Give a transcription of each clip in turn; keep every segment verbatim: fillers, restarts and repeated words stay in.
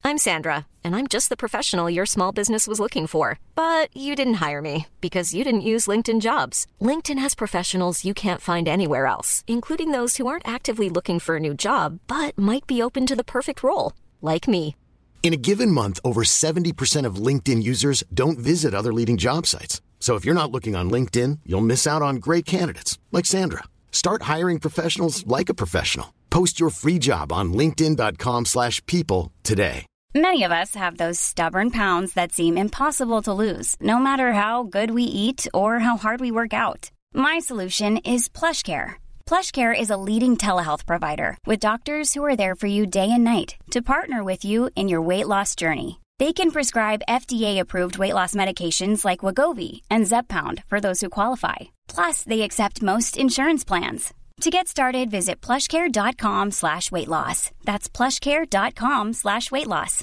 I'm Sandra, and I'm just the professional your small business was looking for. But you didn't hire me because you didn't use LinkedIn Jobs. LinkedIn has professionals you can't find anywhere else, including those who aren't actively looking for a new job, but might be open to the perfect role, like me. In a given month, over seventy percent of LinkedIn users don't visit other leading job sites. So if you're not looking on LinkedIn, you'll miss out on great candidates like Sandra. Start hiring professionals like a professional. Post your free job on linkedin.com slash people today. Many of us have those stubborn pounds that seem impossible to lose, no matter how good we eat or how hard we work out. My solution is PlushCare. PlushCare is a leading telehealth provider with doctors who are there for you day and night to partner with you in your weight loss journey. They can prescribe F D A-approved weight loss medications like Wegovy and Zepbound for those who qualify. Plus, they accept most insurance plans. To get started, visit plushcare.com slash weight loss. That's plushcare.com slash weight loss.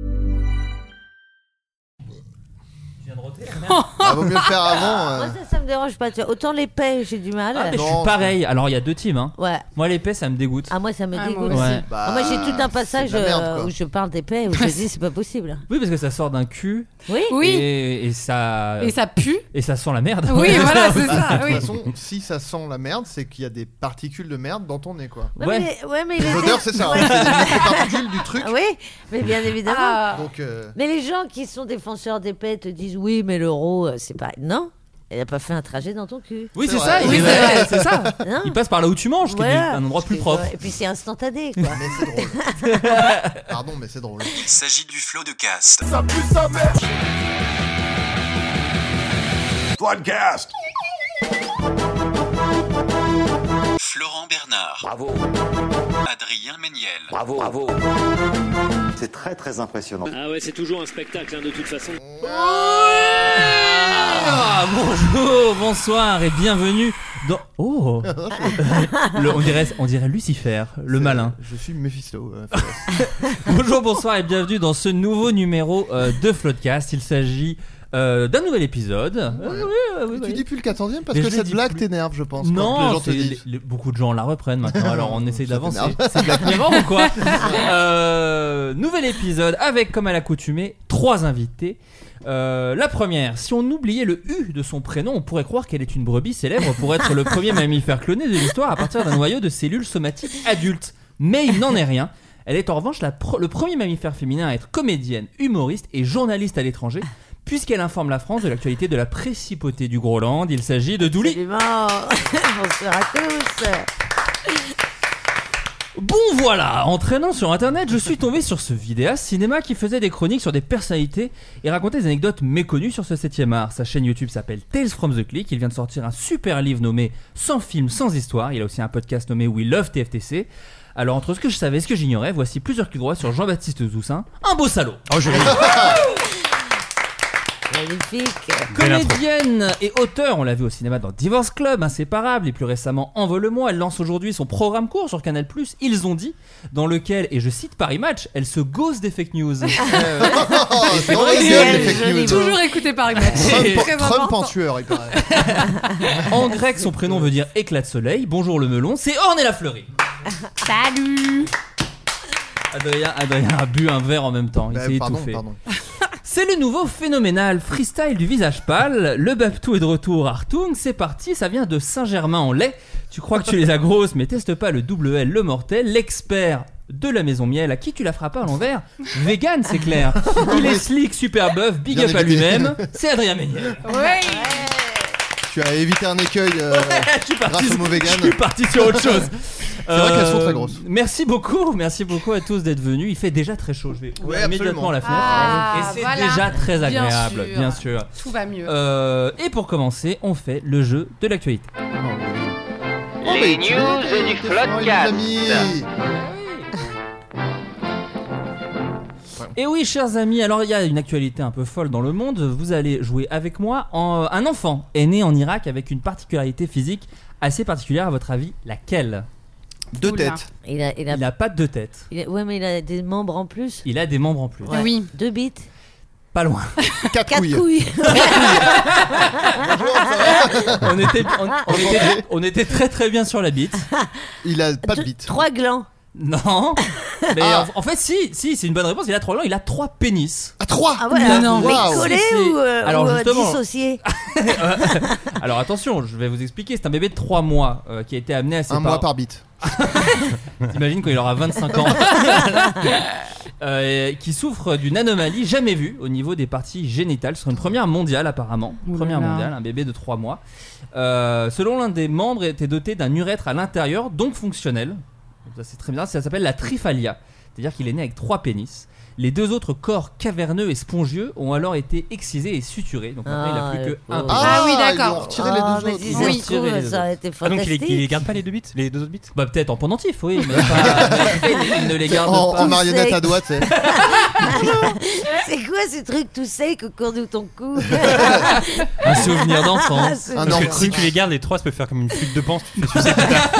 Ah, vaut mieux le faire avant. Euh... Moi, ça, ça me dérange pas. Tu vois, autant l'épée, j'ai du mal. Ah, mais non, je suis pareil. Alors, il y a deux teams. Hein. Ouais. Moi, l'épée, ça me dégoûte. Ah, moi, ça me ah, dégoûte. Moi, ouais. bah, moi, j'ai tout un passage merde, euh, où je parle d'épée, où je dis c'est pas possible. Oui, parce que ça sort d'un cul. Oui. Oui. Et, et ça. Et ça pue. Et ça sent la merde. Oui, voilà, c'est ça. De Oui. toute façon, si ça sent la merde, c'est qu'il y a des particules de merde dans ton nez, quoi. Ouais, Ouais. mais, ouais, mais L'odeur, c'est ça. Ouais. Hein, c'est des micro-particules du truc. Oui, mais bien évidemment. Ah. Donc, euh... Mais les gens qui sont défenseurs d'épée te disent oui, mais l'euro, euh, c'est pas. Non, elle a pas fait un trajet dans ton cul. Oui, c'est, C'est ça. vrai. Il Oui, est- c'est vrai. c'est ça. Non. Il passe par là où tu manges, qui est Voilà. un endroit plus Et- propre. Et puis c'est instantané, quoi. mais c'est drôle. Pardon, mais c'est drôle. Il s'agit du flot de cast. Ça pue sa mère. Podcast. Florent Bernard. Bravo. Adrien Méniel. Bravo. Bravo. C'est très très impressionnant. Ah ouais, c'est toujours un spectacle hein, de toute façon. Ah, bonjour, bonsoir et bienvenue dans. Oh le, on, dirait, on dirait Lucifer, le C'est, malin. Je suis Mephisto. Euh, Bonjour, bonsoir et bienvenue dans ce nouveau numéro euh, de Floodcast. Il s'agit euh, d'un nouvel épisode. Ouais. Euh, oui, oui, tu oui. dis plus le quatorzième parce Mais que je l'ai cette dit blague plus. t'énerve, je pense. Non, quand les gens te c'est- disent. les- les- beaucoup de gens la reprennent maintenant, alors on essaye Ça d'avancer. t'énerve. C'est Black Mirror ou quoi euh, Nouvel épisode avec, comme à l'accoutumée, trois invités. Euh, la première, si on oubliait le U de son prénom, on pourrait croire qu'elle est une brebis célèbre pour être le premier mammifère cloné de l'histoire à partir d'un noyau de cellules somatiques adultes. Mais il n'en est rien. Elle est en revanche la pro- le premier mammifère féminin à être comédienne, humoriste et journaliste à l'étranger, puisqu'elle informe la France de l'actualité de la principauté du Groenland. Il s'agit de Douli. Absolument. Bonsoir à tous. Bon voilà, en traînant sur internet, je suis tombé sur ce vidéaste cinéma qui faisait des chroniques sur des personnalités et racontait des anecdotes méconnues sur ce septième art. Sa chaîne YouTube s'appelle Tales from the Click. Il vient de sortir un super livre nommé Sans film, sans histoire. Il a aussi un podcast nommé We Love T F T C. Alors entre ce que je savais et ce que j'ignorais, voici plusieurs clics droits sur Jean-Baptiste Toussaint. Un beau salaud. Oh, je Magnifique. Comédienne et auteure, on l'a vu au cinéma dans Divorce Club, Inséparable et plus récemment Envole-moi. Elle lance aujourd'hui son programme court sur Canal+, Ils ont dit, dans lequel, et je cite Paris Match, elle se gauze des fake news. Oh, c'est dans vrai la que gueule, c'est les fake joli news. mot. Toujours écouté par une match. Trump, Très Trump important. en tueur, il paraît. En grec, son prénom veut dire éclat de soleil. Bonjour le melon, c'est Ornella Fleury. Salut. Adrien, Adrien a bu un verre en même temps, il Bah, s'est pardon, étouffé. pardon. C'est le nouveau phénoménal freestyle du visage pâle. Le Babtou est de retour, Artung, c'est parti, ça vient de Saint-Germain-en-Laye. Tu crois que tu les as grosses, mais teste pas le double L, le mortel, l'expert de la maison miel, à qui tu la feras pas à l'envers. Vegan, c'est clair. Il est slick, super buff, big Bien up à évité. lui-même. C'est Adrien Méniel. Oui. Tu as évité un écueil euh, Je suis parti, grâce au mot vegan. je suis parti sur autre chose. C'est vrai qu'elles sont très grosses. Merci beaucoup, merci beaucoup à tous d'être venus. Il fait déjà très chaud. Je vais ouvrir Ouais, immédiatement absolument. la fenêtre. Ah, et c'est voilà. déjà très Bien agréable, sûr. bien sûr. Tout va mieux. Euh, et pour commencer, on fait le jeu de l'actualité. Oh, Les mais tu news vois, et du t'es Floodcast. fort, les amis. Et oui, chers amis, alors il y a une actualité un peu folle dans le monde. Vous allez jouer avec moi. En, un enfant est né en Irak avec une particularité physique assez particulière. À votre avis, laquelle ? Deux Oula. têtes. Il a, il a, Il n'a pas de deux têtes. il a- ouais, mais il a des membres en plus. Il a des membres en plus. Ouais. Oui. Deux bites. Pas loin. Quatre Quatre couilles. couilles. on, était, on, on était, on était très très bien sur la bite. Il a pas de Deux- bite. Trois glands. Non. Mais Ah. en, en fait, si, si, c'est une bonne réponse. Il a trois glands, il a trois pénis. Ah, trois Ah ouais, Mais non. mais Waouh. collé Si, si. ou, euh, Alors, ou, euh, justement. dissocié. Alors attention, je vais vous expliquer. C'est un bébé de trois mois euh, qui a été amené à ses Un parents. mois par bite. T'imagines quand il aura vingt-cinq ans. Euh, qui souffre d'une anomalie jamais vue au niveau des parties génitales. C'est une première mondiale apparemment. Ouh là Première là. mondiale, un bébé de trois mois. Euh, selon l'un des membres, était doté d'un urètre à l'intérieur, donc fonctionnel. Donc ça c'est très bien. Ça s'appelle la triphalia. C'est-à-dire qu'il est né avec trois pénis. Les deux autres corps caverneux et spongieux ont alors été excisés et suturés. Donc maintenant il n'a Ah, plus le que un pauvre. pénis. Ah oui, Ils d'accord. ont retiré Ah, les mais deux autres. si Ils ça ont se retiré trouve, les deux ça a été Ah, donc il, fantastique. il garde pas les deux bits, les deux autres bits. Bah peut-être en pendentif, oui, mais pas, il ne les garde En, pas. en marionnette à doigts, tu sais. C'est quoi ces trucs tout secs au cours de ton cou? Un souvenir d'enfant. Ah, c'est Un Parce que enfant. si tu les gardes, les trois, ça peut faire comme une flûte de pan. si Tu fais sucer.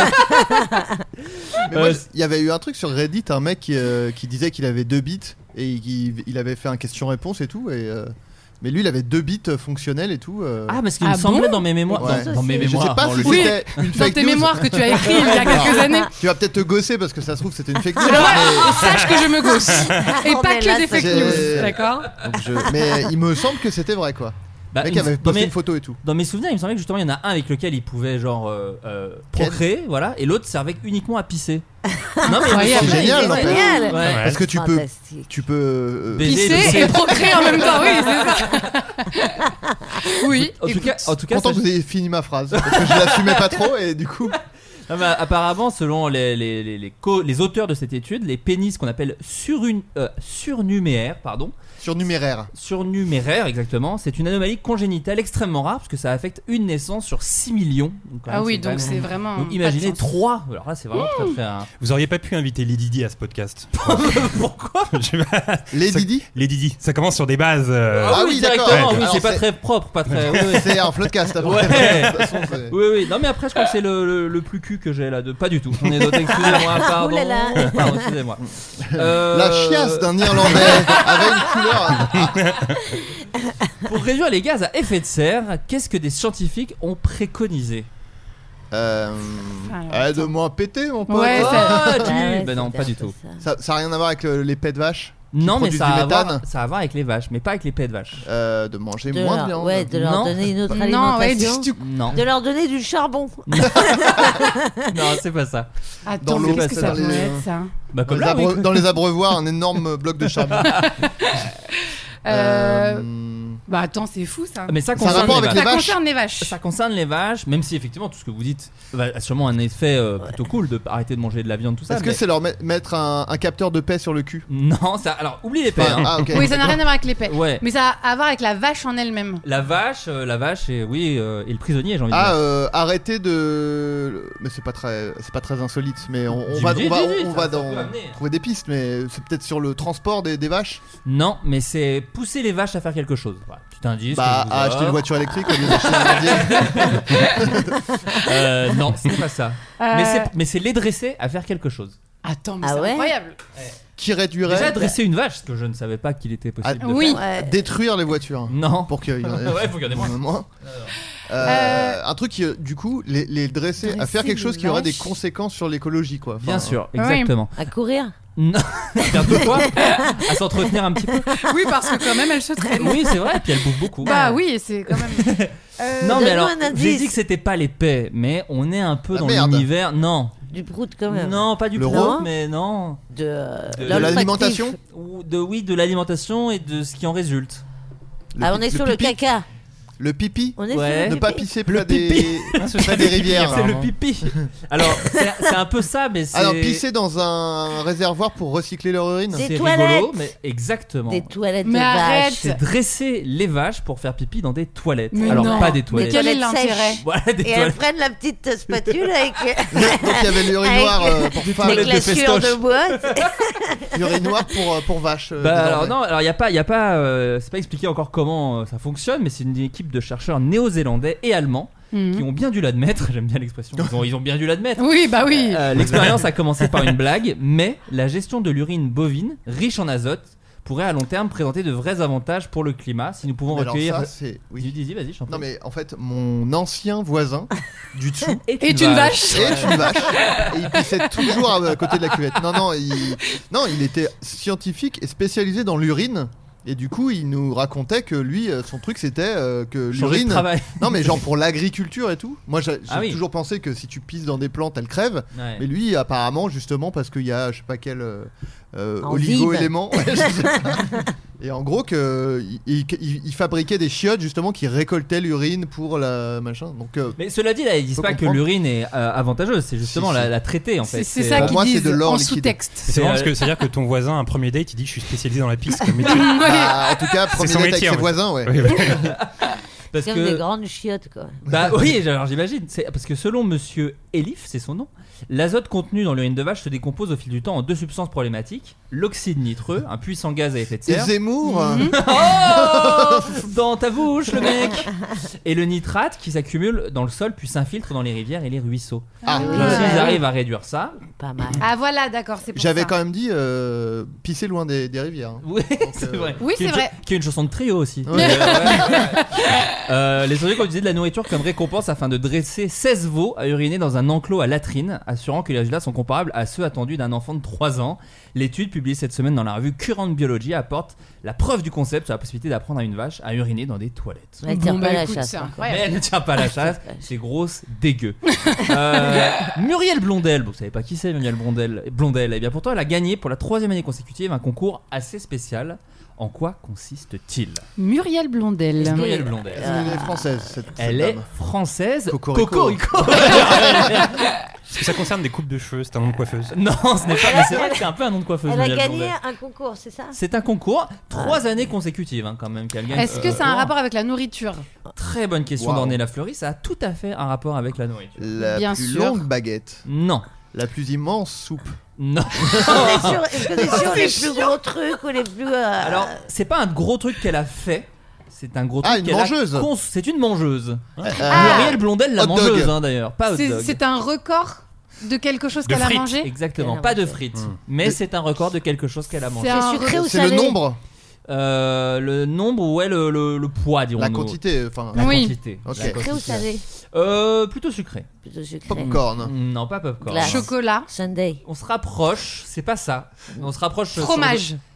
Mais moi, Euh, il y avait eu un truc sur Reddit, un mec qui, euh, qui disait qu'il avait deux bits et qu'il il avait fait un question-réponse et tout. Et, euh, mais lui, il avait deux bits fonctionnels et tout. euh. Ah, parce qu'il Ah me semblait bon dans mes mémoires. Ouais. Dans, dans mes Je je mémoires. sais pas dans si le- Oui. c'était une Dans fake tes news. mémoires que tu as écrites il y a quelques années. Tu vas peut-être te gosser parce que ça se trouve c'était une fake news. Alors, mais- sache que je me gosse. Et On pas est que là, des ça- fake J'ai- news, d'accord? Donc je- Mais il me semble que c'était vrai quoi. Bah, Le mec il- avait dans, posté mes, une photo et tout. dans mes souvenirs, il me semblait que justement, il y en a un avec lequel il pouvait genre euh, euh, procréer, voilà, et l'autre servait uniquement à pisser. Non, mais Incroyable. C'est génial, C'est n'empêche. génial. Ouais. Ouais. Parce que tu peux, Fantastique. tu peux. euh, Baiser, Pisser baiser. et procréer en même temps, oui, c'est ça. Oui. En tout cas, en tout cas, Content ça- que vous ayez fini ma phrase parce que je l'assumais pas trop et du coup. non, mais apparemment, selon les, les, les, les, co- les auteurs de cette étude, les pénis qu'on appelle surun- euh, surnuméraires, pardon, Surnuméraire. surnuméraires exactement, c'est une anomalie congénitale extrêmement rare parce que ça affecte une naissance sur six millions. Donc, quand Ah même, oui, c'est quand donc même- c'est vraiment. Donc pas imaginez de sens. trois. Alors là, c'est vraiment très très. hein. Vous auriez pas pu inviter Lady Di à ce podcast. Pourquoi Je sais pas. Lady Di. Lady Di, ça commence sur des bases. euh, Ah, Ah oui, oui, d'accord. directement. Ouais, Oui, alors c'est pas c'est- très propre, pas très. oui, oui. C'est un floodcast après. Ouais. De toute façon, c'est- Oui, oui, non, mais après, je crois que c'est le, le, le plus cul que j'ai là. De... Pas du tout. J'en ai d'autres, excusez-moi, pardon. Ouh là là. Pardon, excusez-moi. Euh, La chiasse d'un Irlandais avec une couleur. Pour réduire les gaz à effet de serre, qu'est-ce que des scientifiques ont préconisé? Euh. Alors, Aide-moi à péter, mon pote. Ouais, Oh, ça- tu- Ah ouais, Ben non, c'était pas un du peu tout. ça. Ça, ça a rien à voir avec le- les pets de vache. Non, mais produisent ça du a, à voir, méthane. ça a à voir avec les vaches, mais pas avec les pets de vaches. Euh, de manger De moins de leur, viande. ouais, de leur Non. donner une autre Non, ouais, alimentation. du- Non, De leur donner du charbon. non, c'est pas ça. Attends, Dans mais l'eau, qu'est-ce que c'est ça dans peut les- être ça? Bah, Dans comme les, là, abreu- oui. dans les abreuvoirs, un énorme bloc de charbon. Euh, Euh, Bah attends, c'est fou ça. Ah, mais ça Ça a concerne rapport les avec vaches. les Ça vaches. concerne les vaches. Ça concerne les vaches, même si effectivement tout ce que vous dites va- a sûrement un effet euh, plutôt cool de arrêter de manger de la viande, tout ça. Est-ce que mais- c'est leur met- mettre un, un capteur de paix sur le cul? Non, ça. Alors, oublie les pets. Enfin, hein. ah, ok. Oui, ça n'a rien à voir avec les pets. Ouais. Mais ça a à voir avec la vache en elle-même. La vache, euh, la vache et oui, euh, et le prisonnier, j'ai envie de Ah, dire. euh, arrêtez de. Mais c'est pas très, c'est pas très insolite. Mais on, on Dis- va, dis- on va, dis- dis, on ça- va ça dans- peut amener. trouver des pistes. Mais c'est peut-être sur le transport des, des vaches. Non, mais c'est pousser les vaches à faire quelque chose. Voilà, petit indice. Bah, que je vous à acheter offre. une voiture électrique au lieu d'acheter un merdier. Euh, non, c'est pas ça. Euh, Mais c'est, mais c'est les dresser à faire quelque chose. Attends, mais Ah c'est ouais incroyable. Qui réduirait Déjà dresser une vache, ce que je ne savais pas qu'il était possible Ah, de oui. faire. Ouais. détruire les voitures. Non. Pour qu'il y en ait Ouais, faut qu'il y en ait moins. moins. Euh, Euh, un truc qui, euh, du coup, les, les dresser, à Dresser faire quelque des chose qui aurait des vaches. conséquences sur l'écologie, quoi. Enfin, Bien sûr, Oui. exactement. À courir. Non. Faire de quoi? À s'entretenir un petit peu. Oui, parce que quand même, elle se traîne. Oui, c'est vrai, puis elle bouffe beaucoup. Bah oui, c'est quand même. Euh, Non, mais donne-nous alors, un indice. j'ai dit que c'était pas les paix, mais on est un peu Ah, dans merde. l'univers. Non. Du prout quand même. Non, pas du Le tout, rot mais non. De, euh, De- de l'olfactif. l'alimentation. Ou de, oui, de l'alimentation et de ce qui en résulte. le Ah, on pi- est sur le pipi. caca. Le pipi. On est Ouais. sur Ne le pas pipi. pisser Le près des, pipi. Ah, ce près serait des le pipi, rivières. C'est le apparemment. pipi. Alors, c'est c'est un peu ça, mais c'est. Alors, pisser dans un réservoir pour recycler leur urine. Des C'est toilettes. rigolo, mais exactement. Des toilettes Mais de arrête. vache. C'est dresser les vaches pour faire pipi dans des toilettes. Mais Alors, non. pas des Mais toilettes. quel est Toilettes l'intérêt? sèches. Voilà, des Et elles toilettes. prennent la petite spatule avec, Donc, il y avait l'urinoir Avec- euh, pour femmes, avec toilettes la de sueur festoche. de bois. l'urinoir pour, euh, pour vaches. euh, Bah désormais. alors non, alors il y a pas, il y a pas, euh, c'est pas expliqué encore comment euh, ça fonctionne, mais c'est une équipe de chercheurs néo-zélandais et allemands Mhm. qui ont bien dû l'admettre. J'aime bien l'expression. Ils ont, ils ont bien dû l'admettre. Oui, bah oui. Euh, L'expérience a commencé par une blague, mais la gestion de l'urine bovine, riche en azote, pourrait à long terme présenter de vrais avantages pour le climat si nous pouvons Mais alors recueillir. ça, c'est- oui. Dis, dis, dis, vas-y, chante. Non mais en fait mon ancien voisin du dessous Est Et une vache. est une vache et il pissait toujours à à côté de la cuvette. Non non il non il était scientifique et spécialisé dans l'urine. Et du coup, il nous racontait que lui, euh, son truc, c'était euh, que Changer de l'urine. travail. Non, mais genre pour l'agriculture et tout. Moi, j'ai j'ai Ah oui. toujours pensé que si tu pisses dans des plantes, elles crèvent. Ouais. Mais lui, apparemment, justement, parce qu'il y a, je sais pas quel euh, euh, En oligo-élément. Ouais, je sais pas. Et en gros, que il, il- il fabriquait des chiottes justement qui récoltaient l'urine pour la machin. Donc, euh, Mais cela dit, là, ils disent Faut pas que comprendre. l'urine est euh, avantageuse, c'est justement Si, la, si. la traiter en fait. C'est c'est ça pour qu'ils moi, c'est disent de l'or en liquide. sous-texte. C'est marrant euh, parce que c'est-à-dire que ton voisin, un premier date, il dit je suis spécialisé dans la pisse comme métier. bah, en tout cas, premier son date métier, avec ses ouais. voisins, ouais. Oui, oui. Parce C'est comme des que, grandes chiottes, quoi. bah oui, alors j'imagine. C'est parce que selon Monsieur Elif, c'est son nom, l'azote contenu dans l'urine de vache se décompose au fil du temps en deux substances problématiques l'oxyde nitreux, un puissant gaz à effet de Et serre. Zemmour, Mhm. Oh dans ta bouche, le mec. Et le nitrate qui s'accumule dans le sol puis s'infiltre dans les rivières et les ruisseaux. ah, oui. Donc, Ouais. s'ils arrivent à réduire ça, Pas mal. Ah voilà, d'accord, c'est pour j'avais ça. quand même dit euh, pisser loin des, des rivières. hein. oui, c'est euh, vrai. oui, Qui est c'est une vrai. cho- Qui est une chanson de trio aussi. Ouais. Euh, les scientifiques ont utilisé de la nourriture comme récompense afin de dresser seize veaux à uriner dans un enclos à latrine, assurant que les résultats sont comparables à ceux attendus d'un enfant de trois ans. L'étude publiée cette semaine dans la revue Current Biology apporte la preuve du concept sur la possibilité d'apprendre à une vache à uriner dans des toilettes. Elle tire Bon, pas bah, la écoute, chasse. c'est hein, quoi. Mais incroyable. elle ne tient pas à la chasse, c'est grosse dégueu. Euh, Muriel Blondel, vous savez pas qui c'est Muriel Blondel, Blondel, et bien pourtant elle a gagné pour la troisième année consécutive un concours assez spécial. En quoi consiste-t-il? Muriel Blondel. Muriel Blondel. Elle est française, cette, cette Elle est dame. française. Cocorico. Cocorico. Est-ce que ça concerne des coupes de cheveux? C'est un nom de coiffeuse. Non, ce n'est pas. Mais c'est vrai que c'est un peu un nom de coiffeuse. Elle a Muriel gagné Blondel. un concours, c'est ça? C'est un concours, trois années consécutives hein, quand même qu'elle gagne. Est-ce que euh, ça a un concours. rapport avec la nourriture? Très bonne question Wow. d'Ornella Fleury, ça a tout à fait un rapport avec la nourriture. La Bien plus sûr. longue baguette. Non, La plus immense soupe. non. On est sur- Est-ce que c'est sur les plus gros trucs ou les plus. euh, Alors, c'est pas un gros truc qu'elle a fait. C'est un gros Ah, truc une qu'elle mangeuse. a cons- C'est une mangeuse. Euh, Muriel Blondel, la hot dog. mangeuse hein, d'ailleurs, pas hot C'est dog. c'est un record de quelque chose De qu'elle a frites. mangé? Exactement, Qu'elle a pas de mangé. frites, Mmh. mais c'est un record de quelque chose qu'elle a mangé. C'est un C'est sucré re- ou C'est le salé? nombre, Euh, le nombre, ouais, le, le, le poids, dirons-nous. la quantité, enfin. La Oui. quantité. Ok. La Sucré ou quantité. salé? Euh, plutôt sucré. Plutôt sucré. Popcorn. Non, pas popcorn. Glace. Chocolat. Sunday. On se rapproche, c'est pas ça. On se rapproche. sur Fromage. le-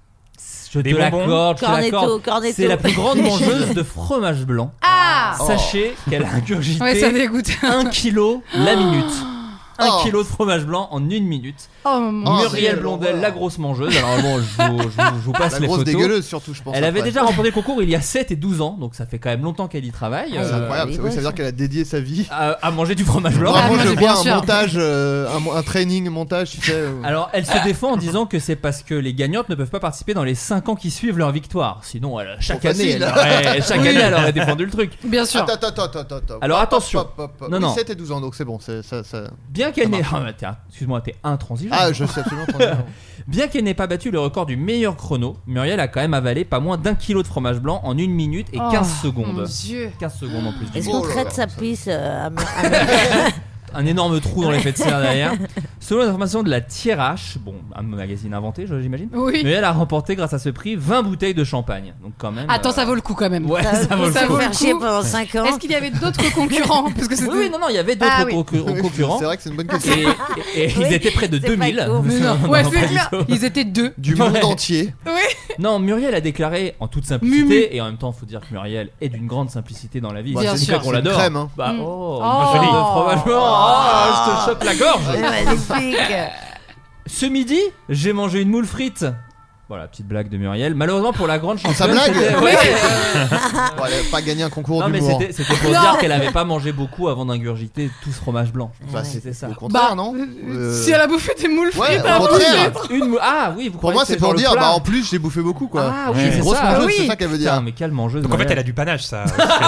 Je Des te bonbons. l'accorde, je te Cornetto, l'accorde. cornetto. C'est la plus grande mangeuse de fromage blanc. Ah Oh. Sachez qu'elle a ingurgité Ouais, ça dégoûte. un kilo la minute. Un Oh. kilo de fromage blanc en une minute. Oh mon Oh, Muriel c'est- Blondel, la grosse mangeuse. Alors bon, je vous, je vous- je vous passe La les grosse photos. dégueuleuse surtout, je pense. Elle avait après. déjà remporté le concours il y a sept et douze ans, donc ça fait quand même longtemps qu'elle y travaille. Ah, C'est euh, incroyable, oui, ça, oui, ça veut ouais, dire qu'elle a dédié sa vie. à, à manger du fromage blanc. Vraiment, moi, je j'ai vois bien un sûr. montage, euh, un, un training montage, tu sais. euh. Alors, elle se défend en disant que c'est parce que les gagnantes ne peuvent pas participer dans les cinq ans qui suivent leur victoire. Sinon, elle- chaque Trop année, facile. elle aurait, chaque Oui. année, elle aurait défendu le truc. Bien sûr. Attends, attends, attends, attends, attends. Alors, Hop, attention. hop, hop, hop. Non, Oui, non. sept et douze ans, donc c'est bon. c'est- Ça, ça... Bien qu'elle Ça n'ait, marche. ah, t'es- excuse-moi, t'es intransigeant. Ah, je sais absolument. pas. Bien qu'elle n'ait pas battu le record du meilleur chrono, Muriel a quand même avalé pas moins d'un kilo de fromage blanc en une minute et quinze Oh, secondes. Mon Dieu. quinze secondes en plus. du Est-ce coup. qu'on Oh là traite là, sa ça- pisse euh, à me- à me- Un énorme trou dans l'effet de serre derrière. Selon les informations de la Thiérache, bon, un magazine inventé, je- j'imagine. Oui. Muriel a remporté grâce à ce prix vingt bouteilles de champagne. Donc quand même. Attends, euh, ça vaut le coup quand même. Ouais, Ça, ça vaut le ça coup. vaut le faire chier coup. pendant cinq ans. Est-ce qu'il y avait d'autres concurrents? Parce que c'est Oui, oui, non, non, il y avait d'autres Ah oui. concu- Oui, concurrents. C'est vrai que c'est une bonne question. Et, et- et Oui, ils étaient près de c'est pas deux mille. con. Mais non, Non, ouais, non, c'est pas du clair. tout. Ils étaient deux. Du Ouais. monde entier. Non, Muriel a déclaré en toute simplicité, Mumu. et en même temps, faut dire que Muriel est d'une grande simplicité dans la vie. Bah, Bien c'est sûr. pour ça qu'on C'est une l'adore. crème, hein. Bah, Mm. oh, Oh. une de fromage blanc. Oh, je te chope la gorge. C'est magnifique. Ce midi, j'ai mangé une moule frite. Voilà, petite blague de Muriel. Malheureusement pour la grande Sa championne. blague c'était- ouais, euh, Bon, elle a pas gagné un concours Non mais d'humour. c'était c'était pour Non. dire qu'elle avait pas mangé beaucoup avant d'ingurgiter tout ce fromage blanc. Bah, Ouais. c'était ça. Au contraire, Bah, non euh, Euh, Si elle a bouffé des moules Ouais, frites, au elle a contraire. bouffé. Une mou- Ah oui, vous Pour croyez moi, que c'est pour genre le dire, plat bah en plus, j'ai bouffé beaucoup quoi. Ah oui, Ouais. c'est Grosse ça. mangeuse, oui. c'est ça qu'elle veut Putain, dire. mais quelle mangeuse. Donc en fait, Muriel. elle a du panache, ça.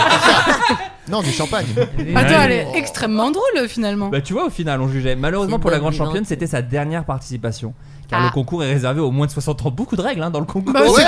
Non, du champagne. Attends, elle Oh. est extrêmement drôle finalement. Bah tu vois, au final, on jugeait. Malheureusement C'est pour la une grande bonne championne, vivante. c'était sa dernière participation. Car Ah. le concours est réservé aux moins de soixante ans. Beaucoup de règles hein, dans le concours. Bah, Ouais,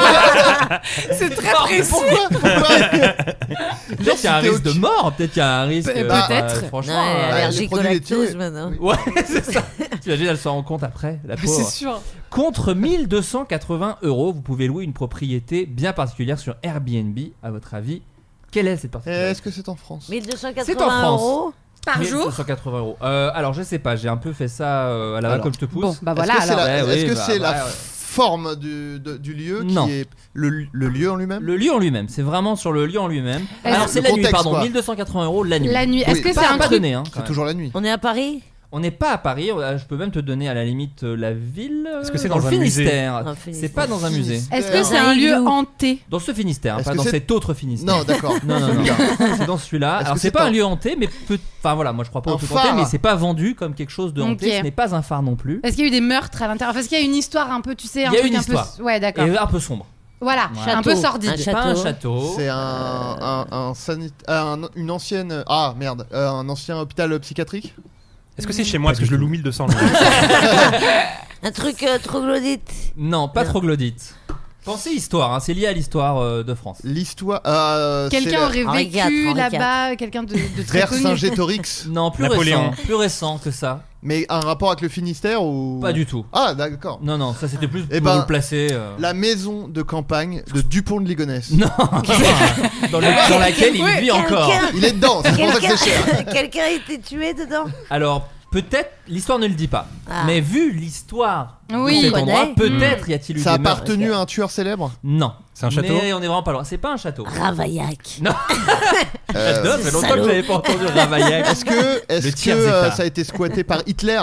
C'est très Oh, précis. pourquoi Pourquoi Peut-être qu'il y a un c'était risque de au- mort, peut-être qu'il y a un risque. Pe- euh, peut-être. euh, Non, franchement. elle est euh, les allergique au produits laitiers, lactose oui. maintenant. Ouais, c'est ça. T'imagines, elle s'en rend compte après, la Mais pauvre. c'est sûr. Contre mille deux cent quatre-vingts euros, vous pouvez louer une propriété bien particulière sur Airbnb. À votre avis, quelle est cette particularité? Est-ce que c'est en France? mille deux cent C'est en quatre-vingts France. euros Par mille deux jour. cent quatre-vingts euros. Euh, alors, je sais pas, j'ai un peu fait ça euh, à la Alors. comme je te pousse. Bon, bah voilà Est-ce que c'est alors. la, Ouais, est-ce oui, que bah, c'est la ouais, ouais. forme du, de- du lieu qui Non. est le, le lieu en lui-même? Le lieu en lui-même, c'est vraiment sur le lieu en lui-même. Est-ce- Alors, c'est Le la nuit, contexte, pardon, quoi. mille deux cent quatre-vingts euros la nuit. La nuit. Est-ce Oui. que c'est Pas, un pas truc donné, hein, quand C'est même. toujours la nuit. On est à Paris? On n'est pas à Paris, euh, je peux même te donner à la limite euh, la ville. euh, Est-ce que c'est dans dans le un musée? Finistère? Dans le C'est Finistère. pas dans un musée. Est-ce que c'est Un un lieu igloo. hanté? Dans ce Finistère, hein, Est-ce pas que dans c'est- cet autre Finistère. Non, d'accord. Non, non, non, Celui-là. c'est dans celui-là. Est-ce Alors que c'est c'est pas un- un lieu hanté, mais peut... enfin voilà, moi je crois pas Un au truc hanté, phare. mais c'est pas vendu comme quelque chose de hanté. Ok. Ce n'est pas un phare non plus. Est-ce qu'il y a eu des meurtres à l'intérieur? Parce qu'il y a une histoire un peu, tu sais, un Il y a truc une un histoire. peu. Ouais, d'accord. Et un peu sombre. Voilà, Voilà. un peu Château. sordide. Un C'est pas un Château. château. C'est un, un, un, sanit- euh, un- une ancienne. Ah merde, euh, un ancien hôpital psychiatrique. Est-ce que c'est chez moi? Parce que je le loue mille deux cents. Un truc euh, troglodyte. Non, pas Non. troglodyte. Pensez histoire, hein, c'est lié à l'histoire euh, de France. L'histoire. Euh, c'est Quelqu'un la- aurait Henri quatre, vécu Henri là-bas, quelqu'un de, de très connu. Vercingétorix. Non, plus Napoléon. récent, plus récent que ça. Mais un rapport avec le Finistère ou. Pas du tout. Ah d'accord. Non, non, ça c'était plus Eh pour ben, le placer. euh. La maison de campagne de Dupont de Ligonnès. Non, dans, le- dans laquelle il Ouais, vit encore. quelqu'un- Il est dedans, c'est pour ça que c'est cher. Quelqu'un quelqu'un a été tué dedans? Alors, peut-être, l'histoire ne le dit pas. Ah. Mais vu l'histoire Oui. de cet On endroit, connaît. peut-être y a-t-il eu Ça a des meurtres. appartenu à un tueur célèbre. Non. C'est un château? Mais on est vraiment pas loin. C'est pas un château. Ravaillac. Non. Euh, Ça fait longtemps que salaud. j'avais pas entendu Ravaillac. Est-ce que, est-ce Le que tiers euh, état. ça a été squatté par Hitler?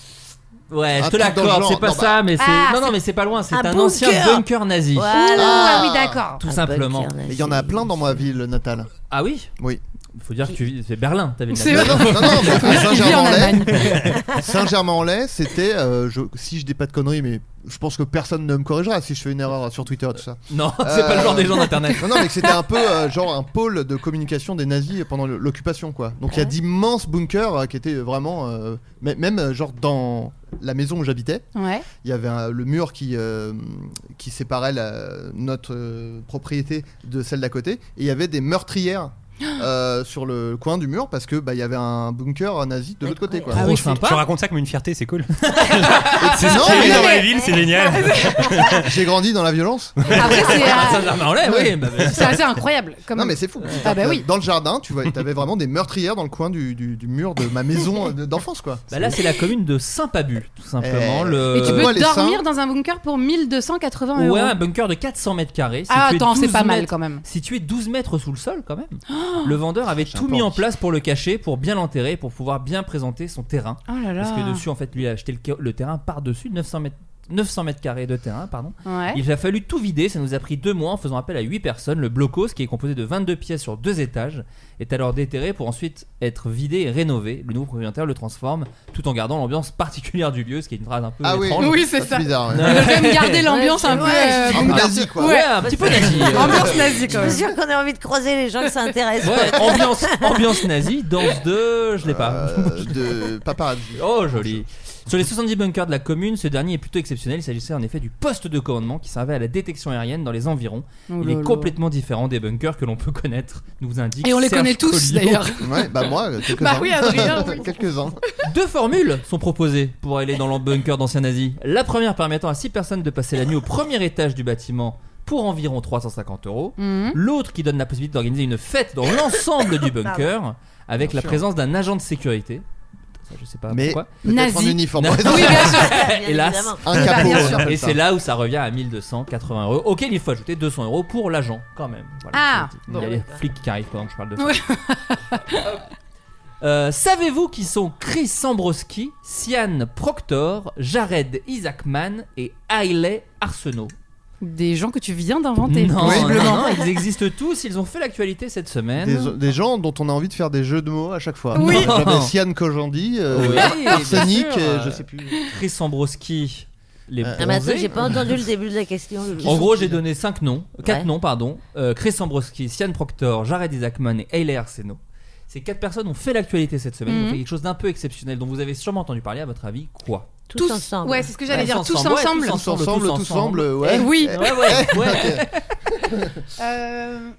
Ouais, Un je te truc dans le l'accorde. genre. C'est pas Non, ça, mais c'est. Ah, non, non, c'est- mais c'est pas loin. C'est un un, ancien bunker. bunker nazi. Voilà. Ah oui, d'accord. Tout Un simplement. bunker nazi. Mais il y en a plein dans ma ville natale. Ah oui. Oui. Il faut dire que tu vis. C'est Berlin. T'avais C'est la Non, non, non, non, mais Il vit en Saint-Germain-en-Laye. Allemagne. Saint-Germain-en-Laye, c'était, euh, je- si je dis pas de conneries, mais je pense que personne ne me corrigera si je fais une erreur sur Twitter et tout ça. Non, c'est pas le genre Euh, des gens d'internet. Non, non, mais que c'était un peu euh, genre un pôle de communication des nazis pendant le- l'occupation, quoi. Donc il y a d'immenses bunkers euh, qui étaient vraiment, euh, m- même euh, genre dans la maison où j'habitais, Ouais. il y avait un- le mur qui euh, qui séparait la- notre euh, propriété de celle d'à côté, et il y avait des meurtrières. Euh, sur le coin du mur parce que bah il y avait un bunker nazi de l'autre côté quoi. Ah Trop oui, sympa. sympa. Je raconte ça comme une fierté, c'est cool. C'est C'est non, ce qu'il y a mais dans la ville, c'est génial. j'ai grandi dans la violence. Après, c'est Ah, euh, Saint-Germain-en-Laye, oui. bah, bah, c'est assez incroyable. Comme... Non mais c'est fou. Ah bah oui. Dans le jardin, tu vois, t'avais vraiment des meurtrières dans le coin du, du, du mur de ma maison de- d'enfance quoi. Bah là, c'est la commune de Saint-Pabu, tout simplement. Eh. Le... Et tu peux Moi, les dormir seins- dans un bunker pour mille deux cent quatre-vingts euros. Ouais, un bunker de quatre cents mètres carrés. Ah, situé attends, c'est douze pas mal mètres- quand même. Situé douze mètres sous le sol, quand même. Le vendeur avait tout un mis en porc. place pour le cacher, pour bien l'enterrer, pour pouvoir bien présenter son terrain. Oh là là. Parce que dessus, en fait, lui a acheté le, le terrain par-dessus, neuf cents mètres. neuf cents mètres carrés de terrain, pardon. Ouais. Il a fallu tout vider, ça nous a pris deux mois en faisant appel à huit personnes. Le blocos, qui est composé de vingt-deux pièces sur deux étages, est alors déterré pour ensuite être vidé et rénové. Le nouveau propriétaire le transforme tout en gardant l'ambiance particulière du lieu, ce qui est une phrase un peu Ah oui, étrange. Oui, c'est ça. bizarre. ouais. Ils veulent quand même garder l'ambiance Ouais, un peu. ouais, euh, Un peu bunker. nazi quoi. Ouais, Ouais. un petit peu nazi. euh. Ambiance nazie Je quand même. suis sûr qu'on a envie de croiser les gens que ça intéresse. Ouais, ambiance, ambiance nazie, danse de. Je l'ai pas. Euh, de paparazzi. Oh, joli. Sur les soixante-dix bunkers de la commune, ce dernier est plutôt exceptionnel. Il s'agissait en effet du poste de commandement qui servait à la détection aérienne dans les environs. Oh Il là est là. complètement différent des bunkers que l'on peut connaître, nous indique Et on les Serge connaît tous Colliot. d'ailleurs. Ouais, bah moi, quelques-uns. Bah oui, Adrien, oui. quelques-uns. Deux formules sont proposées pour aller dans le bunker d'anciens nazis. La première permettant à six personnes de passer la nuit au premier étage du bâtiment pour environ trois cent cinquante euros. Mhm. L'autre qui donne la possibilité d'organiser une fête dans l'ensemble du bunker avec Bien la sûr. présence d'un agent de sécurité. Ça, je sais pas Mais pourquoi. peut-être en Nazi. uniforme. Non. Ouais, Oui, bien sûr. Bien Hélas. évidemment. Un capot. Bien on sûr. appelle Et ça. c'est là où ça revient à mille deux cent quatre-vingts euros, auquel il faut ajouter deux cents euros pour l'agent, quand même. Voilà, Ah, je le dis. bon. Il y a les flics qui arrivent pendant que je parle de ça. Ouais. Euh, savez-vous qui sont Chris Sambrowski, Sian Proctor, Jared Isaacman et Hailey Arsenault? Des gens que tu viens d'inventer. Non, non, visiblement. non, ils existent tous, ils ont fait l'actualité cette semaine. Des, des gens dont on a envie de faire des jeux de mots à chaque fois. Oui. J'avais Sian Kojandi, euh, Oui, Arsenic, bien sûr. euh, je sais plus. Chris Sambrowski, les Euh, Ah, mais attends, bronzés. j'ai pas entendu le début de la question. En gros, j'ai donné cinq noms, quatre Ouais. noms, pardon. Euh, Chris Sambrowski, Sian Proctor, Jared Isaacman et Hailey Arsenault. Ces quatre personnes ont fait l'actualité cette semaine, ils ont Mhm. fait quelque chose d'un peu exceptionnel dont vous avez sûrement entendu parler. À votre avis, quoi? tous, Tous ensemble. Ouais, c'est ce que j'allais Ouais, dire. tous Tous ensemble, ouais, ensemble. tous Tous ensemble, ensemble, tous tous ensemble. ensemble, ouais. Eh oui. Ouais, ouais, ouais. Euh,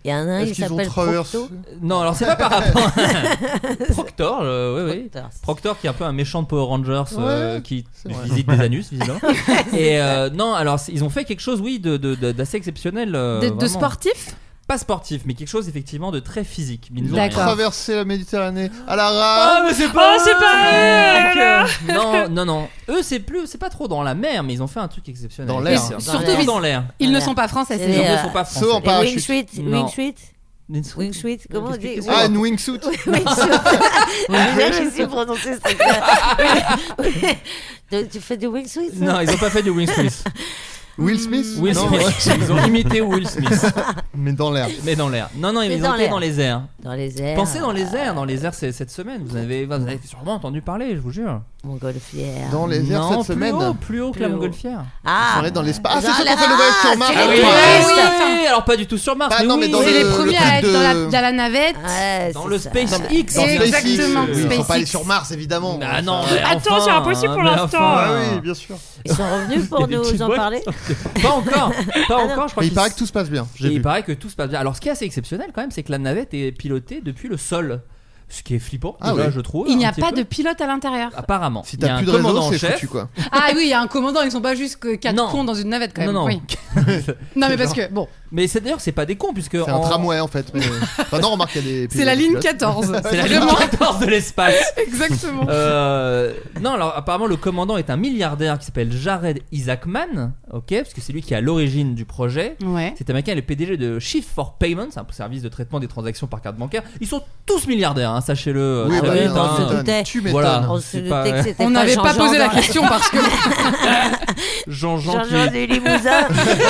Il y en a un, Est-ce il qu'ils ont s'appelle traversé- Procto. Non, alors c'est pas par rapport. Proctor, euh, oui, oui. Proctor. Proctor qui est un peu un méchant de Power Rangers euh, Ouais, qui c'est vrai. visite des anus, visiblement. Et euh, non, alors c'est- ils ont fait quelque chose, oui, de, de- de- d'assez exceptionnel. euh, De, de vraiment. sportif. Pas sportif, mais quelque chose effectivement de très physique. Mais ils nous ont- D'accord. Traverser la Méditerranée à la Ah, rame. mais c'est pas. Oh, c'est pas eux, mec. Non, non, non. Eux, c'est plus, c'est pas trop dans la mer, mais ils ont fait un truc exceptionnel. Dans l'air. C'est- Et c'est surtout, surtout ils- dans l'air. Ils ne Voilà. sont pas français. C'est ces Ils gens. les, ne euh, sont pas Saut français. en Et parachute. Wingsuit, Non. Wingsuit, Wingsuit, comment on dit Qu'est-ce que Ah, c'est une wingsuit. Wingsuit. J'ai jamais réussi à prononcer ce truc-là. Tu- Tu fais du wingsuit ça Non, ils ont pas fait du Will Smith. Will Smith. Will Non, Smith. ouais. Ils ont imité Will Smith, Mais dans l'air. mais dans l'air. Non, non, C'est ils dans ont été l'air. dans les airs. Dans les airs. Pensez dans les airs, dans les airs c'est- cette semaine. Vous avez, vous avez sûrement entendu parler, je vous jure. Montgolfière. Dans les airs non, cette plus semaine. haut, plus haut que la Plus haut. montgolfière. Ah, On est dans l'espace. Ah, c'est dans ceux qui la- ont fait le voyage sur Mars. c'est Ah les oui, touristes. oui, alors pas du tout sur Mars, Bah mais non, oui. mais dans C'est le- les le premiers truc à être de- dans la, dans la navette. Ouais, Dans c'est le ça. SpaceX. Dans Exactement, SpaceX. Ils sont pas allés SpaceX. sur Mars, évidemment. Ah non, Ça- mais Attends, enfin, c'est impossible pour mais l'instant. enfin. Ah oui, bien sûr. Ils sont revenus pour Il y a des nous petites en boîtes. parler. Pas encore, pas encore. Je crois Mais il qu'ils- paraît que tout se passe bien. J'ai Et il vu. paraît que tout se passe bien. Alors, ce qui est assez exceptionnel quand même, c'est que la navette est pilotée depuis le sol. Ce qui est flippant, Ah déjà, oui. je trouve. Il n'y un a petit pas peu. de pilote à l'intérieur. Apparemment. Si Il y a t'as un plus de réseau, commandant en c'est chef. foutu quoi. Ah oui, il y a un commandant, ils sont pas juste que quatre Non. cons dans une navette quand même. Non, non. Oui. Non, mais parce que, bon, Mais c'est d'ailleurs, c'est pas des cons, puisque. C'est un en- tramway en fait. Mais... Enfin, non, remarque, il y a des. c'est la ligne pilotes. quatorze. C'est la ligne Vraiment. quatorze de l'espace. Exactement. Euh, non, alors apparemment le commandant est un milliardaire qui s'appelle Jared Isaacman, ok, parce que c'est lui qui est à l'origine du projet. Ouais. C'est américain, le P D G de Shift for Payments, un service de traitement des transactions par carte bancaire. Ils sont tous milliardaires, hein, sachez-le. euh, Oui, très bah, vite, non, hein. tu m'étonnes. doutait. Tu m'étonnes. Voilà. On se C'est doutait pas- que c'était On n'avait pas Jean-Jean posé la dans- question parce que. Jean-Jean qui Jean-Jean du Limousin.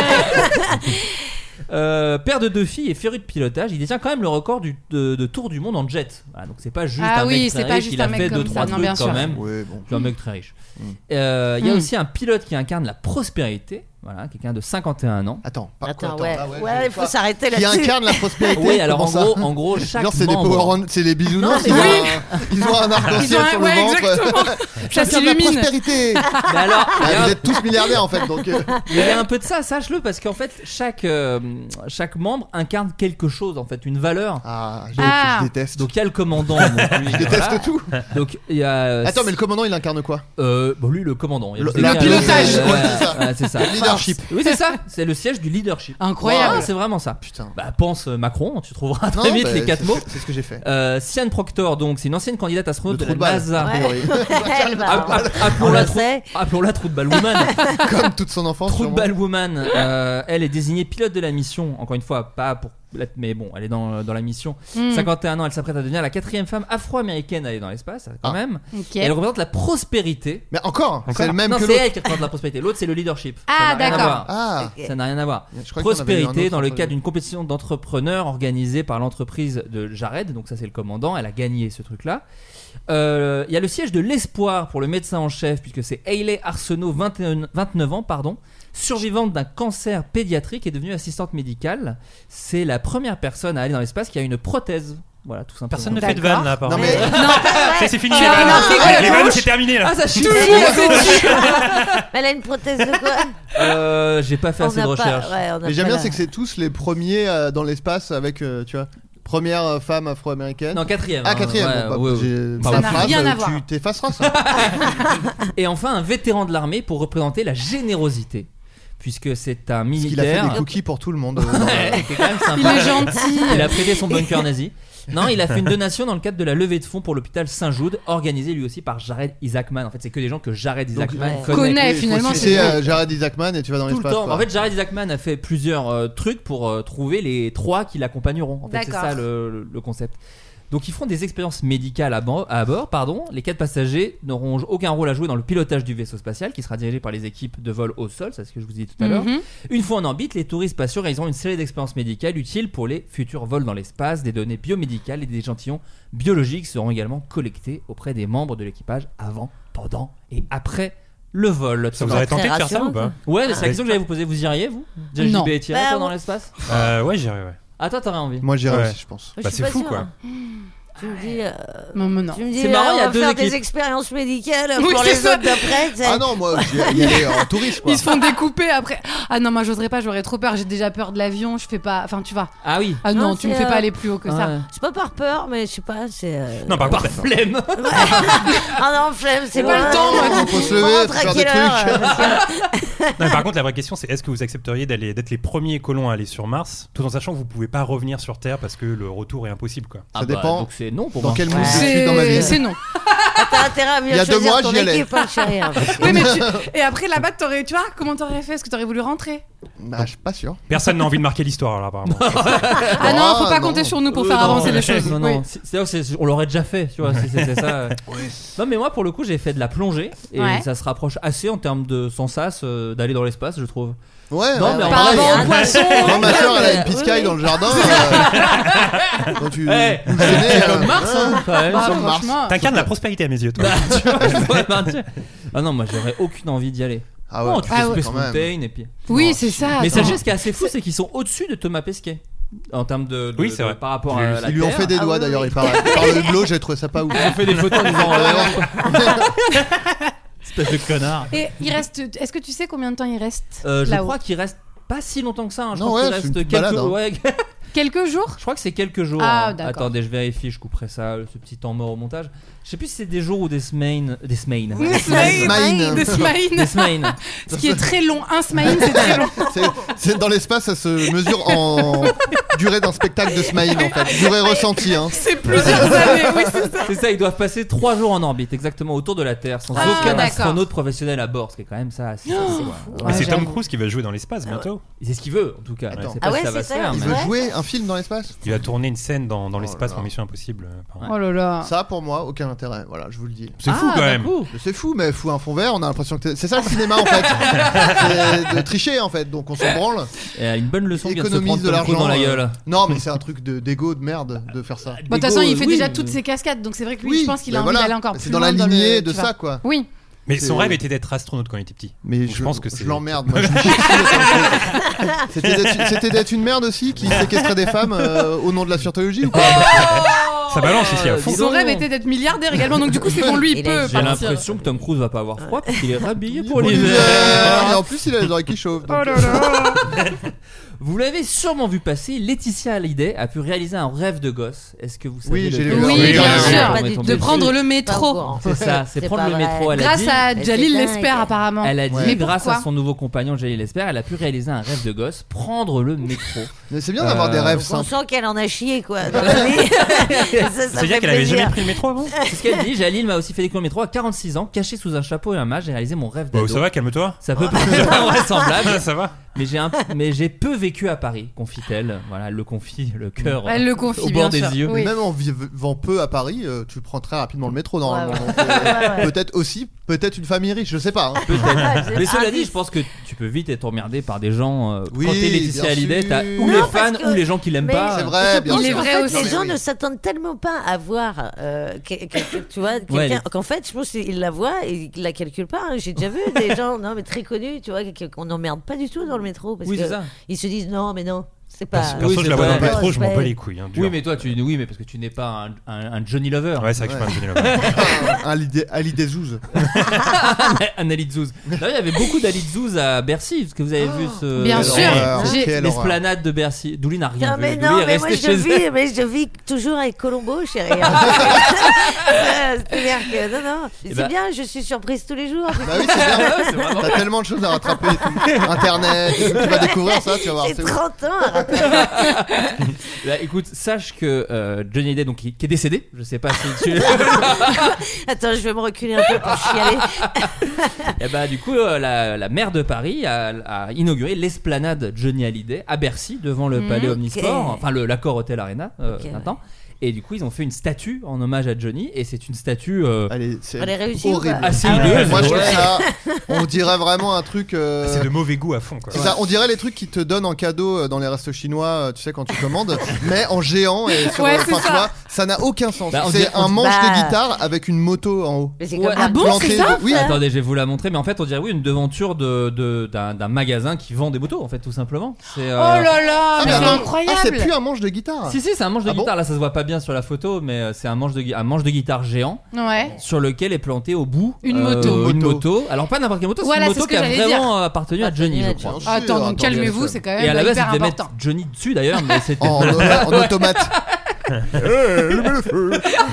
Euh, père de deux filles et féru de pilotage, il détient quand même le record du, de, de tour du monde en jet. Voilà, donc c'est pas juste Ah un oui, mec c'est très pas riche, juste il a un mec fait comme deux ça, trois non, trucs bien quand sûr. même. Ouais, bon. C'est un mec très riche. Mm. Euh, Il y a Mm. aussi un pilote qui incarne la prospérité, voilà, quelqu'un de cinquante et un ans. Attends, par Attends, quoi, ouais, ah ouais, je- il faut s'arrêter Qui là-dessus. incarne la prospérité. Oui, alors en comment ça gros, en gros, chaque Genre, c'est des membre. Power Rangers, c'est les bisounours. Non, Ils, mais ont oui. un, ils ont un Ils ont arc-en-ciel un- sur le ouais, ventre. exactement. Ça Chacun de la s'illumine. prospérité. Mais alors, il y Ah, a- vous êtes tous milliardaires en fait, donc. euh, il y a un peu de ça, sache-le, parce qu'en fait, chaque, euh, chaque membre incarne quelque chose, en fait, une valeur. Ah, je, Ah. je déteste. Donc il y a le commandant. donc, lui, Je déteste voilà. tout. Donc il y a. Attends, mais le commandant il incarne quoi? Euh, bon, lui, le commandant. Il y a Le- juste le écrit à pilotage, l'autre, ouais, euh, c'est ça. ouais, c'est ça. Le leadership. Oui, c'est ça. C'est le siège du leadership. Incroyable. Ah, c'est vraiment ça. Putain. Bah, pense euh, Macron, tu trouveras très Non, vite bah, les quatre c'est- mots. C'est ce que j'ai fait. Euh, Sian Proctor, donc, c'est une ancienne candidate astronaute Le de trou la de balle. NASA. a priori. Elle va. App- app- On Appelons-la le trou, sait. appelons-la trou de balle woman. Comme toute son enfance. Trou de sûrement. balle woman. Euh, elle est désignée pilote de la mission. Encore une fois, pas pour. Mais bon, elle est dans, dans la mission. Mm. cinquante et un ans, elle s'apprête à devenir la quatrième femme afro-américaine à aller dans l'espace, quand Ah. même. Ok. Et elle représente la prospérité. Mais encore, c'est le même non, que c'est l'autre. elle qui représente la prospérité. L'autre, c'est le leadership. Ah, Ça n'a rien à d'accord. voir. Ah, Ok. Ça n'a rien à voir. je crois qu'il y en avait eu un Prospérité autre dans le entre cadre les d'une compétition d'entrepreneurs organisée par l'entreprise de Jared, donc ça c'est le commandant, elle a gagné ce truc là. Euh, Il y a le siège de l'espoir pour le médecin en chef, puisque c'est Hayley Arsenault, vingt et un vingt-neuf ans, pardon, survivante d'un cancer pédiatrique et devenue assistante médicale. C'est la première personne à aller dans l'espace qui a une prothèse. Voilà, tout simplement. Personne ne fait de D'accord. vanne là, Non apparemment. mais C'est c'est fini Tu les as vannes. remarqué que Les la vannes, gauche- c'est terminé là. Ah, ça chie. Mais elle a une prothèse de quoi? Euh, J'ai pas fait On assez n'a de pas- recherche. ouais, on n'a mais j'aime pas bien, la- c'est que c'est tous les premiers euh, dans l'espace avec, euh, tu vois, première euh, femme afro-américaine. Non, quatrième. Ah, hein. quatrième. Ouais, bon, bah, ouais, ouais. j'ai- Ça ma n'a phrase, rien à euh, voir. Tu t'effaceras ça. Et enfin, un vétéran de l'armée pour représenter la générosité, puisque c'est un Parce qu'il a fait militaire. des cookies pour tout le monde. euh, dans Ouais, la- c'est quand même sympa. Il est gentil. Il a prêté son bunker nazi. Non, il a fait une donation dans le cadre de la levée de fonds pour l'hôpital Saint-Jude, organisée lui aussi par Jared Isaacman. En fait, c'est que des gens que Jared Isaacman ouais. connaît. Connaît, Oui, finalement, faut c'est citer, vrai. euh, Jared Isaacman et tu vas dans Tout le l'espace. temps. quoi. En fait, Jared Isaacman a fait plusieurs euh, trucs pour euh, trouver les trois qui l'accompagneront. En fait, c'est D'accord. ça le, le- le concept. Donc, ils feront des expériences médicales à, ban- à bord. Pardon. Les quatre passagers n'auront aucun rôle à jouer dans le pilotage du vaisseau spatial, qui sera dirigé par les équipes de vol au sol. C'est ce que je vous ai dit tout à l'heure. Mhm. Une fois en orbite, les touristes spatiaux réaliseront une série d'expériences médicales utiles pour les futurs vols dans l'espace. Des données biomédicales et des échantillons biologiques seront également collectés auprès des membres de l'équipage avant, pendant et après le vol. Ça vous aurait tenté de faire ça ou pas? Ouais, c'est la question que j'allais vous poser. Vous iriez, vous? Déjà, Non. J B est tiré, Bah, toi, dans ouais. l'espace? Euh, Ouais, j'irai, ouais. Ah, toi, t'aurais envie? Moi j'irais Ouais. aussi, je pense. Je Bah, suis c'est pas fou sûre. quoi. Tu me dis, euh, non, mais non. tu me dis, C'est marrant, euh, il y a on va deux faire équipes. des expériences médicales Oui, pour c'est les ça. autres d'après. tu sais. Ah non, moi, j'y y allais en touriste, quoi. Ils se font découper après. Ah non, moi j'oserais pas, j'aurais trop peur. J'ai déjà peur de l'avion, je fais pas. Enfin, tu vois. Ah oui. Ah non, Non, tu me c'est, fais euh, pas aller plus haut que ça. Ouais. C'est pas par peur, mais je sais pas, c'est. euh, Non, par contre, Flemme. Ah non, flemme, c'est J'ai pas bon. le temps, moi. Faut se On lever, rentre à faire des quelle heure, trucs. euh, parce que- non, mais par contre, la vraie question, c'est est-ce que vous accepteriez d'aller d'être les premiers colons à aller sur Mars, tout en sachant que vous pouvez pas revenir sur Terre parce que le retour est impossible, quoi. Ah Ça bah, dépend donc c'est non pour Dans moi. quel mood Ouais. je suis dans ma C'est vie. c'est non. Ah, t'as intérêt à bien Il y a deux choisir mois, ton j'y allais. équipe, hein, chérie, hein, parce que- Oui, mais tu... Et après là-bas, t'aurais, tu vois, comment t'aurais fait? Est-ce que t'aurais voulu rentrer? Bah, je suis pas sûr. Personne n'a envie de marquer l'histoire, là, apparemment. Ah non, faut Ah, pas non. compter sur nous pour Euh, faire non, avancer les non, choses. Non, non, Oui. c'est- c'est-à-dire que c'est- on l'aurait déjà fait, tu vois, si c'était ça. Non, mais moi, pour le coup, j'ai fait de la plongée et Ouais. ça se rapproche assez en termes de sens euh, d'aller dans l'espace, je trouve. Ouais, Non, ouais, mais en ouais. Par vrai, rapport il y a- aux poissons. Moi, ma soeur, elle a une Oui, piscaille oui. dans le jardin. euh, Quand tu. Eh, vous venez, c'est euh, comme Mars, hein, quand même. Bah, sur Mars. franchement. T'incarnes la prospérité à mes yeux, toi. Bah, tu vois, je pourrais partir. Ah non, moi, j'aurais aucune envie d'y aller. Ah Non, ouais. tu Ah fais ouais. Space Quand même. Mountain et puis. Oui, Non, c'est ça. Mais attends. sachez, ce qui est assez fou, c'est qu'ils sont au-dessus de Thomas Pesquet en termes de, de- Oui, c'est de- vrai. par rapport J'ai à vu la Ils lui ont Terre. fait des Ah doigts oui, d'ailleurs, oui. il paraît. Par le hublot, j'ai trouvé ça pas ouf. Ils ont fait des photos en disant Ouais, euh, espèce de connard. Et il reste. Est-ce que tu sais combien de temps il reste Euh, je là-haut? crois qu'il reste pas si longtemps que ça. hein. Je Non, crois ouais, qu'il c'est reste une petite quelques. balade, hein. Ouais. Quelques jours. Je crois que c'est quelques jours. Ah, hein. d'accord. Attendez, je vérifie, je couperai ça, ce petit temps mort au montage. Je sais plus si c'est des jours ou des semaines. Des semaines. Des semaines. Smaïn. Des semaines. Des semaines. Ce qui est très long. Un semaine, c'est très long. C'est- C'est dans l'espace, ça se mesure en durée d'un spectacle de Smaïn en fait. Durée ressentie, hein. C'est plusieurs années. Oui, c'est ça. C'est ça, ils doivent passer trois jours en orbite, exactement autour de la Terre, sans Ah, aucun d'accord. astronaute professionnel à bord, ce qui est quand même ça. C'est, c'est- Mais Ouais, c'est Tom j'avoue. Cruise qui va jouer dans l'espace bientôt. c'est ce qu'il veut, en tout cas. Attends. Je sais pas Ah ouais, si ça va c'est se ça, faire. Il mais- veut Ouais. jouer un film dans l'espace. Il va tourner une scène dans, dans l'espace là pour là. Mission Impossible. euh, apparemment. Oh là là. Ça pour moi, aucun intérêt. Voilà, je vous le dis. C'est fou Ah, quand même. d'un coup. C'est fou, mais fou un fond vert, on a l'impression que t'es- c'est ça le cinéma en fait. C'est de tricher en fait, donc on s'en branle. Et une bonne leçon vient de se Économise prendre de Tom Cruise l'argent dans la euh, gueule. Non, mais c'est un truc de d'égo de merde de faire ça. Bon, de toute façon, il fait déjà toutes ses cascades, donc c'est vrai que lui, je pense qu'il a mais envie voilà. d'aller encore Mais plus c'est dans loin la lignée le- de tu ça vois. quoi. Oui. Mais C'est- son rêve était d'être astronaute quand il était petit. Mais Donc je, je pense que c'est. je l'emmerde, moi. Je me chie dessus, Tom Cruise. C'était d'être- C'était d'être une merde aussi qui séquestrait des femmes euh, au nom de la scientologie ou quoi. Ça balance ici à fond. Dis Son donc. rêve était d'être milliardaire également, donc du coup, c'est bon, lui, il Il peut a- J'ai partir. l'impression que Tom Cruise va pas avoir froid parce qu'il est rhabillé pour Pour l'hiver. l'hiver. Et en plus, il a les oreilles qui chauffent. donc, Oh là là. Vous l'avez sûrement vu passer, Laetitia Hallyday a pu réaliser un rêve de gosse. Est-ce que vous savez Oui, j'ai lequel vu. Oui, Oui, bien oui, oui, sûr. oui, oui. On est De tombé prendre dessus. le Pas au métro. courant. C'est ça, c'est C'est prendre pas le vrai. métro. Elle a Grâce dit, à Mais Jalil c'est Lesper, dingue. apparemment. elle a dit Mais grâce pourquoi à son nouveau compagnon Jalil Lesper, elle a pu réaliser un rêve de gosse, prendre le métro. Mais c'est bien d'avoir des Euh, rêves Donc on simples. sent qu'elle en a chié quoi. Dans la vie. ça, ça C'est-à-dire fait qu'elle avait plaisir. jamais pris le métro avant. C'est ce qu'elle dit. Jalil m'a aussi fait découvrir le métro à quarante-six ans, caché sous un chapeau et un masque. J'ai réalisé mon rêve Bon, d'ado. ça va, calme-toi. Ça peut paraître invraisemblable, Ça va. mais j'ai un, mais j'ai peu vécu à Paris, confie-t-elle. Voilà, elle le confie, le cœur Elle le confie, au bien bord des sûr. yeux. Oui. Même en vivant peu à Paris, euh, tu prends très rapidement le métro normalement. Ouais, ouais. Donc, euh, Ouais, ouais. Peut-être aussi, peut-être une famille riche, je sais pas. hein. Peut-être. j'ai Mais cela un dit, vice. je pense que tu peux vite être emmerdé par des gens. euh, Oui, quand t'es Laetitia bien Hallyday, sûr. t'as ou Non, les parce fans que- ou les gens qui l'aiment mais- pas. C'est vrai, bien Il est sûr. vrai En fait, aussi. Non, les mais gens oui. ne s'attendent tellement pas à voir euh, que- que- tu vois quelqu'un Ouais, qu'en fait je pense qu'ils la voient et ils la calculent pas hein. J'ai déjà vu des gens non mais très connus tu vois que- qu'on n'emmerde pas du tout dans le métro parce Oui, que c'est ça. ils se disent non mais non c'est pas Perso, Oui, je c'est la vois vrai. dans le métro, je m'en Ouais. bats les couilles. hein, dur. Oui, mais toi, tu, oui, mais parce que tu n'es pas un, un- un Johnny Lover. Ouais, c'est vrai que je suis pas un Johnny Lover. Un Hallyday- Hallyday Zouz. un Ali Zouz. D'ailleurs, il y avait beaucoup d'Ali Zouz à Bercy, parce que vous avez vu ce. Bien Quelle sûr. horreur, J'ai- quelle horreur. L'esplanade de Bercy. Douli n'a rien Non, vu. mais Douli non, est mais moi resté je chez elle. vis, mais je vis toujours avec Colombo, chérie. hein. Euh, C'est-à-dire que non, non, c'est bah- bien, je suis surprise tous les jours. Bah oui, c'est bien. Ouais, c'est vraiment- T'as tellement de choses à rattraper. et tout. Internet, tu vas découvrir ça, tu vas voir. J'ai c'est ouf. trente ans à rattraper. Bah, écoute, sache que euh, Johnny Hallyday, donc, qui, qui est décédé, je sais pas si tu. Attends, je vais me reculer un peu pour chialer. Et bah, du coup, euh, la, la maire de Paris a, a inauguré l'esplanade Johnny Hallyday à Bercy, devant le Mhm. palais Omnisport, Ok. enfin le- l'Accor Hotel Arena, euh, Ok, maintenant. Et du coup, ils ont fait une statue en hommage à Johnny, et c'est une statue euh, Allez, c'est Elle est réussie ou horrible. pas assez Ah ouais. hideuse. Moi, je trouve Ouais. ça. On dirait vraiment un truc. euh, C'est de mauvais goût à fond, quoi. C'est ça, on dirait les trucs qui te donnent en cadeau euh, dans les restos chinois, euh, tu sais, quand tu commandes. mais en géant et sur. Ouais, enfin, c'est tu ça. vois, ça n'a aucun sens. Bah, on c'est dirait- un on- manche bah. de guitare avec une moto en haut. Mais c'est Ouais. comme Ah bon, Planté c'est ça de- Oui. Attendez, je vais vous la montrer, mais en fait, on dirait oui une devanture de, de- d'un, d'un magasin qui vend des motos, en fait, tout simplement. C'est, euh, Oh là là, Ah, mais mais c'est attends. incroyable. Ah, c'est plus un manche de guitare. Si si, c'est un manche de Ah bon guitare. Là, ça se voit pas bien sur la photo, mais euh, c'est un manche de gui- un manche de guitare géant Ouais. sur lequel est planté au bout Une euh, moto. une Moto. moto. Alors pas n'importe quelle moto, Voilà, c'est une c'est moto ce qui que a j'allais vraiment appartenu à Johnny, je Appartenu à crois. Bien sûr, Attends, donc attendez, calmez-vous, bien c'est sûr. quand Et à même la base, hyper ils devaient important. mettre Johnny dessus d'ailleurs, mais c'était En, en automate. Eh, allumez le feu.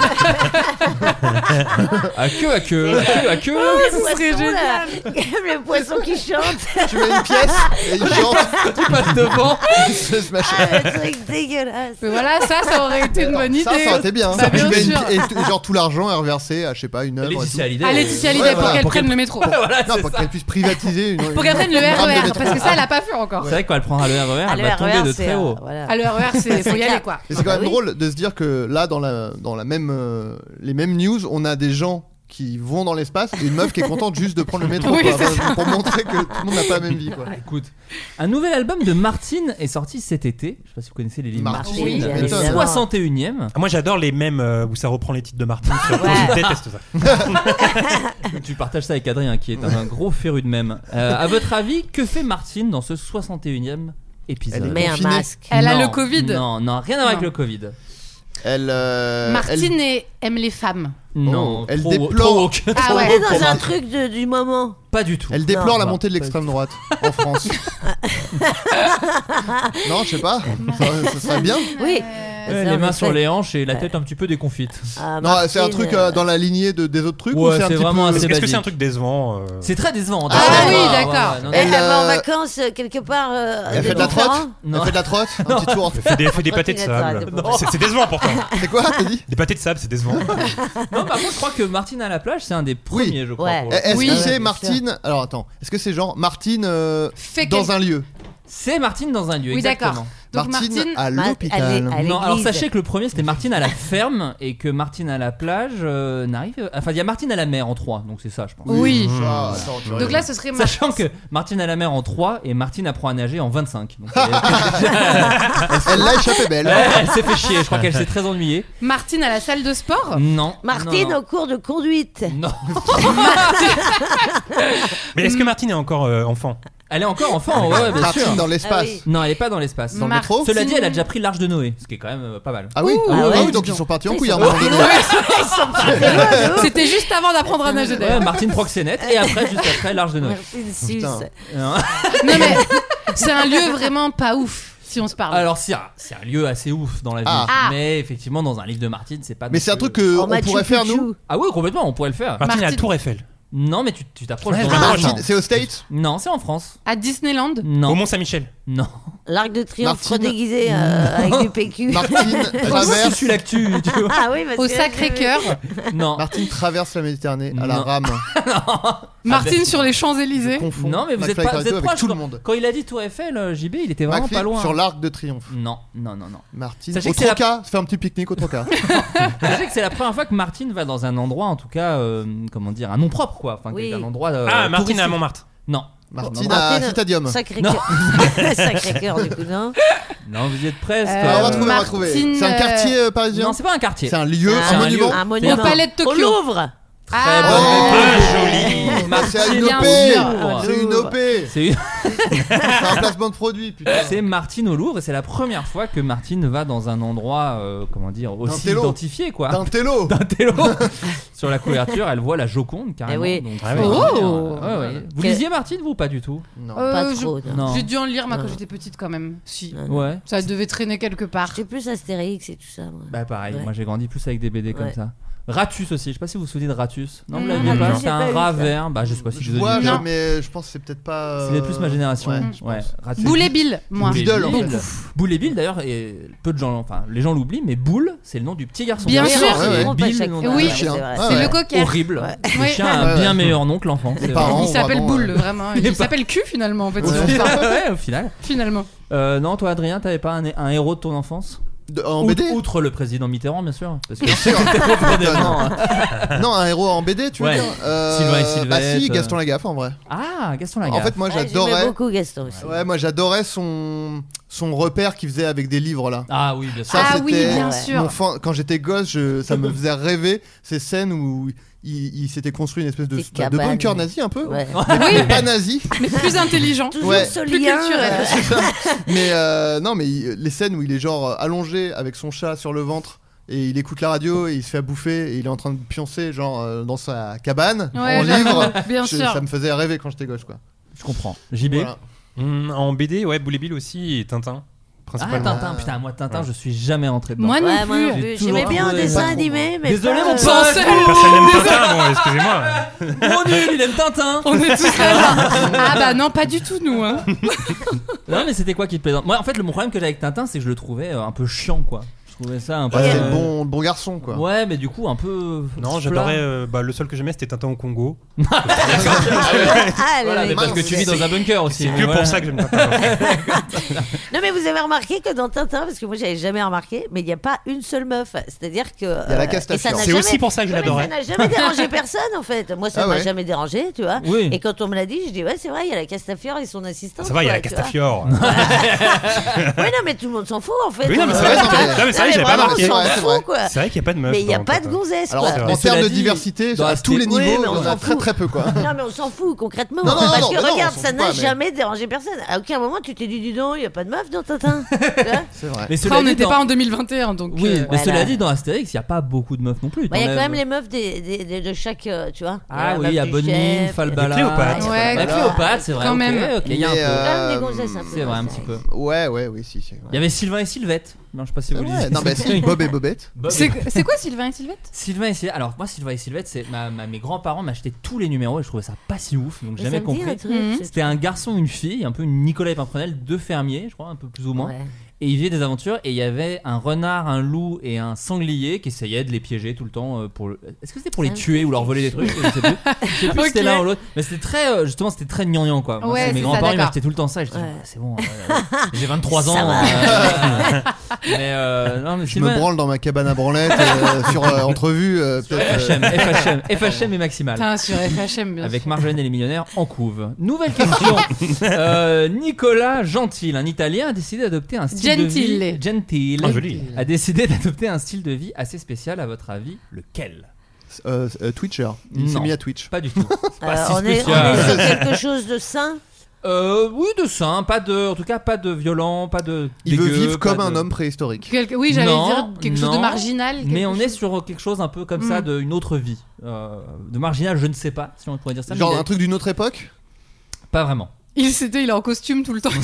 à queue, à queue, à queue, à queue. ce serait génial. Les poissons qui chantent. Tu mets une pièce et il chante. Tu passes devant. Il se smash. Ah, le truc dégueulasse. Mais voilà, ça, ça aurait été une bonne idée. Ça, ça aurait été bien. Bah, Tu bien mets une sûr. pi- et, t- genre tout l'argent est reversé à je sais pas une œuvre. et Laetitia tout. Hallyday. À Laetitia Hallyday Ouais, pour voilà, qu'elle pour prenne qu'elle- le métro. Voilà, Non, c'est pour ça. qu'elle puisse privatiser une. Pour qu'elle prenne le une rame de R E R, métro. parce que ça, elle a pas fait encore. C'est vrai que quand elle prendra le R E R, Ah, elle le va tomber R E R, de c'est, très euh, haut. voilà. À l'E R E R, c'est faut y aller quoi. Et c'est quand Ah même oui. drôle de se dire que là, dans la, dans la même, euh, les mêmes news, on a des gens qui vont dans l'espace et une meuf qui est contente juste de prendre le métro Oui, quoi. c'est Enfin, pour montrer que tout le monde n'a pas la même vie. Quoi. Écoute, un nouvel album de Martine est sorti cet été. Je sais pas si vous connaissez les livres Martine, Martine, oui, le évidemment. soixante et unième. Ah, moi j'adore les mèmes euh, où ça reprend les titres de Martin sur Ouais. je déteste ça. Tu partages ça avec Adrien qui est un gros féru de mèmes. Euh, à votre avis, que fait Martine dans ce soixante et unième épisode? Elle est Mets un confinée. masque. Elle a Non, le Covid. Non, non, rien à voir avec Non. le Covid. Elle, euh, Martine et- aime les femmes. Non, Oh, elle trop, déplore. trop woke. Ah Trop ouais. woke On est pour dans un Martine. truc de- du moment. Pas du tout. Elle déplore Non, la non, montée de pas l'extrême droite en France. Non, je sais pas. Ça, ça serait bien. Oui. Ouais, Ça, les en mains effet. sur les hanches et la tête un petit peu déconfite. Ah, Non, c'est un Martine, truc euh, euh, dans la lignée de, des autres trucs ou Ouais, c'est un c'est petit vraiment peu... assez- Est-ce que c'est un basique. truc décevant euh, C'est très décevant. Ah, d'accord. oui, Ouais, d'accord. ouais, non, Elle, non. elle va en euh, vacances euh, quelque part. euh, Elle fait de la différent. trotte Non. Elle fait de la trotte Un petit tour. fait des, fait des pâtés de Trottinette, sable. ça arrête C'est c'est décevant pourtant. C'est quoi, t'as dit Des pâtés de sable, c'est décevant. Non, par contre, je crois que Martine à la plage, c'est un des premiers, je crois. Ouais. pour- Est-ce Oui. que Ouais, c'est bien Martine Alors attends, est-ce que c'est genre Martine euh, Fait dans quel- un lieu C'est Martine dans un lieu, Oui, exactement. d'accord. Donc Martine, Martine, à Ma- l'hôpital. elle est- elle est- Non, alors l'église. sachez que le premier c'était Martine à la ferme et que Martine à la plage euh, n'arrive. Enfin, il y a Martine à la mer en trois, donc c'est ça, je pense. Oui. Ah, attends, tu Donc rigoles. là, ce serait Sachant que Martine à la mer en trois et Martine apprend à nager en vingt-cinq. Donc, elle Elle l'a échappé belle. elle, elle s'est fait chier, je crois qu'elle s'est très ennuyée. Martine à la salle de sport. Non. Martine non, au cours de conduite. non. Mais est-ce que Martine est encore euh, enfant? Elle est encore enfant, ouais, ouais, bien Martine sûr. dans l'espace. Ah oui. Non, elle est pas dans l'espace. Dans le métro Martine- Cela dit, elle a déjà pris l'arche de Noé, ce qui est quand même euh, pas mal. Ah oui, Ouh, ah oui, ah ah ouais, oui, donc dis ils sont partis en Ils couille à un sont moment donné. Ils sont partis loin, de ouf. C'était juste avant d'apprendre à nager Ouais, d'ailleurs. Martine Proxénète et après, juste après, l'arche de Noé. Martine Suisse. Putain. Non. Non mais c'est un lieu vraiment pas ouf si on se parle. Alors c'est un, c'est un lieu assez ouf dans la vie, Ah. Ah. mais effectivement dans un livre de Martine c'est pas. Mais non c'est un plus- truc que En on Machu pourrait faire Picchu. nous. Ah oui complètement on pourrait le faire. Martine est à la Martine- Tour Eiffel. Non mais tu tu t'approches. Ouais, dans je le m'approche. champ. Martine, c'est aux States Non c'est en France. À Disneyland. Non. Au Mont-Saint-Michel. Non. L'arc de triomphe Martine- redéguisé euh, avec du P Q. Martine Si traverse, tu l'actu, tu vois. Ah oui, parce Au que- Sacré-Cœur. Non. Martine traverse la Méditerranée à la Non. rame. Martine sur les Champs-Élysées. Confond Non mais vous êtes McFly pas Carito vous êtes avec proche tout quand, le monde. quand il a dit Tour Eiffel, euh, J B il était vraiment McFly pas loin. sur hein. l'Arc de Triomphe. Non non non non. Martine Sachez au que c'est la- Troca, fait un petit pique-nique au Troca. Sachez que c'est la première fois que Martine va dans un endroit en tout cas euh, comment dire un nom propre quoi. Enfin Oui. un endroit. euh, Ah, Martine touristique. à Montmartre. Non. Martine Non, à Martine- Citadium. Sacré-Cœur. Sacré-Cœur, du coup, non. Non vous y êtes presque. Euh, Ah, on va euh, trouver, on va trouver. Martine, C'est un quartier euh, parisien. Non c'est pas un quartier. C'est un lieu, C'est un un monument. lieu. Un monument. Au Palais de Au Tokyo. Louvre. Très Ah, bonne Oh, réponse. joli. Bah, c'est une bien O P. sûr. C'est une O P. C'est une- C'est un placement de produit, putain. C'est Martine au Louvre et c'est la première fois que Martine va dans un endroit, euh, comment dire, aussi télo. identifié quoi. D'un télo. D'un télo. Sur la couverture, elle voit la Joconde carrément. Eh oui. donc, Ah c'est oui. vraiment Oh. bien. Ouais, ouais. Vous Quel- lisiez Martine vous ou pas du tout? Non. Euh, Pas je- trop. non. Non. J'ai dû en lire moi quand Non. j'étais petite quand même. Si. Non, non. Ouais. Ça devait traîner quelque part. J'ai plus Astérix et tout ça, moi. Bah pareil, Ouais. moi j'ai grandi plus avec des B D comme Ouais. ça. Ratus aussi, je sais pas si vous vous souvenez de Ratus. Non, vous Non, l'aviez non, pas, j'ai c'est pas un eu rat ça. vert. Bah je sais pas si Je je vois, vous je- Non. mais je pense que c'est peut-être pas. C'est plus ma génération. Ouais, je Ouais, pense. Ratus. Boule et Bill, moi. Boule et Idole, en Bill. fait. Boule et Bill d'ailleurs, et peu de gens, enfin les gens l'oublient, mais Boule c'est le nom du petit garçon. Bien Oui, sûr. on se Ouais, ouais. trompe à Bill, chaque le nom fois. d'un Oui. Ouais, chien. c'est vrai. Ah C'est ouais. le cocker. Horrible. Le Ouais. chien a un Ouais, ouais. bien meilleur nom que l'enfant. Les c'est parents. vrai. Il s'appelle vraiment, Boule, euh, vraiment. il est Il pas- s'appelle Q finalement en fait. si Ouais. on se parle. Ouais, au final. Finalement. Euh, non, toi Adrien, t'avais pas un, un héros de ton enfance? De- En Outre- B D. Outre le président Mitterrand, bien sûr. Parce que Bien sûr. c'était profondément, hein. Non, un héros en B D, tu veux Ouais. dire Euh, Sylvain et Sylvette, Bah si, euh. Gaston Lagaffe en vrai. Ah, Gaston En Lagaffe. fait, moi Ah, j'aimais j'adorais. beaucoup Gaston aussi. Ouais, moi j'adorais son son repère qu'il faisait avec des livres là. Ah oui, bien sûr. Ça, Ah oui, c'était bien mon sûr. fan- Quand j'étais gosse, je- ça me faisait rêver ces scènes où il, il s'était construit une espèce de, Des de cabanes. bunker nazi un peu, Ouais. mais, Oui. mais pas nazi. Mais plus intelligent. Toujours Ouais. ce Plus lien, culturel. euh, Mais euh, non, mais il- les scènes où il est genre allongé avec son chat sur le ventre. Et il écoute la radio et il se fait à bouffer et il est en train de pioncer genre euh, dans sa cabane Ouais, en j'avoue, livre. bien Je- sûr. Ça me faisait rêver quand j'étais gosse quoi. Je comprends. J B. Voilà. Hum, en B D, ouais, Boule et Bill aussi et Tintin. Ah, Principalement. Tintin, putain, moi Tintin, je suis jamais rentré dedans. Moi non Ouais, moi non plus. plus. J'ai J'aimais toujours bien un trouvé dessin pas trop, animé, mais Désolé, pas, mon euh, pote. Sans sel. Personne n'aime Tintin, bon, excusez-moi. Gros nul, il aime Tintin. On est tous là. Ah bah non, pas du tout nous. Hein. Non, mais c'était quoi qui te plaisante? Moi, en fait, le mon problème que j'ai avec Tintin, c'est que je le trouvais euh, un peu chiant, quoi. Je trouvais ça un peu. Ouais, c'est euh, le bon, le bon garçon quoi. Ouais, mais du coup, un peu. Non, plat. j'adorais. euh, bah, le seul que j'aimais, c'était Tintin au Congo. Ah, Voilà, le- mais parce que tu vis dans un bunker aussi. C'est mais que voilà. pour ça que j'aime pas Tintin. Non, mais vous avez remarqué que dans Tintin, parce que moi j'avais jamais remarqué, mais il n'y a pas une seule meuf. C'est-à-dire que. Il y a la euh, Castafiore. et ça n'a C'est jamais- aussi pour ça que je Ouais, mais l'adorais. Ça n'a jamais dérangé personne en fait. Moi ça Ah m'a ouais. jamais dérangé, tu vois. Oui. Et quand on me l'a dit, je dis ouais, c'est vrai, il y a la Castafiore et son assistante. Ça va, il y a la quoi, tu vois. Castafiore. Ouais, non, mais tout le monde s'en fout en fait. Oui, non, mais On- c'est vrai, non, non, mais- mais c'est vrai, Non, j'avais mais pas vraiment, remarqué. on s'en Ouais, c'est vrai. fout quoi. C'est vrai qu'il n'y a pas de meuf. Mais il n'y a dans pas de Tintin. gonzesse Alors quoi. en Mais termes cela de dit, diversité, dans à tous les Asté- Oui, niveaux, mais on on s'en a très fout. très peu quoi. Non mais on s'en fout concrètement. Non, non, non, Parce non, que mais non, regarde, on s'en ça fout n'a pas, mais- jamais dérangé personne. À aucun moment tu t'es dit, dis donc, il n'y a pas de meuf dans Tintin. Tu vois. C'est vrai. Mais Enfin, cela on dit, n'était dans- pas en deux mille vingt et un donc. Oui, euh, mais Voilà. cela dit, dans Astérix, il n'y a pas beaucoup de meufs non plus. Bah, il y a quand T'enlèves- même les meufs des, des- des- de chaque, euh, tu vois. Ah la oui, meuf il y a du Bonne chef, Mine, il y a- Falbala. Cléopâtre. Ouais, Bah, Cléopâtre, c'est vrai. Quand ok, même. ok, il y a un Mais, peu. Quand même Euh, des gonzesses un peu. C'est vrai, un petit peu. Ouais, ouais, oui, si. si, ouais. Il y avait Sylvain et Sylvette. Non, je sais pas si vous le Ouais, disiez. non, mais si, Bob et Bobette. Bob et- C'est c'est quoi Sylvain et Sylvette? Sylvain et Sylvette. Alors, moi, Sylvain et Sylvette, c'est ma, ma- mes grands-parents m'achetaient tous les numéros et je trouvais ça pas si ouf, donc j'ai Mais jamais ça me dit compris. un truc, Mhm. c'est- C'était un garçon, une fille, un peu une Nicolas Pimprenel, deux fermiers, je crois, un peu plus ou moins. Ouais. Et ils vivaient des aventures et il y avait un renard, un loup et un sanglier qui essayaient de les piéger tout le temps euh, pour le... Est-ce que c'était pour les Ça me tuer fait ou leur voler des trucs? Je sais plus. Je sais plus si c'était Ok. l'un ou l'autre. Mais c'était très, euh, justement, c'était très gnangnan quoi. Moi, Ouais, c'est mes c'est grands-parents ça, ils d'accord. m'achetaient tout le temps ça et je disais, Ouais. ouais, c'est bon, euh, j'ai vingt-trois ans. Ça va. euh, mais euh, non, mais Je Sylvain- me branle dans ma cabane à branlette euh, sur euh, entrevue. euh, peut-être, euh, F H M, F H M, F H M et Maximal. Putain, sur F H M bien Avec sûr. Marjolaine et les millionnaires en couve. Nouvelle question. Euh, Nicolas Gentil, un Italien, a décidé d'adopter un style Gentile. de vie. Gentile. Ah, joli. A décidé d'adopter un style de vie assez spécial. À votre avis, lequel? euh, euh, Twitcher. Il s'est Non. mis à Twitch. Pas du tout. C'est pas Euh, si on, est, on spécial. est sur quelque chose de sain. Euh, oui, de sain, pas de, en tout cas, pas de violent, pas de. Il veut dégueu, vivre pas comme un de- homme préhistorique. Quelque- Oui, j'allais Non, dire quelque chose de non, marginal. Mais quelque on est chose- sur quelque chose un peu comme ça, Mm. d'une autre vie. Euh, de marginal, je ne sais pas si on pourrait dire ça. mais Genre il est- un truc d'une autre époque. Pas vraiment. Il c'était, il est en costume tout le temps.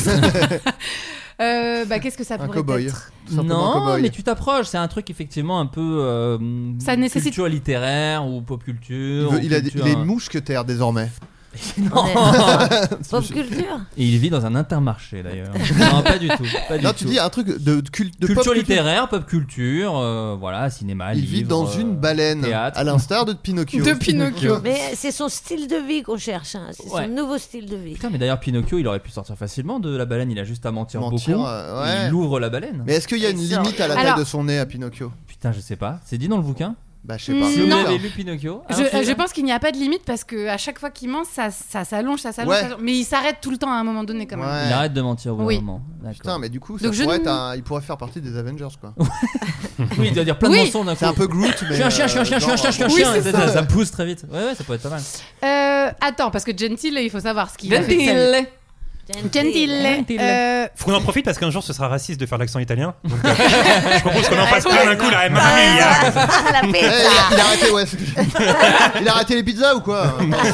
Euh, bah qu'est-ce que ça Un pourrait cow-boy. être? Simplement Non, cow-boy. mais tu t'approches. C'est un truc effectivement un peu euh, Ça nécessite- culture littéraire ou pop Il, culture. veut- ou il a, culture- il est mousquetaire désormais. Non. On est- Pop culture. Et il vit dans un intermarché d'ailleurs. Non, pas du tout. Pas du Non, tout. tu dis un truc de, de, cul- de culture pop littéraire, pop culture, euh, voilà, cinéma, Il livre. vit dans euh, une baleine, théâtre. à l'instar de Pinocchio. De Pinocchio. Mais c'est son style de vie qu'on cherche. hein. C'est Ouais. son nouveau style de vie. Putain, mais d'ailleurs Pinocchio, il aurait pu sortir facilement de la baleine. Il a juste à mentir, Mentir, beaucoup. euh, ouais. Et il ouvre la baleine. Mais est-ce qu'il y a une Il sort. limite à la Alors- taille de son nez à Pinocchio? Putain, je sais pas. C'est dit dans le bouquin. Bah, je sais pas. Mm, Si vous non. avez lu Pinocchio, Je, alors, tu- je pense qu'il n'y a pas de limite parce que à chaque fois qu'il ment, ça, ça s'allonge, ça s'allonge, Ouais. ça s'allonge. Mais il s'arrête tout le temps à un moment donné quand même. Ouais. il arrête de mentir au bout d'un Oui. moment. D'accord. Putain, mais du coup, ça Donc je pourrait ne- être un- il pourrait faire partie des Avengers, quoi. Oui, il doit dire plein de Oui. mensonges d'un coup. C'est un peu Groot, mais. Je suis un chien, je suis un chien, je suis un chien, je suis un Oui, chien. c'est Et ça. ça, ça pousse très vite. Ouais, ouais, ça pourrait être pas mal. Euh, attends, parce que Gentile, il faut savoir ce qu'il a fait de sa vie. Gentile. Gentile. Gentile. Euh, Faut qu'on en profite parce qu'un jour ce sera raciste de faire l'accent italien. Donc, euh, je propose qu'on en fasse Ouais, plein d'un ouais. coup là. Ah, Mamma mia. la Eh, il, pizza. a, il a arrêté, ouais. c'est- il a arrêté les pizzas ou quoi?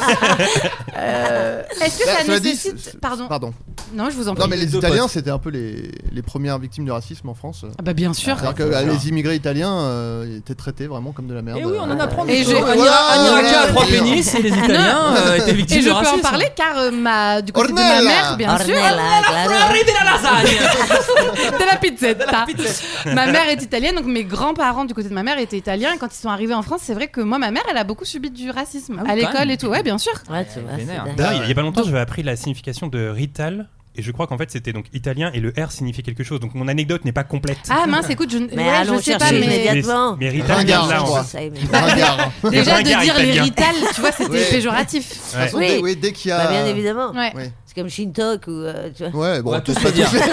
euh, Est-ce que Bah, ça cela dit, nécessite. c'est- Pardon. Pardon. Non, je vous en prie. Non, mais les deux Italiens, potes. c'était un peu les, les premières victimes du racisme en France. Ah bah bien sûr. C'est-à-dire que euh, les immigrés italiens euh, étaient traités vraiment comme de la merde. Et oui, on en Euh, apprend Et des je- choses. Voilà, Anira- Anira voilà, a trois voilà. pénis et les Italiens euh, étaient victimes Et je de peux racisme. en parler car euh, ma, du côté de Ornella. ma mère, bien sûr, Ornella, claro. Arrête de la lasagne. de la pizzetta. Ma mère est italienne, donc mes grands-parents du côté de ma mère étaient italiens. Et quand ils sont arrivés en France, c'est vrai que moi, ma mère, elle a beaucoup subi du racisme Ah oui, à quand l'école même. et tout. Ouais, bien sûr. Ouais, tu vois, c'est Vénère. dingue. D'ailleurs, il y a- il y a pas longtemps, j'avais appris la signification de Rital. Et je crois qu'en fait c'était donc italien et le R signifiait quelque chose. Donc mon anecdote n'est pas complète. Ah mince, écoute, je, Mais ouais, allons je sais chercher pas, mais immédiatement. Mais Rital Ringard, vient de là, je en crois. fait. Ça, mais- Ringard. déjà de ringard dire les italien. Rital, tu vois, c'était Ouais. péjoratif. De toute façon, Oui. dès, oui, dès qu'il y a. Bah, bien évidemment. Ouais. Oui. C'est comme Shintok ou euh, tu vois. Ouais, bon, On va tous tous pas les dire. tous les-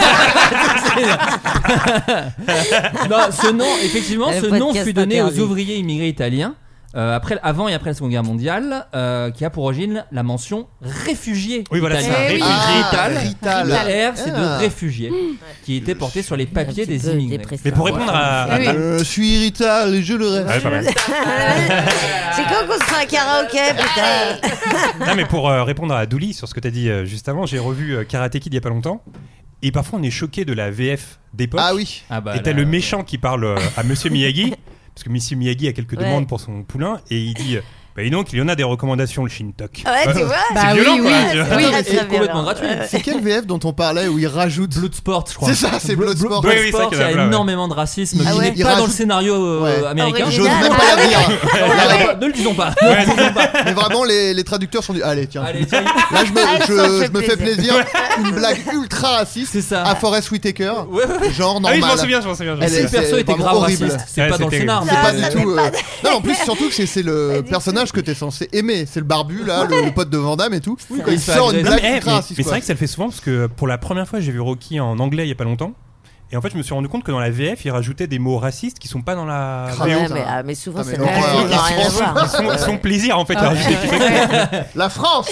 Non, ce nom, effectivement, Le ce nom podcast fut donné interdit. aux ouvriers immigrés italiens. Euh, après, avant et après la Seconde Guerre mondiale, euh, qui a pour origine la mention réfugié. Oui, voilà, italien. c'est un Eh oui. réfugié. Ah, Rital. Rital. Le R, c'est Ah. de réfugié, qui était porté sur les papiers Un petit des peu immigrés. dépressif. Mais pour répondre à. à- Oui. Je suis Rital et je le reste. Ouais, pas mal. C'est quand qu'on se fait un karaoké, putain. Non, mais pour euh, répondre à Douli sur ce que tu as dit euh, juste avant, j'ai revu euh, Karate Kid il y a pas longtemps. Et parfois, on est choqué de la V F d'époque. Ah oui. Ah bah, Et t'as là, le méchant qui parle euh, à Monsieur Miyagi, parce que Monsieur Miyagi a quelques Ouais. demandes pour son poulain, et il dit euh, bah dis donc, il y en a des recommandations, le Shintok. Ouais, tu vois. Bah c'est oui, violent, oui. quoi. tu vois. Oui, Et très bien, complètement alors. gratuit. C'est quel V F dont on parlait où il rajoute Bloodsport, je crois. C'est ça, c'est Bloodsport. Bloodsport, Oui, oui, c'est vrai il qu'il y y en a a plein, ouais. énormément de racisme, Ah qui ouais. n'est Il pas dans le rajoute- scénario euh, Ouais. américain. J'ose Original. même pas la dire. Non, La- non, ne le disons pas. Ne Ouais. le disons pas. Mais vraiment, les, les traducteurs sont du. Allez, tiens. Allez, tiens. Là, je me, Ah, ça je, fait je me fais plaisir. plaisir. Une blague ultra raciste C'est ça. à Forest Whitaker. Ouais, ouais, ouais. Genre Ah oui, normal. je m'en souviens, je m'en souviens. je m'en Elle Si est- le souviens. perso c'est était vraiment grave horrible. raciste, c'est Ouais, pas dans le c'est scénar. C'est Ah, pas ça du fait tout. pas euh, Non, en plus, surtout que c'est, c'est le Pas du personnage que t'es censé aimer. C'est le barbu, là, le, le pote de Van Damme et tout. Oui, Quand il il se fait sort une agresser. Non, blague mais, eh, ultra mais- raciste. mais c'est quoi. vrai que ça le fait souvent parce que pour la première fois j'ai vu Rocky en anglais il y a pas longtemps et en fait je me suis rendu compte que dans la V F ils rajoutaient des mots racistes qui sont pas dans la Ah, V O. Ouais, ça. mais, ah, mais souvent, Ah, mais c'est l'horreur, ça n'a la rien à France. voir. Ils sont, ils sont plaisir en fait à rajouter des trucs. La France.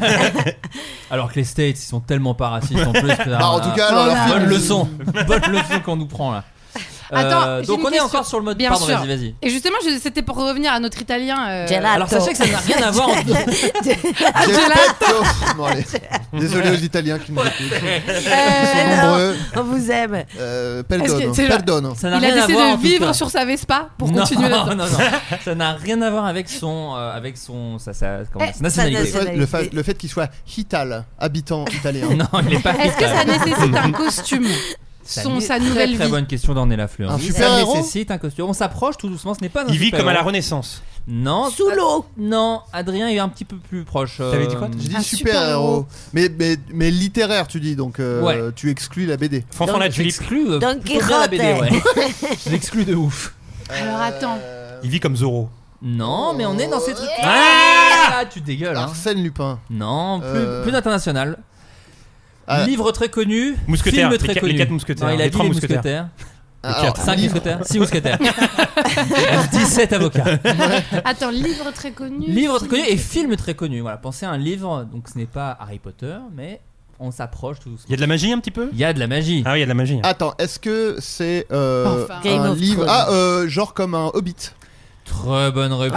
Alors que les States, ils sont tellement pas racistes en plus. que- Bah, en tout cas, Oh dans leur là. film, bonne leçon, bonne leçon qu'on nous prend là. Euh, Attends, j'ai donc une on est question. encore sur le mode. Bien Pardon, sûr. vas-y, vas-y. Et justement, je- c'était pour revenir à notre italien. euh, Gelato. Alors sachez que ça n'a rien à voir. en- Gelato. Bon, allez. Désolé aux Italiens qui nous écoutent. Euh, Ils sont non, nombreux. on vous aime. Euh, Est-ce Perdone. que c'est genre- Perdone. Ça n'a Il a rien à décidé voir. en de tout vivre cas. sur sa Vespa pour non, continuer non, là-dedans. non, non. Ça n'a rien à voir avec son, euh, avec son, sa, sa, comment, Eh, sa nationalité. sa Le fait, le fa- le fait qu'il soit Hital, habitant italien. Non, il est pas. Est-ce que ça nécessite un costume Ça son, né- sa très, nouvelle très vie. bonne question d'Ornella Fleur. Un Oui, super ça héros nécessite un costume. On s'approche tout doucement. Ce n'est pas un Il vit super comme à la héros. Renaissance. Non. Sous l'eau. Non, Adrien est un petit peu plus proche. euh, T'avais dit quoi J'ai dit Un super héros. super-héros. Mais, mais, mais littéraire, tu dis, donc euh, Ouais. tu exclus la B D. Fanfan la tulipe. J'exclus euh, Don plutôt bien la B D, Quichotte. ouais. Je l'exclus de ouf. Alors attends. Il vit comme Zorro. Non, mais on est dans ces trucs. Ah Ah, tu dégueules. Hein. Arsène Lupin. Non, plus, Euh. plus international. Ah. Livre très connu. Mousquetaires, Film très les quatre- connu. les quatre mousquetaires, Non, il a les dit trois les mousquetaires. mousquetaires. Alors, cinq livre- mousquetaires. six mousquetaires. dix-sept avocats. Attends, livre très connu. Livre très connu et film très connu. Voilà, pensez à un livre. Donc ce n'est pas Harry Potter, mais on s'approche tout doucement. Il y a de la magie un petit peu. Il y a de la magie. Ah oui, il y a de la magie. Attends, est-ce que c'est euh, Enfin. Game un of livre. Thrones. Ah, euh, genre comme un Hobbit. Très bonne réponse.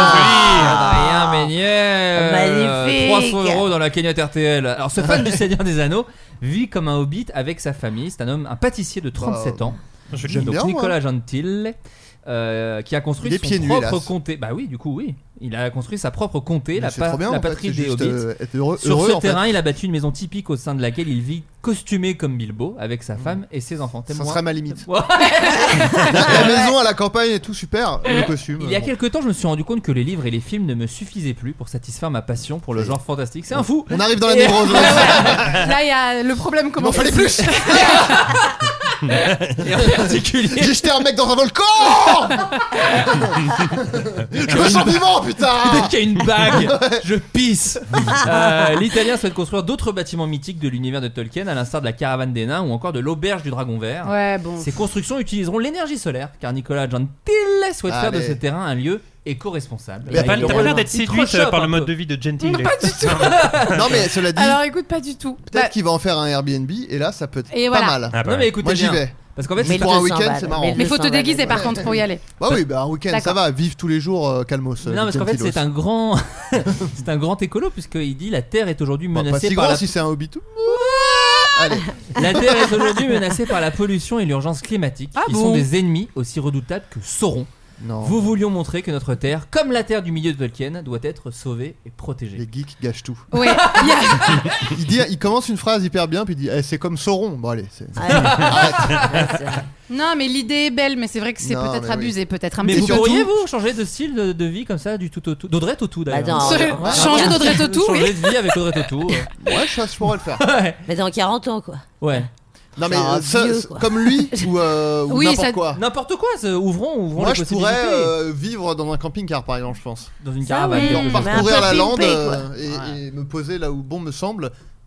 Ah, Adrien Méniel. Magnifique. trois cents euros dans la cagnotte R T L. Alors, ce fan du Seigneur des Anneaux vit comme un hobbit avec sa famille. C'est un homme, un pâtissier de trente-sept ans. J'aime Donc, bien, moi. Nicolas Gentile. euh, qui a construit Il est son pieds nus, propre hélas. comté. Bah oui, du coup, oui. Il a construit sa propre comté, Mais la, c'est pa- trop bien, la en fait, patrie c'est des juste, hobbits. euh, être heureux, Sur heureux, ce en fait. terrain, il a bâti une maison typique au sein de laquelle il vit costumé comme Bilbo avec sa femme et ses enfants. Ça T'aimes-moi serait ma limite. Ouais. La, la maison à la campagne et tout super. Le costume. Il y a bon. quelques temps, je me suis rendu compte que les livres et les films ne me suffisaient plus pour satisfaire ma passion pour le genre fantastique. C'est un fou. On arrive dans la Et- névrose. Là, il y a le problème Il comment m'en fallait plus. Et en particulier, J'ai jeté un mec dans un volcan. Je me sens vivant, dès putain. qu'il y a une bague, je pisse. Euh, L'Italien souhaite construire d'autres bâtiments mythiques de l'univers de Tolkien, à l'instar de la Caravane des Nains ou encore de l'Auberge du Dragon Vert. Ouais, bon. Ces constructions utiliseront l'énergie solaire, car Nicolas Gentile souhaite faire de Allez. ce terrain un lieu éco-responsable. T'as pas, Il t'as pas rejoint- l'air d'être il séduite trochope par le un mode peu. de vie de Gentile. Pas du tout. Non mais cela dit, Alors écoute, pas du tout. peut-être Bah, qu'il va en faire un Airbnb et là ça peut être Et pas voilà. mal. Ah, bah Non mais ouais. écoutez Moi j'y bien, vais. parce qu'en fait, Mais c'est pour pas- un week-end, c'est marrant. mais faut te déguiser par contre pour y aller. Bah oui, bah un week-end ça D'accord. va, vivre tous les jours euh, calmos. euh, Non, parce qu'en fait, Gentilos. c'est un grand, c'est un grand écolo puisqu'il dit la Terre est aujourd'hui Bah, pas menacée si par grand la... si c'est un Hobbit. Allez, la Terre est aujourd'hui menacée par la pollution et l'urgence climatique, Ah qui bon sont des ennemis aussi redoutables que Sauron. non. Vous voulions montrer que notre Terre, comme la Terre du milieu de Tolkien, doit être sauvée et protégée. Les geeks gâchent tout. Ouais. il y a- Il dit, il commence une phrase hyper bien puis il dit eh, c'est comme Sauron. Bon allez, c'est. Non, mais l'idée est belle, mais c'est vrai que c'est Non, peut-être mais abusé, peut-être un Mais petit vous peu. pourriez vous changer de style de, de vie comme ça du tout au tout d'Audrey Tautou d'ailleurs. Bah, non. Se- Ouais. Changer d'Audrey Tautou, Changer oui. de vie avec Audrey Tautou. euh. Ouais, ça je pourrais le faire. Ouais. Mais dans quarante ans, quoi. Ouais. Non mais Genre euh, ça, vieux, ça- quoi. comme lui ou, euh, ou Oui, n'importe ça- quoi. N'importe quoi, c'est- ouvrons, ouvrons Moi les je possibilités. pourrais euh, vivre dans un camping-car par exemple, je pense. Dans une Ça, caravane. oui. quelque Genre chose. mais un parcourir peu la lande pimpé, euh, quoi. et, Ouais. et me poser là où bon me semble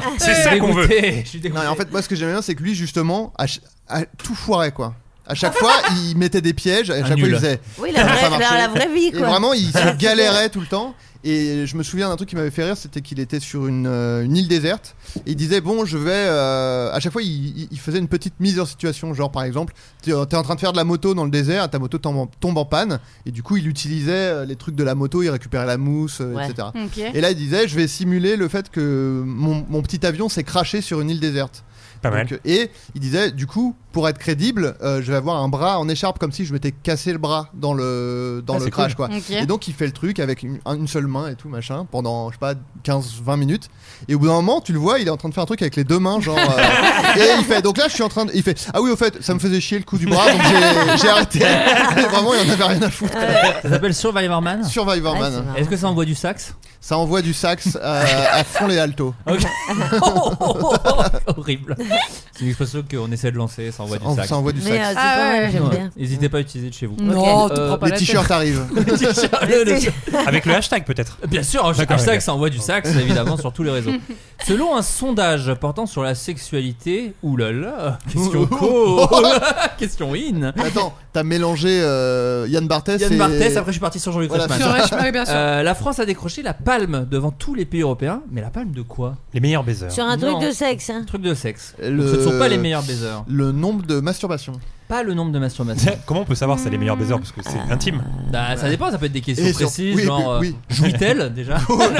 C'est ça qu'on veut. Dégoûté, je suis dégoûté. Non, et en fait, moi, ce que j'aime bien, c'est que lui, justement, a, ch- a tout foiré, quoi. À chaque fois, il mettait des pièges. Et à chaque nul. fois, il faisait. Oui, la ça va pas vraie, marcher. la, la vraie vie, Et quoi. vraiment, il se Ouais, galérait tout le temps. Et je me souviens d'un truc qui m'avait fait rire, c'était qu'il était sur une, euh, une île déserte. Et il disait bon, je vais. Euh... À chaque fois, il, il faisait une petite mise en situation. Genre, par exemple, t'es, t'es en train de faire de la moto dans le désert, ta moto tombe en, tombe en panne. Et du coup, il utilisait euh, les trucs de la moto, il récupérait la mousse, euh, Ouais. et cetera. Ok. Et là, il disait je vais simuler le fait que mon, mon petit avion s'est crashé sur une île déserte. Pas mal. Donc, et il disait, du coup, pour être crédible, euh, je vais avoir un bras en écharpe comme si je m'étais cassé le bras dans le, dans Ah, le c'est crash, cool. quoi. Ok. Et donc, il fait le truc avec une, une seule main et tout, machin, pendant, je sais pas, quinze vingt minutes. Et au bout d'un moment, tu le vois, il est en train de faire un truc avec les deux mains, genre. euh, et il fait, donc là, je suis en train de. Il fait, ah oui, au fait, ça me faisait chier le coup du bras, donc j'ai, j'ai arrêté. Et vraiment, il en avait rien à foutre. Ça s'appelle Survivor Man. Survivor Ouais, Man. c'est marrant. Est-ce que ça envoie du sax? Ça envoie du sax à, à fond les altos. Ok. Oh, oh, oh, oh, horrible. C'est une expression qu'on essaie de lancer, ça envoie du Ça, sax. ça envoie du Mais sax. euh, c'est Ah pas ouais. mal, j'aime Ouais. bien. N'hésitez pas à utiliser de chez vous. Non, Ok. te Euh, prends pas Les la tête. t-shirts arrivent. Le- le- Avec le hashtag peut-être. Bien sûr, un D'accord, hashtag ok. ça envoie du sax évidemment sur tous les réseaux. Selon un sondage portant sur la sexualité, oulala, question co, question in. Attends, t'as mélangé euh, Yann Barthès Yann et... Barthès, après je suis parti sur Jean-Luc Voilà, Reichmann. Sur Reichmann, oui, bien sûr. Euh, la France a décroché la palme devant tous les pays européens, mais la palme de quoi? Les meilleurs baisers. Sur un truc Non. de sexe, hein. Truc de sexe. Le- Donc, ce ne sont pas les meilleurs baisers. Le nombre de masturbations. Pas le nombre de masturbations. Comment on peut savoir si c'est les meilleurs baisers parce que c'est intime. Bah, ça dépend, ça peut être des questions Et sur- précises, oui, genre oui, oui. euh, jouit-elle déjà?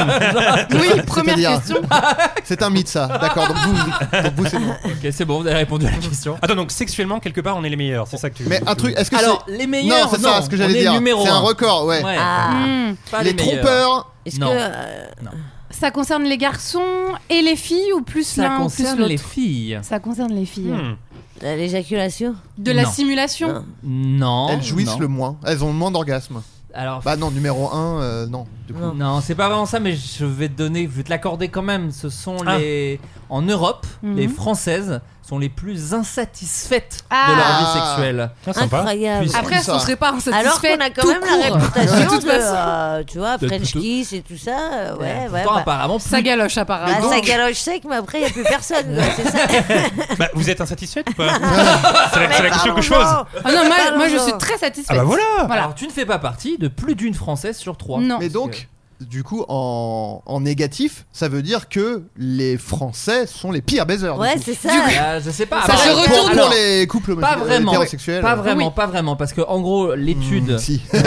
Oui, première C'est-à-dire- question. C'est un mythe ça. D'accord, donc vous, donc vous c'est bon. Ok, c'est bon, vous avez répondu à la question. Attends, donc sexuellement quelque part on est les meilleurs, c'est ça que tu. Mais un truc, est-ce que Alors, c'est... les meilleurs, Non, c'est ça ce que on j'allais est dire. numéro C'est un. un record, ouais. Ouais. Ah. Hmm. Pas Les les meilleurs. trompeurs, Est-ce Non. que. euh, Ça concerne les garçons et les filles ou plus Ça l'un ou plus concerne l'autre? les filles. Ça concerne les filles. Hmm. L'éjaculation. De la Non. simulation. Non. Non. elles jouissent non. le moins. Elles ont le moins d'orgasmes. Alors, Bah non, numéro un, euh, non. Du coup. Non. non, c'est pas vraiment ça, mais je vais te donner, je vais te l'accorder quand même. Ce sont Ah. les. En Europe, Mhm. les Françaises sont les plus insatisfaites Ah. de leur vie sexuelle. Ah, sympa. Incroyable. Puisque- Après, ça. on serait pas insatisfait. Alors qu'on a quand tout même la court. réputation De de, toute façon. euh, tu vois, De French tout- Kiss et tout ça. euh, Ouais, ouais. Pourtant, bah, apparemment, Ça plus- galoche bah, apparemment. ça galoche sec, mais après, il n'y a plus personne. quoi, C'est ça. Bah, vous êtes insatisfaite ou pas? C'est la, c'est la question que je pose. Parlons-en. Ah non, moi, moi je Parlons-en. suis très satisfaite. Ah bah voilà. Voilà. Alors, tu ne fais pas partie de plus d'une Française sur trois. Non. Mais donc, du coup, en, en négatif, ça veut dire que les Français sont les pires baisers. du Ouais, coup. c'est ça. Ah, je sais pas. Ça après- se Pour- retourne. pour, Alors, les couples pas vraiment. hétérosexuels. Pas vraiment, Oui. pas vraiment, parce que en gros, l'étude. Hmm, si. Non.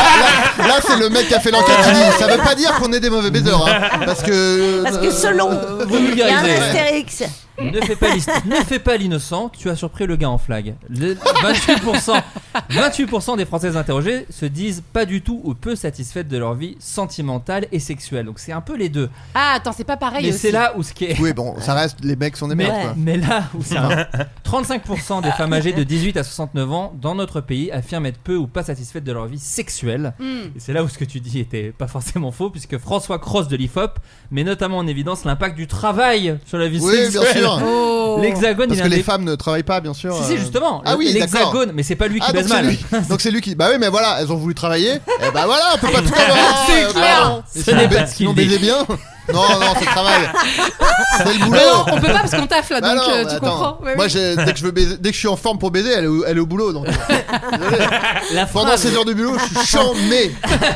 Là, c'est le mec qui a fait l'enquête qui dit ça veut pas dire qu'on est des mauvais baisers, hein, parce que. Parce que selon. Euh, vous Il y a un vulgarisez. astérix. Ne fais pas l'his- ne fais pas l'innocent, tu as surpris le gars en flag. Le vingt-huit pour cent, vingt-huit pour cent des Françaises interrogées se disent pas du tout ou peu satisfaites de leur vie sentimentale et sexuelle. Donc c'est un peu les deux. Ah, attends, c'est pas pareil Mais aussi. c'est là où ce qui est. Oui, bon, ça reste. Les mecs sont des Mais, merdes, quoi. mais là où c'est un- trente-cinq pour cent des femmes âgées de dix-huit à soixante-neuf ans dans notre pays affirment être peu ou pas satisfaites de leur vie sexuelle. Hmm. Et c'est là où ce que tu dis était pas forcément faux, puisque François Cross de l'I F O P met notamment en évidence l'impact du travail sur la vie Oui, bien sexuelle. sûr. Oh. L'Hexagone, Parce il que a les des... femmes ne travaillent pas, bien sûr. Si, si, euh. justement. Ah oui, d'accord. l'Hexagone, mais c'est pas lui qui Ah, donc baise c'est mal. lui. Donc c'est lui qui. Bah oui, mais voilà, elles ont voulu travailler. Et bah voilà, on peut pas tout avoir. C'est euh, clair. pardon. Ce Et sinon, n'est ba- pas ce qu'il sinon dit. baiser bien. Non, non, c'est le travail. C'est le boulot. Mais non, on peut pas parce qu'on taffe là, Bah donc non, euh, mais tu attends. comprends. Ouais, Moi, oui. j'ai- dès que je veux baiser, dès que je suis en forme pour baiser, elle est au, elle est au boulot. Donc, désolé. La Pendant phrase, ces heures de boulot, je suis chambé.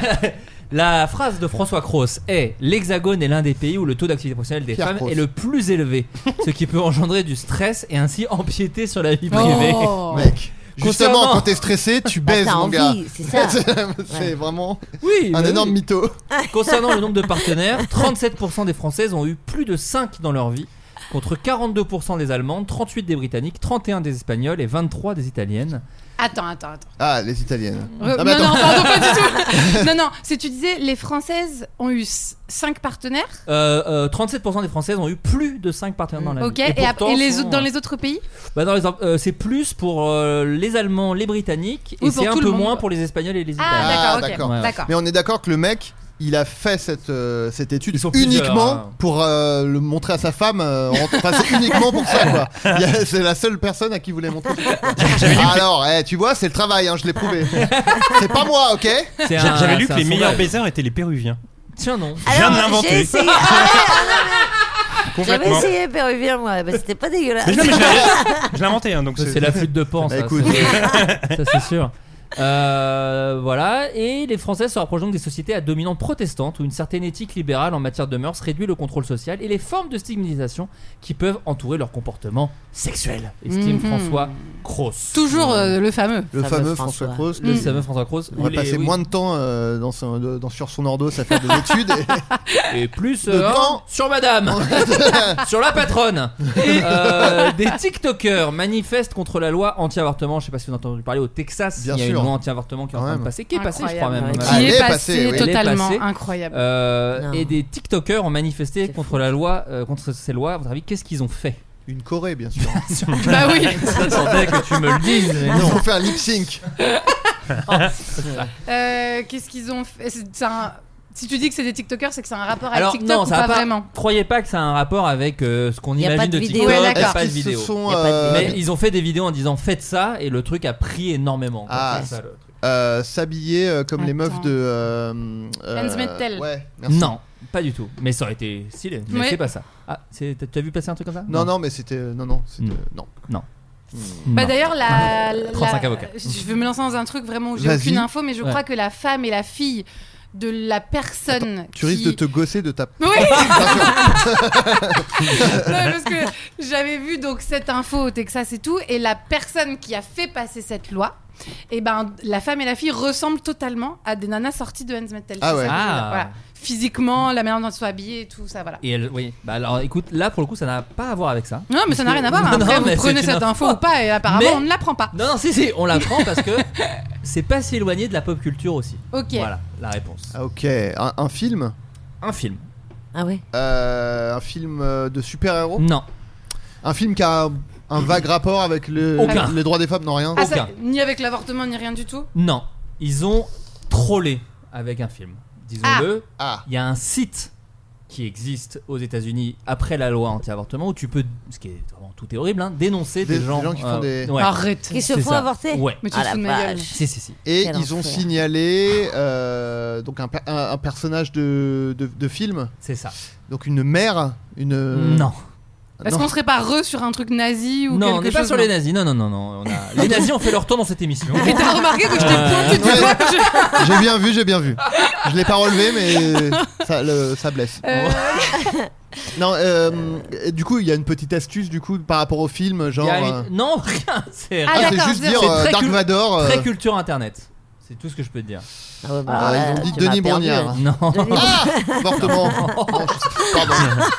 la phrase de François Cross est: l'Hexagone est l'un des pays où le taux d'activité professionnelle des Pierre femmes Cross. est le plus élevé, ce qui peut engendrer du stress et ainsi empiéter sur la vie privée. Oh. Mec. Justement, Concernant- quand t'es stressé, tu Bah, baises, t'as mon envie, gars. c'est ça. c'est Ouais. vraiment Oui, un bah énorme oui. mytho. Concernant le nombre de partenaires, trente-sept pour cent des Françaises ont eu plus de cinq dans leur vie, contre quarante-deux pour cent des Allemandes, trente-huit des Britanniques, trente et un des Espagnols et vingt-trois des Italiennes. Attends, attends, attends. Ah, les italiennes. Re- Ah, mais non, attends. non, pardon, pas du tout. Non, non, si tu disais les Françaises ont eu cinq partenaires, Euh, euh, trente-sept pour cent des Françaises ont eu plus de cinq partenaires dans la ok, vie. et, ap- pourtant et les sont, autres, dans euh, les autres pays bah dans les, euh, c'est plus pour euh, les Allemands, les Britanniques, Oui, et pour c'est un tout le peu monde, moins quoi. pour les Espagnols et les Ah, Italiens. Ah, d'accord, ok, d'accord. Ouais. d'accord. Mais on est d'accord que le mec, il a fait cette, euh, cette étude Ils sont plusieurs, uniquement hein. pour euh, le montrer à sa femme. euh, en- Enfin, c'est uniquement pour ça, quoi. Il y a- C'est la seule personne à qui vous voulez montrer. Ah, alors, eh, tu vois, c'est le travail, hein, je l'ai prouvé. C'est pas moi, ok. C'est un- J'avais lu c'est que un les meilleurs sondage. baisers étaient les Péruviens. Tiens non. Je viens de Alors, l'inventer. j'ai essayé- J'avais Complètement. essayé péruvien, moi. Bah, c'était pas dégueulasse. Mais non, mais je l'ai- je l'ai inventé, hein, donc c'est la flûte de Pan, Bah, ça. écoute. c'est- ça, c'est sûr. Euh, voilà, et les Français se rapprochent donc des sociétés à dominante protestante où une certaine éthique libérale en matière de mœurs réduit le contrôle social et les formes de stigmatisation qui peuvent entourer leur comportement sexuel, estime Mhm. François Cros. Toujours euh, le fameux. Le fameux François Cros. Le Mm. fameux François Cros. On va passer moins de temps euh, dans son, de- dans, sur son ordos à faire des études. Et, et plus de euh, hein, temps. sur madame, sur la patronne. Euh, des TikTokers manifestent contre la loi anti-avortement. Je sais pas si vous avez entendu parler au Texas. Bien il y a sûr. une loi anti-avortement qui est en Quand train de même. passer, qui est passée, je crois même. Incroyable, Qui Elle est est passé passée, oui. Elle est totalement passée. incroyable. Euh, Non. et des TikTokers ont manifesté C'est contre fou. la loi, euh, contre ces lois. À votre avis, qu'est-ce qu'ils ont fait? une Corée, bien sûr. Bah oui. J'attendais que tu me le dises, mais Ils non. ont fait un lip sync. Euh, Qu'est-ce qu'ils ont fait C'est- c'est un- Si tu dis que c'est des TikTokers, c'est que c'est un rapport avec Alors TikTok non, ou ça pas, a pas vraiment. Croyez pas que ça a un rapport avec euh, ce qu'on Y a pas imagine de de vidéo. TikTok. Ouais, Il y a d'accord. pas de Est-ce qu'ils vidéo. se sont, Y a pas de euh, Mais ils ont fait des vidéos en disant faites ça et le truc a pris énormément. quoi. Ah. C'est ça, le truc. euh, s'habiller euh, comme les Attends. meufs de. Euh, euh, Handmaid's Tale. Ouais, merci. Non, pas du tout. Mais ça aurait été stylé. Mais Ouais. c'est pas ça. Ah, c'est- t'as- tu as vu passer un truc comme ça? Non, non, mais c'était. Non, non, c'était. Mm. Non. Non. Hmm. Bah Non. d'ailleurs, la, la- trente-cinq avocats. Je vais me lancer dans un truc vraiment où j'ai Vas-y. aucune info, mais je Ouais. crois que la femme et la fille de la personne. Tu qui... risques de te gosser de ta. Oui. Attention. Non, parce que j'avais vu donc cette info au Texas et tout, et la personne qui a fait passer cette loi, et ben la femme et la fille ressemblent totalement à des nanas sorties de Handmaid's Tale. Ah C'est ouais. ça que je veux dire. Ah. Voilà. Physiquement, la manière dont elles sont habillées et tout ça, voilà. Et elle, oui. Bah alors, écoute, là pour le coup, ça n'a pas à voir avec ça. Non, mais ça n'a rien à voir. Non, Après, non, mais vous prenez c'est une cette info info. ou pas, et apparemment, Mais- on ne la prend pas. Non, non, si, si, on la prend parce que c'est pas si éloigné de la pop culture aussi. Ok. Voilà la réponse. Ah, ok. Un, un film Un film. Ah ouais. euh, Un film euh, de super-héros Non. Un film qui a un, un vague rapport avec le, Aucun. les droits des femmes Non, rien. Ah, ça- Aucun. ni avec l'avortement, ni rien du tout. Non. Ils ont trollé avec un film. Disons-le. Ah. Il y a un site qui existe aux États-Unis après la loi anti-avortement où tu peux, ce qui est vraiment tout est horrible, hein, dénoncer des, Des- gens, des gens qui font des- ouais. Arrête. Qui se C'est font ça. avorter. Ouais. Mais tu Ah te la fous de ma gueule. vache. Si, si, si. Et Quel ils ont enfer. signalé euh, donc un, per- un- un personnage de, de, de film, C'est ça. donc une mère, une. Non. Est-ce Non. qu'on serait pas re sur un truc nazi ou Non, on quelque n'est pas chose sur non les nazis. Non, non, non, non. On a... Les nazis ont fait leur tour dans cette émission. Mais t'as remarqué que je t'ai Euh, pointé du ouais. doigt que je- J'ai bien vu, j'ai bien vu. Je l'ai pas relevé, mais ça, le- ça blesse. Euh, Non, euh, et du coup, il y a une petite astuce du coup par rapport au film, Il genre. y a une- euh, Non, rien. C'est Ah, ah, c'est d'accord, juste zéro. dire C'est euh, très Dark cul- Vador. euh, très culture internet. C'est tout ce que je peux te dire. Ah ouais, bah, Ah, là, ils ont dit tu Denis m'as perdu, Brognard. là. Non. Denis- Ah, fortement. Non, je sais- pardon.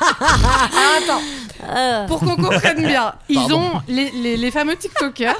ah, attends, Ah. pour qu'on comprenne bien, ils Pardon. ont les, les, les fameux TikTokers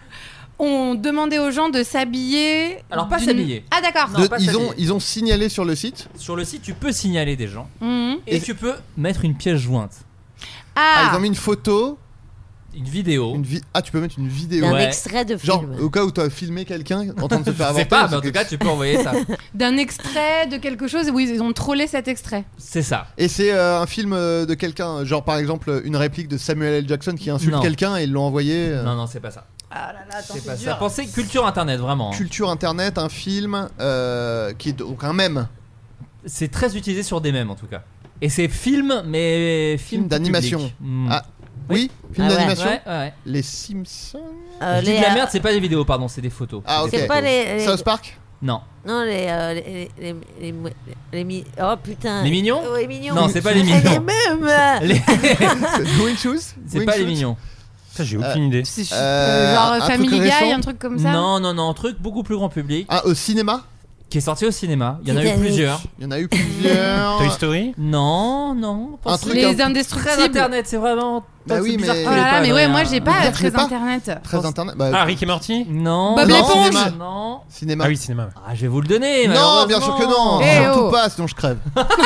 ont demandé aux gens de s'habiller. Alors, pas d'une- s'habiller. Ah d'accord. Non, De- pas ils s'habiller. ont ils ont signalé sur le site. Sur le site, tu peux signaler des gens Mhm. et, Et- tu peux mettre une pièce jointe, Ah, Ah, ils ont mis une photo. une vidéo. Une vi- Ah, tu peux mettre une vidéo. D'un Ouais. extrait de Genre film. au cas où tu as filmé quelqu'un en train de se faire Je avorter. sais pas, c'est mais en tout quelque- cas, tu peux envoyer ça. d'un extrait de quelque chose. Oui, ils ont trollé cet extrait. C'est ça. Et c'est euh, un film euh, de quelqu'un, genre par exemple une réplique de Samuel L. Jackson qui insulte Non. quelqu'un et ils l'ont envoyé. euh, Non, non, c'est pas ça. Ah là là, attends, C'est pas c'est ça. dur. Pensez culture internet, vraiment. hein. Culture internet, un film euh, qui est donc un mème. C'est très utilisé sur des mèmes en tout cas. Et c'est film, mais film, Film d'animation. public. Hmm. Ah, oui, film Ah ouais. d'animation. Ouais, ouais, ouais. Les Simpsons. Euh, Je dis les, de la euh, merde, c'est pas des vidéos, pardon, c'est des photos. Ah, ok. C'est pas les. les- South Park. Non. Non, les. euh, les, les, les, les, les mi- Oh putain. Les mignons Ouais, mignons. Non, c'est pas les Eh, mignons. les mêmes. Les- Wing Shoes. C'est Wing pas les Shoes. mignons. Ça, j'ai Euh, aucune idée. C'est Euh, genre un truc Family Guy, récent un truc comme ça. Non, non, non, un truc beaucoup plus grand public Ah, au cinéma. qui est sorti au cinéma. Il y en a eu Titanic. plusieurs. Il y en a eu plusieurs. Toy Story. Non, non. Un pensez- truc Les un- Très indestructibles. internet, c'est vraiment. Bah c'est oui, bizarre mais- que Oh tu l'aies là là, pas, mais ouais, Adrien. moi j'ai pas Vous très avez pas internet. Très internet. Bah, Ah, Rick et Morty. Non. Bob non, l'éponge. cinéma. Non. cinéma. Ah oui, cinéma. Ah, je vais vous le donner. Non, bien sûr que non. Eh Surtout oh. pas, sinon je crève.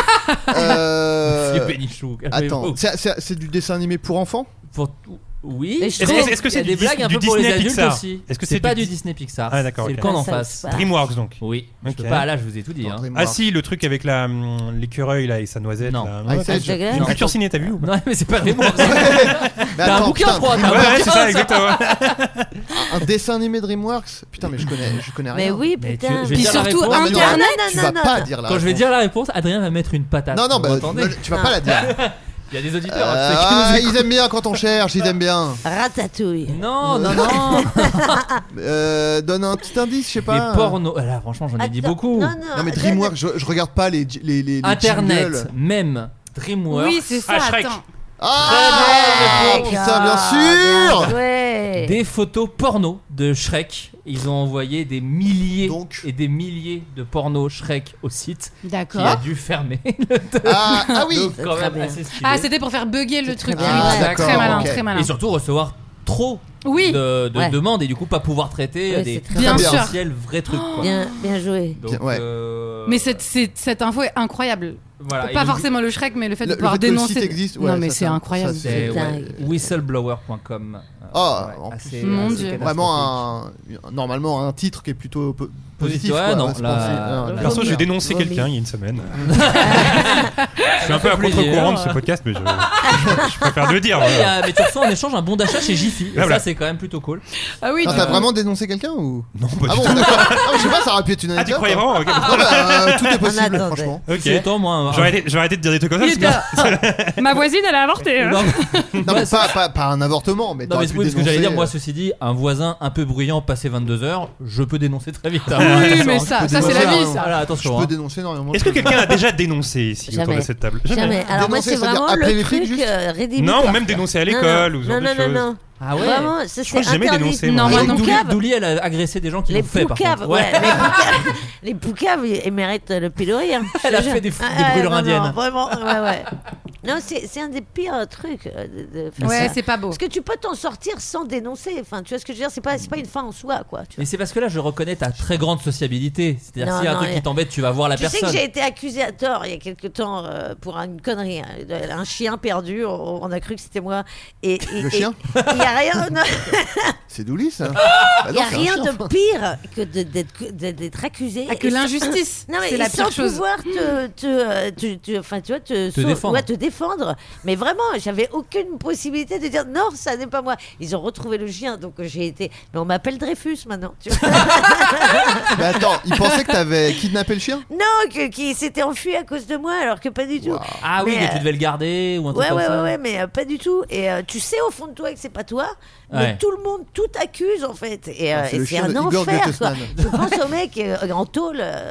euh... C'est pénichou. Attends, calmez-vous. c'est- c'est c'est du dessin animé pour enfants. Pour- Oui. Mais Et je je trouve- trouve est-ce que qu'il y a c'est des du Dis- blagues un du peu pour les Disney adultes Pixar aussi. Est-ce que c'est c'est pas du du Disney Pixar. Ah, d'accord, C'est ok. le camp d'en Ça, face. c'est pas- DreamWorks donc. Oui. Je Ok. peux pas. Là, je vous ai tout dit. hein. Ah si, le truc avec la hum, l'écureuil là et sa noisette. Non. Là. Ah, Ouais, c'est- c'est dégueulasse. Une Non. culture ciné, t'as vu ou pas? Non, mais c'est pas vraiment. Mais T'as un attends, bouquin, putain, je crois. Ouais, T'as un ouais, bouquin, c'est ça, ça. exactement. un dessin animé DreamWorks. Putain, mais je connais, je connais rien. Mais oui, Mais tu- putain. je vais Puis dire la surtout, réponse. Ah, mais non, Internet. tu vas pas dire la Quand je vais réponse. dire la réponse, Adrien va mettre une patate. Non, non, Vous bah, m'entendez ne- tu vas pas la dire. Il y a des auditeurs. Euh, tu sais, qui nous ah, écoutent. ils aiment bien quand on cherche, ils aiment bien. Ratatouille. Non, non, non. Euh, donne un petit indice, je sais pas. Les pornos. Ah là, franchement, j'en ai dit Attends, beaucoup. non, non, Non mais donne- DreamWorks, je, je regarde pas les les les, les Internet, jingles. même DreamWorks. Oui, c'est ça. Ah, Shrek. Attends. Ah, Shrek. putain, bien Ah, sûr. bien joué. Des photos porno de Shrek. Ils ont envoyé des milliers Donc. et des milliers de pornos Shrek au site qui a D'accord. dû fermer. Ah, ah oui. Donc, quand très même bien. assez stylé. Ah, c'était pour faire bugger le truc. très Oui, bien. c'est Ah, d'accord, très malin, ok. très malin. Et surtout recevoir trop Oui. de, de Ouais. demandes et du coup pas pouvoir traiter Ouais, des c'est très Bien sûr. potentiels vrais trucs. Quoi. Bien, bien joué. Donc, Bien, ouais. euh, Mais cette, cette, cette info est incroyable. voilà. Et Pas donc, forcément le Shrek, mais le fait Le- de le pouvoir fait que le dénoncer. site existe, ouais, non, mais ça, c'est ça, incroyable. ça, C'est ouais, dingue. whistleblower point com. Ah, Ouais, en assez- plus, Mon assez Dieu. catastrophique. Vraiment un normalement un titre qui est plutôt po- positif. Ouais, quoi, non, réponse- là- non, là- là- Perso, j'ai Vomi. dénoncé Vomi. quelqu'un il y a une semaine. Je suis un peu à plaisir. contre-courant de ce podcast, mais je, je préfère le dire. Et, Voilà. euh, mais tu reçois en échange un bon d'achat chez Jiffy. Et Voilà. ça, c'est quand même plutôt cool. Ah oui, Ah, tu- t'as vraiment dénoncé quelqu'un ou Non, pas Ah du bon, tout. d'accord. Ah, je sais pas, ça aurait pu être une Ah, anecdote. tu croyais vraiment Ok. Ah, bah, euh, tout est possible, attendait. franchement. Ok. C'est autant, moi. un- Je vais arrêter, je vais arrêter de dire des trucs comme ça. Il parce était- Ma voisine, elle a avorté. hein. Non, Non, mais pas, pas, pas un avortement, mais non, t'aurais mais pu oui, ce que j'allais dénoncer, dire, moi, euh, ceci dit, un voisin un peu bruyant passé vingt-deux heures, je peux dénoncer très vite. hein. Oui, Attention, mais hein. ça, peux ça c'est la dénoncer, vie, hein. ça. Voilà, Je attention. peux hein. dénoncer énormément. Est-ce que quelqu'un a déjà dénoncé ici autour Jamais. de cette table Jamais. Alors moi, Dénoncer, c'est c'est-à-dire vraiment appeler le les flics, truc juste euh, rédhibitoire. Non, ou même dénoncer à Non, l'école non, ou ce non, genre de non, non, choses. non. Ah ouais. Vraiment, ça Je crois que c'est j'ai jamais interdit. dénoncé, Non, moi. moi Avec non Douli, Poucave. Douli, elle a agressé des gens qui Les l'ont fait par poucaves, contre. ouais, les poucaves, les poucaves, ils ils méritent le pilori. Hein, Elle je a te fait jure. des fou- Ah, des ouais, brûlures non, indiennes. Non, vraiment, ouais, ouais. Non, c'est c'est un des pires trucs euh, de, de faire Ouais, ça. c'est pas beau. Parce que tu peux t'en sortir sans dénoncer. Enfin, tu vois ce que je veux dire, c'est pas, c'est pas une fin en soi, quoi. Tu vois. Mais c'est parce que là, je reconnais ta très grande sociabilité. C'est-à-dire, Non, s'il y a un non, truc et- qui t'embête, tu vas voir la Tu sais personne. que j'ai été accusée à tort il y a quelque temps euh, pour une connerie. hein. Un chien perdu, on, on a cru que c'était moi. Et, et- Le et- chien Il y a rien. non. C'est Douli, ça. Bah Il non, n'y a c'est un rien chien. de pire que de- d'être de- d'être accusé. Ah, que et sans- l'injustice. Non mais C'est la sans pire chose. pouvoir te, te, euh, te- te- enfin tu vois, te, Te sau- défendre. ouais, te défendre. Mais vraiment, j'avais aucune possibilité de dire non, ça n'est pas moi. Ils ont retrouvé le chien, donc euh, j'ai été. Mais on m'appelle Dreyfus maintenant. Tu vois. Mais attends, il pensait que t'avais kidnappé le chien non, que- qu'il s'était enfui à cause de moi, alors que pas du tout. Ah oui, Mais, que tu euh, devais le garder ou un truc Ouais, comme ouais, ça. ouais, ouais, mais euh, pas du tout. Et euh, tu sais au fond de toi que c'est pas toi, mais Ouais. tout le monde, tout accuse en fait. Et, euh, Ah, c'est et le c'est chien un de Igor enfer, quoi. Gottesman. Je pense au mec euh, en tôle. euh,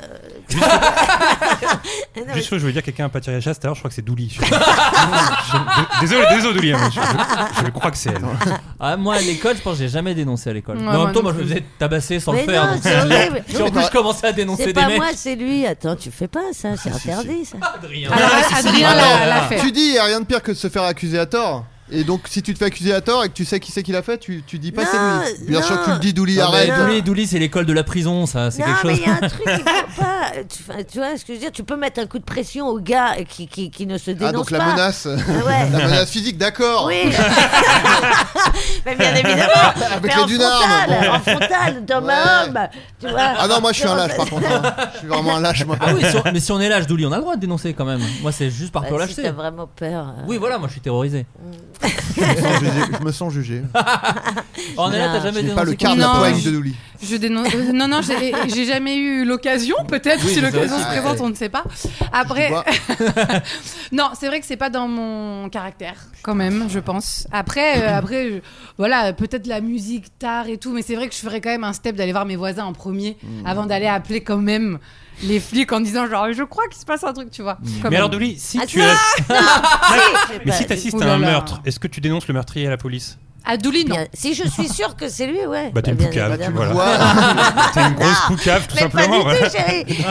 Non, mais- Juste, je voulais dire quelqu'un a pas tiré la chasse, tout à l'heure, je crois que c'est Douli. Je- je- Désolé, désolé Douli, hein, je, je- je crois que c'est elle. Ah, moi, à l'école, je pense que j'ai jamais dénoncé à l'école. Ouais, mais en moi même temps, non moi, je me plus. faisais tabasser sans Mais le faire. non, donc c'est horrible. si en plus je commençais à dénoncer C'est des pas mecs. moi, c'est lui. Attends, tu fais pas ça, c'est interdit ça. Adrien. Alors, Adrien l'a l'a fait. Tu dis, il y a rien de pire que de se faire accuser à tort. Et donc, si tu te fais accuser à tort et que tu sais qui c'est qui l'a fait, tu, tu dis pas Non, c'est lui. Bien non. sûr que tu le dis, Douli, Non, mais arrête. Douli, Douli, c'est l'école de la prison, ça, c'est Non, quelque mais chose. il y a un truc qu'il faut pas. Tu, enfin, tu vois ce que je veux dire? Tu peux mettre un coup de pression au gars qui, qui, qui ne se dénonce Ah, donc pas. la menace. Ah ouais. La menace physique, d'accord. Oui. Mais bien évidemment. Avec mais l'aide en d'une frontal, arme, bon. en frontal, d'homme Ouais. à homme. Tu vois. Ah non, moi je suis un Non, lâche par contre. hein. Je suis vraiment un lâche, moi. Ah oui, si on- mais si on est lâche, Douli, on a le droit de dénoncer quand même. Moi, c'est juste par Bah, pure si lâcheté. t'as vraiment peur. euh, Oui, voilà, moi, je suis terrorisé. Je me sens jugé. Je me sens jugé. Oh, on est là, Non, t'as jamais J'ai dénoncé pas le quart de la Non. poigne de Douli. Je dénonce. euh, non, non, j'ai j'ai jamais eu l'occasion. Peut-être Oui, si c'est l'occasion ça se aussi. présente, Ouais. on ne sait pas. Tu Après, vois. non, c'est vrai que c'est pas dans mon caractère, quand même, je pense. Après, euh, après, je- voilà, peut-être la musique tard et tout, mais c'est vrai que je ferais quand même un step d'aller voir mes voisins en premier Mmh. avant d'aller appeler quand même les flics en disant genre, je crois qu'il se passe un truc, tu vois. Quand Mais même. alors Douli, si Ah, tu ça, as... non, si, Mais c'est si pas- t'assistes Ouh à là un là. meurtre, est-ce que tu dénonces le meurtrier à la police? À Douli, non. Bien, si je suis sûre que c'est lui, ouais. Bah t'es une bien poucave, tu évidemment. vois. Voilà. T'es une grosse Non, poucave, tout Mais simplement. pas du voilà. tout, chérie.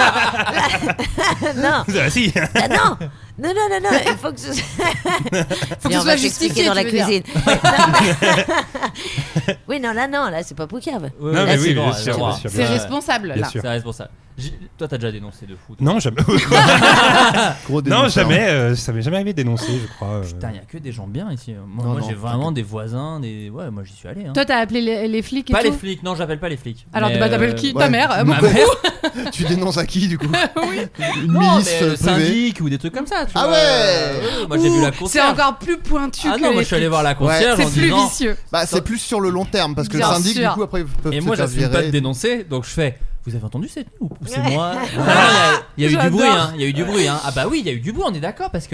non, non, Ah si. ah, non, non, non, non, non, il faut que ce Faut que Et ce on va soit justifié t'expliquer dans la tu veux dire. cuisine. Oui, non, là, non, là, c'est pas poucave. Oui, Non, là, mais c'est oui, bon, bien là, sûr, c'est bien bon. sûr. C'est Ouais. responsable, Bien là. sûr. C'est responsable. J'ai- Toi, t'as déjà dénoncé de fou. toi. Non, jamais. Gros non, dénonceur. jamais. euh, ça m'est jamais arrivé de dénoncer, je crois. euh. Putain, il y a que des gens bien ici. Moi, Non, moi, non, j'ai vraiment des voisins, des. Ouais, moi, j'y suis allé. Hein. Toi, t'as appelé les, les flics et Pas tout. les flics, non, j'appelle pas les flics. Alors, Mais, bah, t'appelles euh, qui? ouais. Ta mère. euh, Ma mon mère. Tu dénonces à qui du coup Une Non, milice mais le privée. syndic ou des trucs comme ça. Tu Ah vois. ouais. Euh, Moi, j'ai vu la C'est concierge. encore plus pointu Ah que non, les moi, je suis allé flics. voir la concierge C'est en plus disant. vicieux. Bah c'est plus sur le long terme parce que Bien le syndic sûr. du coup après ils peuvent Et se moi, faire j'assume pas de virer. dénoncer, donc je fais. Vous avez entendu cette nuit ou ou c'est Ouais. moi? Ah, Il y a- il y a eu du J'adore. bruit, hein. Il y a eu du bruit, hein. Ah bah oui, il y a eu du bruit. On est d'accord parce que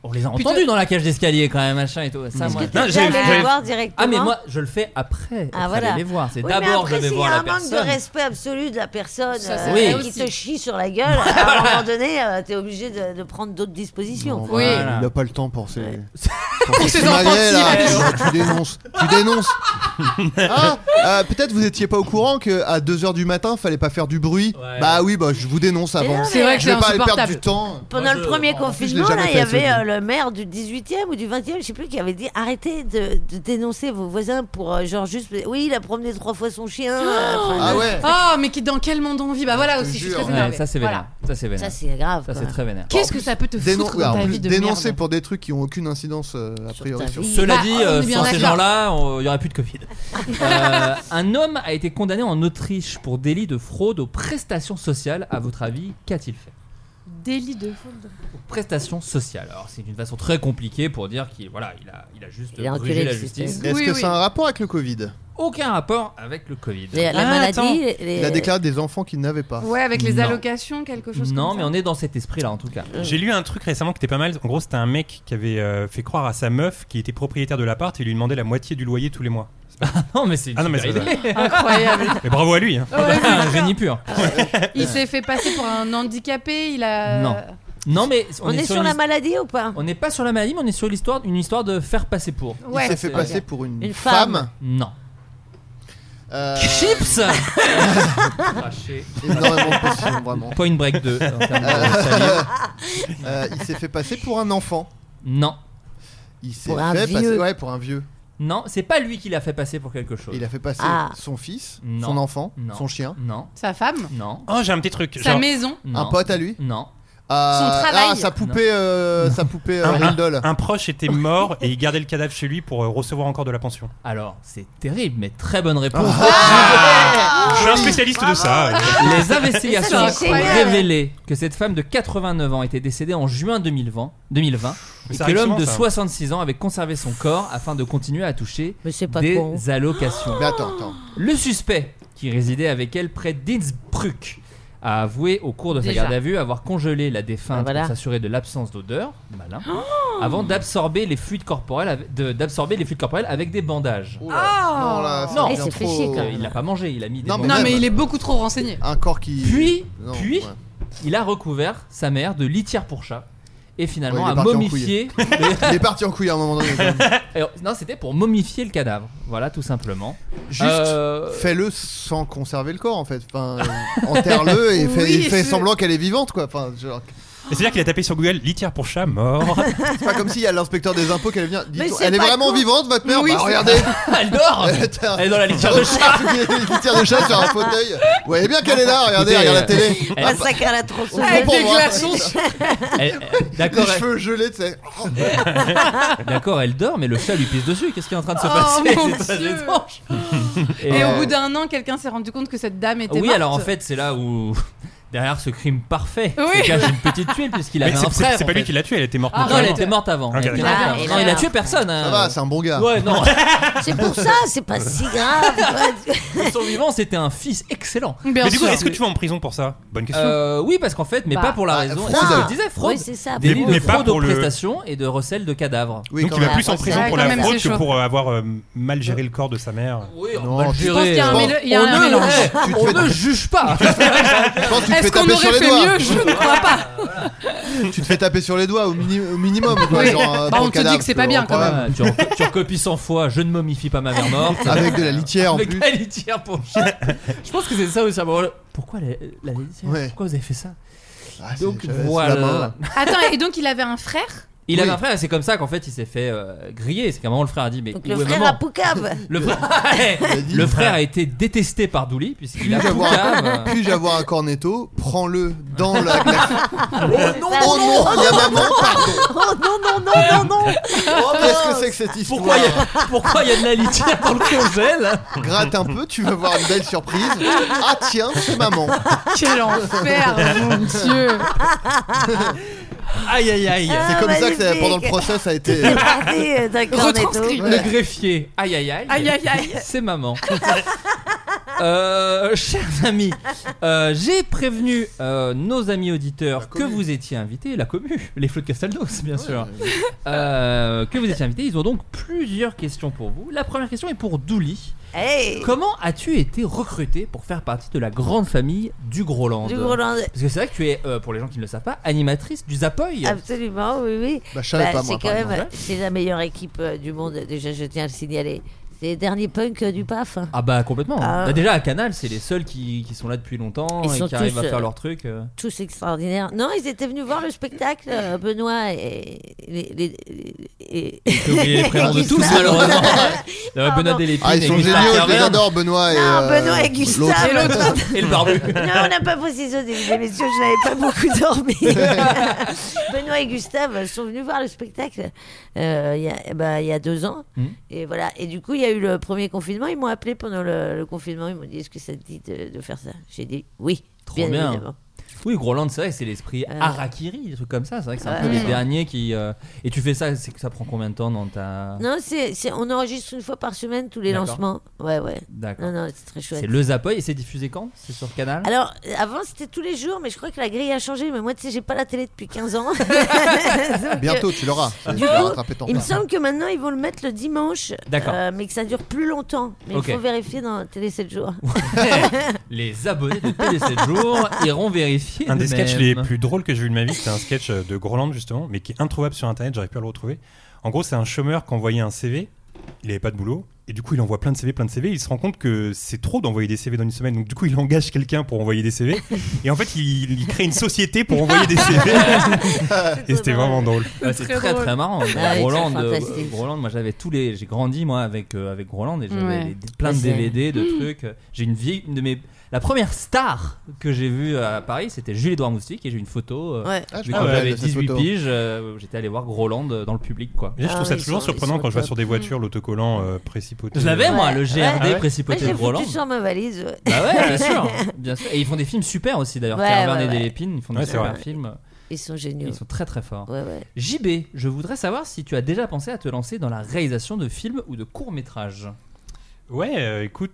On les a Plutôt- entendus dans la cage d'escalier quand même, machin et tout. Ça, Est-ce moi. que t'es Non, déjà j'ai- allé j'ai- les voir directement? Ah mais moi je le fais après. Ah, après voilà. aller les voir. C'est Oui, mais d'abord je après, vais s'il voir y a la un manque personne. de respect absolu de la personne Ça, euh, c'est vrai qui aussi. te chie sur la gueule, à un moment donné, euh, t'es obligé de, de prendre d'autres dispositions. Non, Oui. voilà, il a pas le temps pour ces. Pour ces ces sous-maillets, là. enfantillages. Tu dénonces. Tu dénonces. Ah, euh, peut-être vous étiez pas au courant qu'à deux heures du matin, fallait pas faire du bruit. Ouais. Bah oui, bah je vous dénonce Mais avant. non, C'est vrai que Je vais c'est pas aller perdre insupportable. du temps. Pendant Moi, le je- premier en plus, je l'ai confinement, jamais là, il y fait, avait celui-là. euh, le maire du dix-huitième ou du vingtième, je sais plus, qui avait dit arrêtez de, de dénoncer vos voisins pour euh, genre juste. Oui, il a promené trois fois son chien. euh, enfin, Ah ouais. Oh, mais qui, dans quel monde on vit? Bah voilà Je te aussi, je suis jure. très Ouais, énervée. ça c'est vénère. Voilà. Ça c'est vénère. Ça, c'est grave. Ça quoi. c'est très vénère. Qu'est-ce que ça peut te Dénon- foutre ouais, dans en ta plus, vie de dénoncer merde? pour des trucs qui ont aucune incidence euh, a Sur priori ta sur vie. Cela Bah, dit, on euh, est bien sans ces d'accord. gens-là, on- il y aurait plus de Covid. Euh, un homme a été condamné en Autriche pour délit de fraude aux prestations sociales. À votre avis, qu'a-t-il fait? Délit de faute. Aux prestations sociales. Alors c'est une façon très compliquée pour dire qu'il voilà, il a, il a juste Il a brûlé enculé la le justice. système. Est-ce Oui, que oui. ça a un rapport avec le Covid? Aucun rapport avec le Covid. Les- la Ah, maladie. attends. les- les- Il a déclaré des enfants qu'il n'avait pas. Ouais, avec les Non. allocations, quelque chose Non, comme mais ça. on est dans cet esprit-là en tout cas. J'ai lu un truc récemment qui était pas mal. En gros, c'était un mec qui avait euh, fait croire à sa meuf qui était propriétaire de l'appart et lui demandait la moitié du loyer tous les mois. Non, mais c'est une Ah non, mais super c'est idée. Incroyable. Mais bravo à lui. Hein. Un génie pur. Il s'est fait passer pour un handicapé, il a... Non. Non, mais on, On est sur une la his- maladie ou pas? On n'est pas sur la maladie, mais on est sur l'histoire, une histoire de faire passer pour. Ouais. Il s'est fait c'est- passer pour une, Une femme. femme. Non. Euh, Chips. Craché. Énormément de positions, vraiment. Point Break deux en termes de Euh, salive. euh, il s'est fait passer pour un enfant. Non. Il s'est Pour un fait passer, vieux. ouais, pour un vieux. Non, c'est pas lui qui l'a fait passer pour quelque chose. Il a fait passer Ah. son fils, Non. son enfant, Non. son chien, Non. Sa femme, Non. Oh, j'ai un petit truc. sa Genre, maison. Non. un pote à lui. Non. Euh, Son travail. Ah, sa poupée, euh, sa poupée euh, un, Real Doll. un proche était mort et il gardait le cadavre chez lui pour euh, recevoir encore de la pension. Alors, c'est terrible, mais très bonne réponse. Je suis un spécialiste de ça. Les investigations Mais ça, c'est ont génial. révélé que cette femme de quatre-vingt-neuf ans était décédée en juin deux mille vingt, deux mille vingt Mais et ça que arrive l'homme souvent, de ça. soixante-six ans avait conservé son corps afin de continuer à toucher Mais c'est pas des con. allocations. Mais attends, attends. Le suspect, qui résidait avec elle près d'Innsbruck, a avoué au cours de sa Déjà. garde à vue avoir congelé la défunte Ah, voilà. pour s'assurer de l'absence d'odeur, malin, avant d'absorber les fluides corporels, avec- de- d'absorber les fluides corporels avec des bandages. Oula. Oh. Non, là, ça Non. devient Il s'est fait trop- chier, quand Euh, même. il l'a pas mangé, il a mis des Non, mais bandages. Non, même- mais il est beaucoup trop renseigné. Un corps qui. Puis, Non, puis ouais. il a recouvert sa mère de litière pour chat et finalement Ouais, il est a parti en momifié. Il est parti en couille à un moment donné. quand même. Alors, non, c'était pour momifier le cadavre. Voilà, tout simplement. Juste, Euh, fais-le sans conserver le corps en fait. Enfin, euh, enterre-le et fais, Oui, et fais c'est- semblant qu'elle est vivante quoi. Enfin, genre, Et c'est-à-dire qu'il a tapé sur Google litière pour chat mort. c'est pas comme s'il y a l'inspecteur des impôts qui allait venir. Mais Dites-on, c'est elle est pas vraiment con. vivante votre mère? Oui, Bah c'est- regardez. Elle dort. Putain. Elle est dans la litière de chat. Litière de chat sur un fauteuil. Vous voyez bien qu'elle est là. Regardez, Écoutez, regarde la télé. elle- Un sac à la tronçonneuse. Avec pour des moi. glaçons. Elle- elle- Les D'accord, elle- cheveux gelés, tu sais. d'accord, elle dort, mais le chat lui pisse dessus. Qu'est-ce qui est en train de se Oh, passer? mon C'est très Dieu. étrange. Et euh, au bout d'un an, quelqu'un s'est rendu compte que cette dame était Oui, morte. alors en fait, c'est là où derrière ce crime parfait Oui. se cache une petite tuile puisqu'il Mais avait c'est un c'est- frère. c'est en pas lui fait. qui l'a tué, elle était morte. Ah, Non, elle naturellement. était morte avant. Ok, Elle était d'accord. morte Ah, avant. et Non, là- il a tué personne. hein. Ça va, c'est un bon gars. Ouais, non. C'est pour ça, c'est pas si grave. quoi. Son vivant, c'était un fils excellent. Bien Mais du coup, sûr. est-ce que tu vas en prison pour ça? Bonne question. Euh, oui, parce qu'en fait, mais Bah, pas pour la bah, raison. fraude. C'est ce que je disais, fraude. Oui, c'est ça. Délit Mais de pas fraude pour aux le- prestations et de recel de cadavres. Oui, Donc quand il va même. plus en Ouais, prison quand pour même, la c'est fraude que chaud. pour euh, avoir euh, mal géré le corps de sa mère. Oui, on Non, va le je gérer. pense qu'il y a un On- mél- il y a on un ne- mélange. Tu te On fais- ne juge pas. Je pense que tu te Est-ce fais qu'on taper sur aurait les fait doigts. mieux? Je ne crois pas. Tu te fais taper sur les doigts au, mini- au minimum. Quoi, Oui. genre, euh, Bah, pour on le te dit cadavre, que c'est pas bien, quand quand même. Ouais, tu, reco- tu recopies cent fois, je ne momifie pas ma mère morte. Avec de la litière en Avec plus. la litière pour chat. Je pense que c'est ça aussi. à un moment, Pourquoi la, la litière Ouais. Pourquoi vous avez fait ça? Ah, c'est- Donc j'avais sous voilà. la main, là. Attends, et donc il avait un frère? Il Oui. avait un frère et c'est comme ça qu'en fait il s'est fait euh, griller. C'est qu'à un moment le frère a dit mais Donc où le est frère maman à Poucave. Le frère, Il a dit, le frère a été détesté par Douli puisqu'il Puis-je a avoir, Poucave. puis-je avoir un cornetto? Prends-le dans la. la- non, Oh non, il y a maman, pardon. Oh non, non, non, non, non. Oh, qu'est-ce que c'est que cette histoire? Pourquoi il y a- pourquoi il y a de la litière dans le congèle? Gratte un peu, tu vas voir une belle surprise. Ah tiens, c'est maman. Quel enfer, mon Dieu. Aïe aïe aïe. Ah, C'est comme ça que ça- magnifique. pendant le procès ça a été. Il est parti euh, d'un cornetto. Retranscrit. Le greffier. Aïe aïe aïe. Aïe, aïe, aïe. C'est maman. Euh, chers amis, euh, j'ai prévenu euh, nos amis auditeurs que vous étiez invités, la commu, les Flots de Castaldos, bien ouais, sûr, ouais. Euh, que vous étiez invités. Ils ont donc plusieurs questions pour vous. La première question est pour Douli. Hey. Comment as-tu été recruté pour faire partie de la grande famille du Groland? Du Groland. Parce que c'est vrai que tu es, euh, pour les gens qui ne le savent pas, animatrice du Zapoy. Absolument, oui, oui. Bah, je savais bah, pas, c'est moi, quand même, exemple. c'est la meilleure équipe euh, du monde. Déjà, je tiens à le signaler. C'est les derniers punks euh, du P A F. Ah bah complètement. Ah. Bah, déjà à Canal, c'est les seuls qui, qui sont là depuis longtemps Ils et sont qui arrivent tous, à faire euh, leur truc. Euh. Tous extraordinaires. Non, ils étaient venus voir le spectacle, euh, Benoît et. Les, les, les... J'ai oublié les prénoms de tous, malheureusement. Benoît Delépine. Ah, ils sont géniaux, je les adore, Benoît et. Non, euh, Benoît et Gustave. Et l'autre. Et le barbu. Non, on n'a pas précisé au début, messieurs, je n'avais pas beaucoup dormi. Benoît et Gustave sont venus voir le spectacle euh, il y a, bah, il y a deux ans. Mmh. Et voilà. Et du coup, il y a eu le premier confinement. Ils m'ont appelé pendant le, le confinement. Ils m'ont dit: est-ce que ça te dit de, de faire ça? J'ai dit oui. Trop bien, bien. Évidemment. Oui, Groland, c'est vrai que c'est l'esprit euh... Harakiri, des trucs comme ça. C'est vrai que c'est un ouais, peu ouais. les derniers qui. Euh... Et tu fais ça, c'est que ça prend combien de temps dans ta. Non, c'est, c'est, on enregistre une fois par semaine tous les D'accord. lancements. Ouais, ouais. D'accord. Non, non, c'est très chouette. C'est le Zapoy et c'est diffusé quand? C'est sur Canal? Alors, avant c'était tous les jours, mais je crois que la grille a changé. Mais moi, tu sais, j'ai pas la télé depuis quinze ans. Donc, bientôt, tu l'auras. Du coup, il me semble que maintenant ils vont le mettre le dimanche. D'accord. Euh, mais que ça dure plus longtemps. Mais okay. il faut vérifier dans Télé sept jours. Les abonnés de Télé sept jours iront vérifier. Un des même. sketchs les plus drôles que j'ai vu de ma vie, c'était un sketch de Groland justement, mais qui est introuvable sur internet, j'arrive plus à le retrouver. En gros, c'est un chômeur qui envoyait un C V, il avait pas de boulot, et du coup, il envoie plein de C V, plein de C V, il se rend compte que c'est trop d'envoyer des C V dans une semaine, donc du coup, il engage quelqu'un pour envoyer des C V, et en fait, il, il crée une société pour envoyer des C V, et c'était vraiment drôle. Ouais, c'est très très, très marrant. Ah, Groland, euh, Groland, moi j'avais tous les, j'ai grandi moi avec euh, avec Groland et j'avais Ouais. les, plein de D V D, de trucs. J'ai une vieille, une de mes La première star que j'ai vue à Paris, c'était Jules-Édouard Moustique, et j'ai une photo. Euh, ouais. ah, quand j'avais dix-huit piges, euh, j'étais allé voir Groland dans le public, quoi. Et je trouve ah, ça toujours sont, surprenant quand je vois sur des voitures l'autocollant euh, Précipauté. Je l'avais, moi, ouais. le G R D ouais. Précipauté ouais, de Groland. J'ai foutu sur ma valise. Ouais. Bah ouais, bien sûr, bien sûr. Et ils font des films super aussi, d'ailleurs. Ouais, Carverne ouais, et ouais. Delépine, ils font des ouais, super films. Ils sont géniaux. Ils sont très très forts. Ouais, ouais. J B, je voudrais savoir si tu as déjà pensé à te lancer dans la réalisation de films ou de courts-métrages. Ouais, euh, écoute,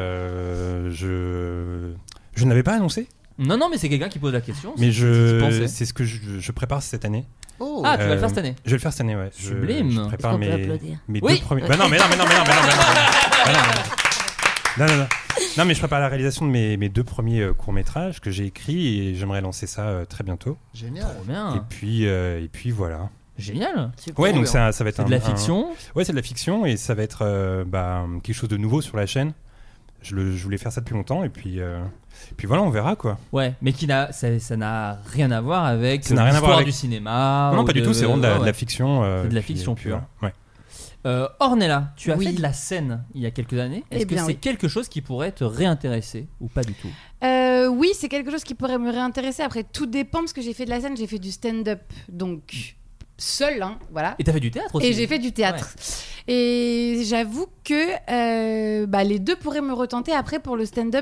euh, je... je n'avais pas annoncé. Non, non, mais c'est quelqu'un qui pose la question. Mais je... c'est ce que je, je prépare cette année. Oh. Ah, tu vas euh, le faire cette année? Je vais le faire cette année, ouais. Sublime. Je, je prépare mes, mes oui. deux premiers. Bah non, mais non, mais non, mais non, mais non, mais non, mais non, mais non, non, non, non. Non, mais je prépare la réalisation de mes, mes deux premiers euh, courts-métrages que j'ai écrits et j'aimerais lancer ça euh, très bientôt. Génial. Trop bien. Et puis, euh, et puis voilà. Génial. Super. Ouais, donc ça, ça va être c'est un, de la fiction. Un... Ouais, c'est de la fiction et ça va être euh, bah, quelque chose de nouveau sur la chaîne. Je, le, je voulais faire ça depuis longtemps et puis, euh, et puis voilà, on verra quoi. Ouais, mais qui n'a, ça, ça n'a rien à voir avec ça n'a rien à voir avec du cinéma. Non, pas de... du tout, c'est vraiment de la, ouais, de la fiction. Euh, c'est de la puis, fiction puis, pure. Voilà. Ouais. Euh, Ornella, tu as oui. fait de la scène il y a quelques années. Est-ce eh que bien, c'est oui. quelque chose qui pourrait te réintéresser ou pas du tout? euh, Oui, c'est quelque chose qui pourrait me réintéresser. Après, tout dépend parce que j'ai fait de la scène, j'ai fait du stand-up, donc seul, hein, voilà. Et t'as fait du théâtre aussi? Et j'ai fait du théâtre. Ouais. Et j'avoue que euh, bah, les deux pourraient me retenter. Après, pour le stand-up,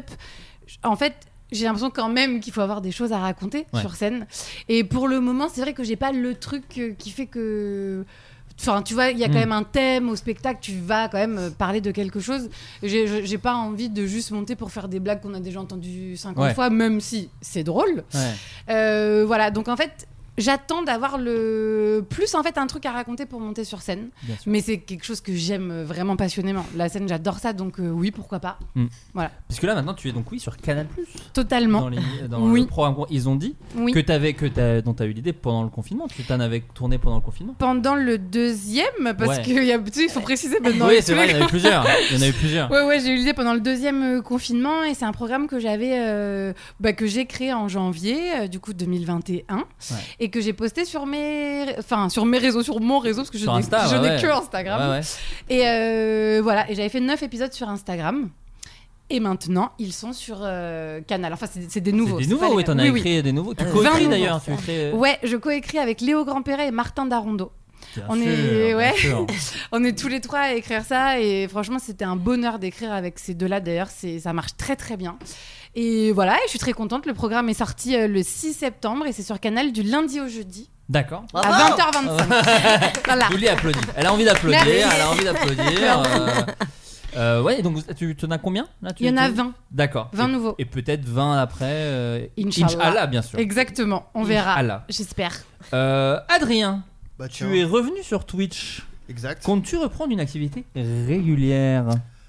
en fait, j'ai l'impression quand même qu'il faut avoir des choses à raconter ouais. sur scène. Et pour le moment, c'est vrai que j'ai pas le truc qui fait que... Enfin, tu vois, il y a quand mmh. même un thème au spectacle, tu vas quand même parler de quelque chose. J'ai, j'ai pas envie de juste monter pour faire des blagues qu'on a déjà entendues cinquante ouais. fois, même si c'est drôle. Ouais. Euh, voilà, donc en fait... J'attends d'avoir le plus en fait un truc à raconter pour monter sur scène, mais c'est quelque chose que j'aime vraiment passionnément. La scène, j'adore ça, donc euh, oui, pourquoi pas. Mm. Voilà. Parce que là maintenant, tu es donc oui sur Canal plus. Totalement. Dans, les, dans oui. le programme, ils ont dit oui. que t'avais que t'as, dont t'as eu l'idée pendant le confinement. Tu t'en avais tourné pendant le confinement. Pendant le deuxième, parce ouais. qu'il y a, tu sais, il faut préciser maintenant. Oui, c'est vrai, il y en a eu plusieurs. Il y en a eu plusieurs. Ouais, ouais, j'ai eu l'idée pendant le deuxième confinement et c'est un programme que j'avais, euh, bah, que j'ai créé en janvier, euh, du coup deux mille vingt et un, ouais. et que j'ai posté sur mes enfin sur mes réseaux, sur mon réseau parce que je, n'ai, Insta, je ouais, n'ai ouais. que Instagram ouais, ouais. et euh, voilà, et j'avais fait neuf épisodes sur Instagram et maintenant ils sont sur euh, Canal, enfin c'est, c'est des nouveaux c'est des nouveaux, oui, t'en as oui, écrit oui. des nouveaux, tu euh, co-écris d'ailleurs tu écris... ouais, je co-écris avec Léo Grandperret et Martin Darondo. Bien on sûr, est ouais sûr. On est tous les trois à écrire ça et franchement c'était un bonheur d'écrire avec ces deux là, d'ailleurs c'est, ça marche très très bien. Et voilà, et je suis très contente, le programme est sorti euh, le six septembre et c'est sur Canal du lundi au jeudi. D'accord. À vingt heures vingt-cinq. Voilà. Julie applaudit. Elle a envie d'applaudir. Merci. Elle a envie d'applaudir. euh... Euh, ouais, donc tu en as combien là, tu, Il y en a tu... vingt. D'accord. vingt et, nouveaux. Et peut-être vingt après. Euh... Inch'Allah. Inch'Allah, bien sûr. Exactement, on verra. Inch'Allah. J'espère. Euh, Adrien, Bah, tiens. tu es revenu sur Twitch. Exact. Comptes-tu reprendre une activité régulière?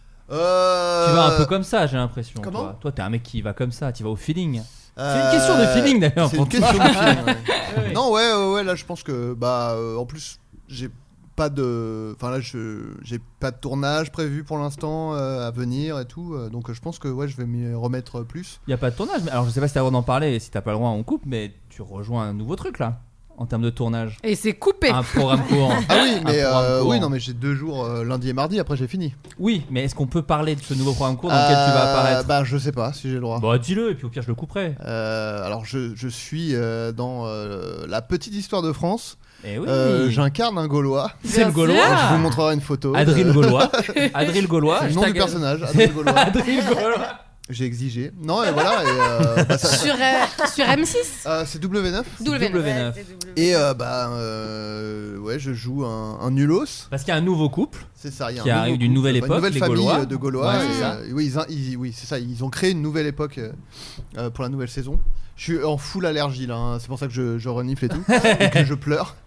Euh... Tu vas un peu comme ça, j'ai l'impression. Comment Toi, toi t'es un mec qui va comme ça, tu vas au feeling. Euh, C'est une question de feeling d'ailleurs. C'est pour une toi. question de feeling. Ouais. Ouais. Non, ouais, ouais, ouais, là je pense que bah euh, en plus j'ai pas de, enfin là je j'ai pas de tournage prévu pour l'instant euh, à venir et tout, euh, donc euh, je pense que ouais je vais m'y remettre plus. Il y a pas de tournage, mais alors je sais pas si t'as le droit d'en parler, et si t'as pas le droit on coupe, mais tu rejoins un nouveau truc là. En termes de tournage. Et c'est coupé. Un programme court. Ah oui, mais euh, court. oui, non, mais j'ai deux jours, euh, lundi et mardi. Après, j'ai fini. Oui, mais est-ce qu'on peut parler de ce nouveau programme court dans lequel tu vas apparaître? Bah, je sais pas si j'ai le droit. Bah, dis-le et puis au pire, je le couperai. Euh, alors, je, je suis euh, dans euh, la petite histoire de France. Eh oui. Euh, J'incarne un Gaulois. C'est le Gaulois. Je vous montrerai une photo. Adrien Gaulois. Adrien Gaulois. C'est le nom du personnage. Adrien Gaulois. Adrien Gaulois. J'ai exigé. Non, et voilà. Et, euh, bah, ça, sur, euh, sur M six euh, C'est W neuf. W neuf. Et euh, bah euh, ouais, je joue un, un nulos. Parce qu'il y a un nouveau couple. C'est ça, il y a qui un arrive d'une nouvelle couple, époque, une nouvelle les famille Gaulois. de Gaulois. Ouais, et, c'est ça. euh, oui, ils, ils- oui, c'est ça. Ils ont créé une nouvelle époque euh, euh, pour la nouvelle saison. Je suis en full allergie là, hein. C'est pour ça que je, je renifle et tout, et que je pleure.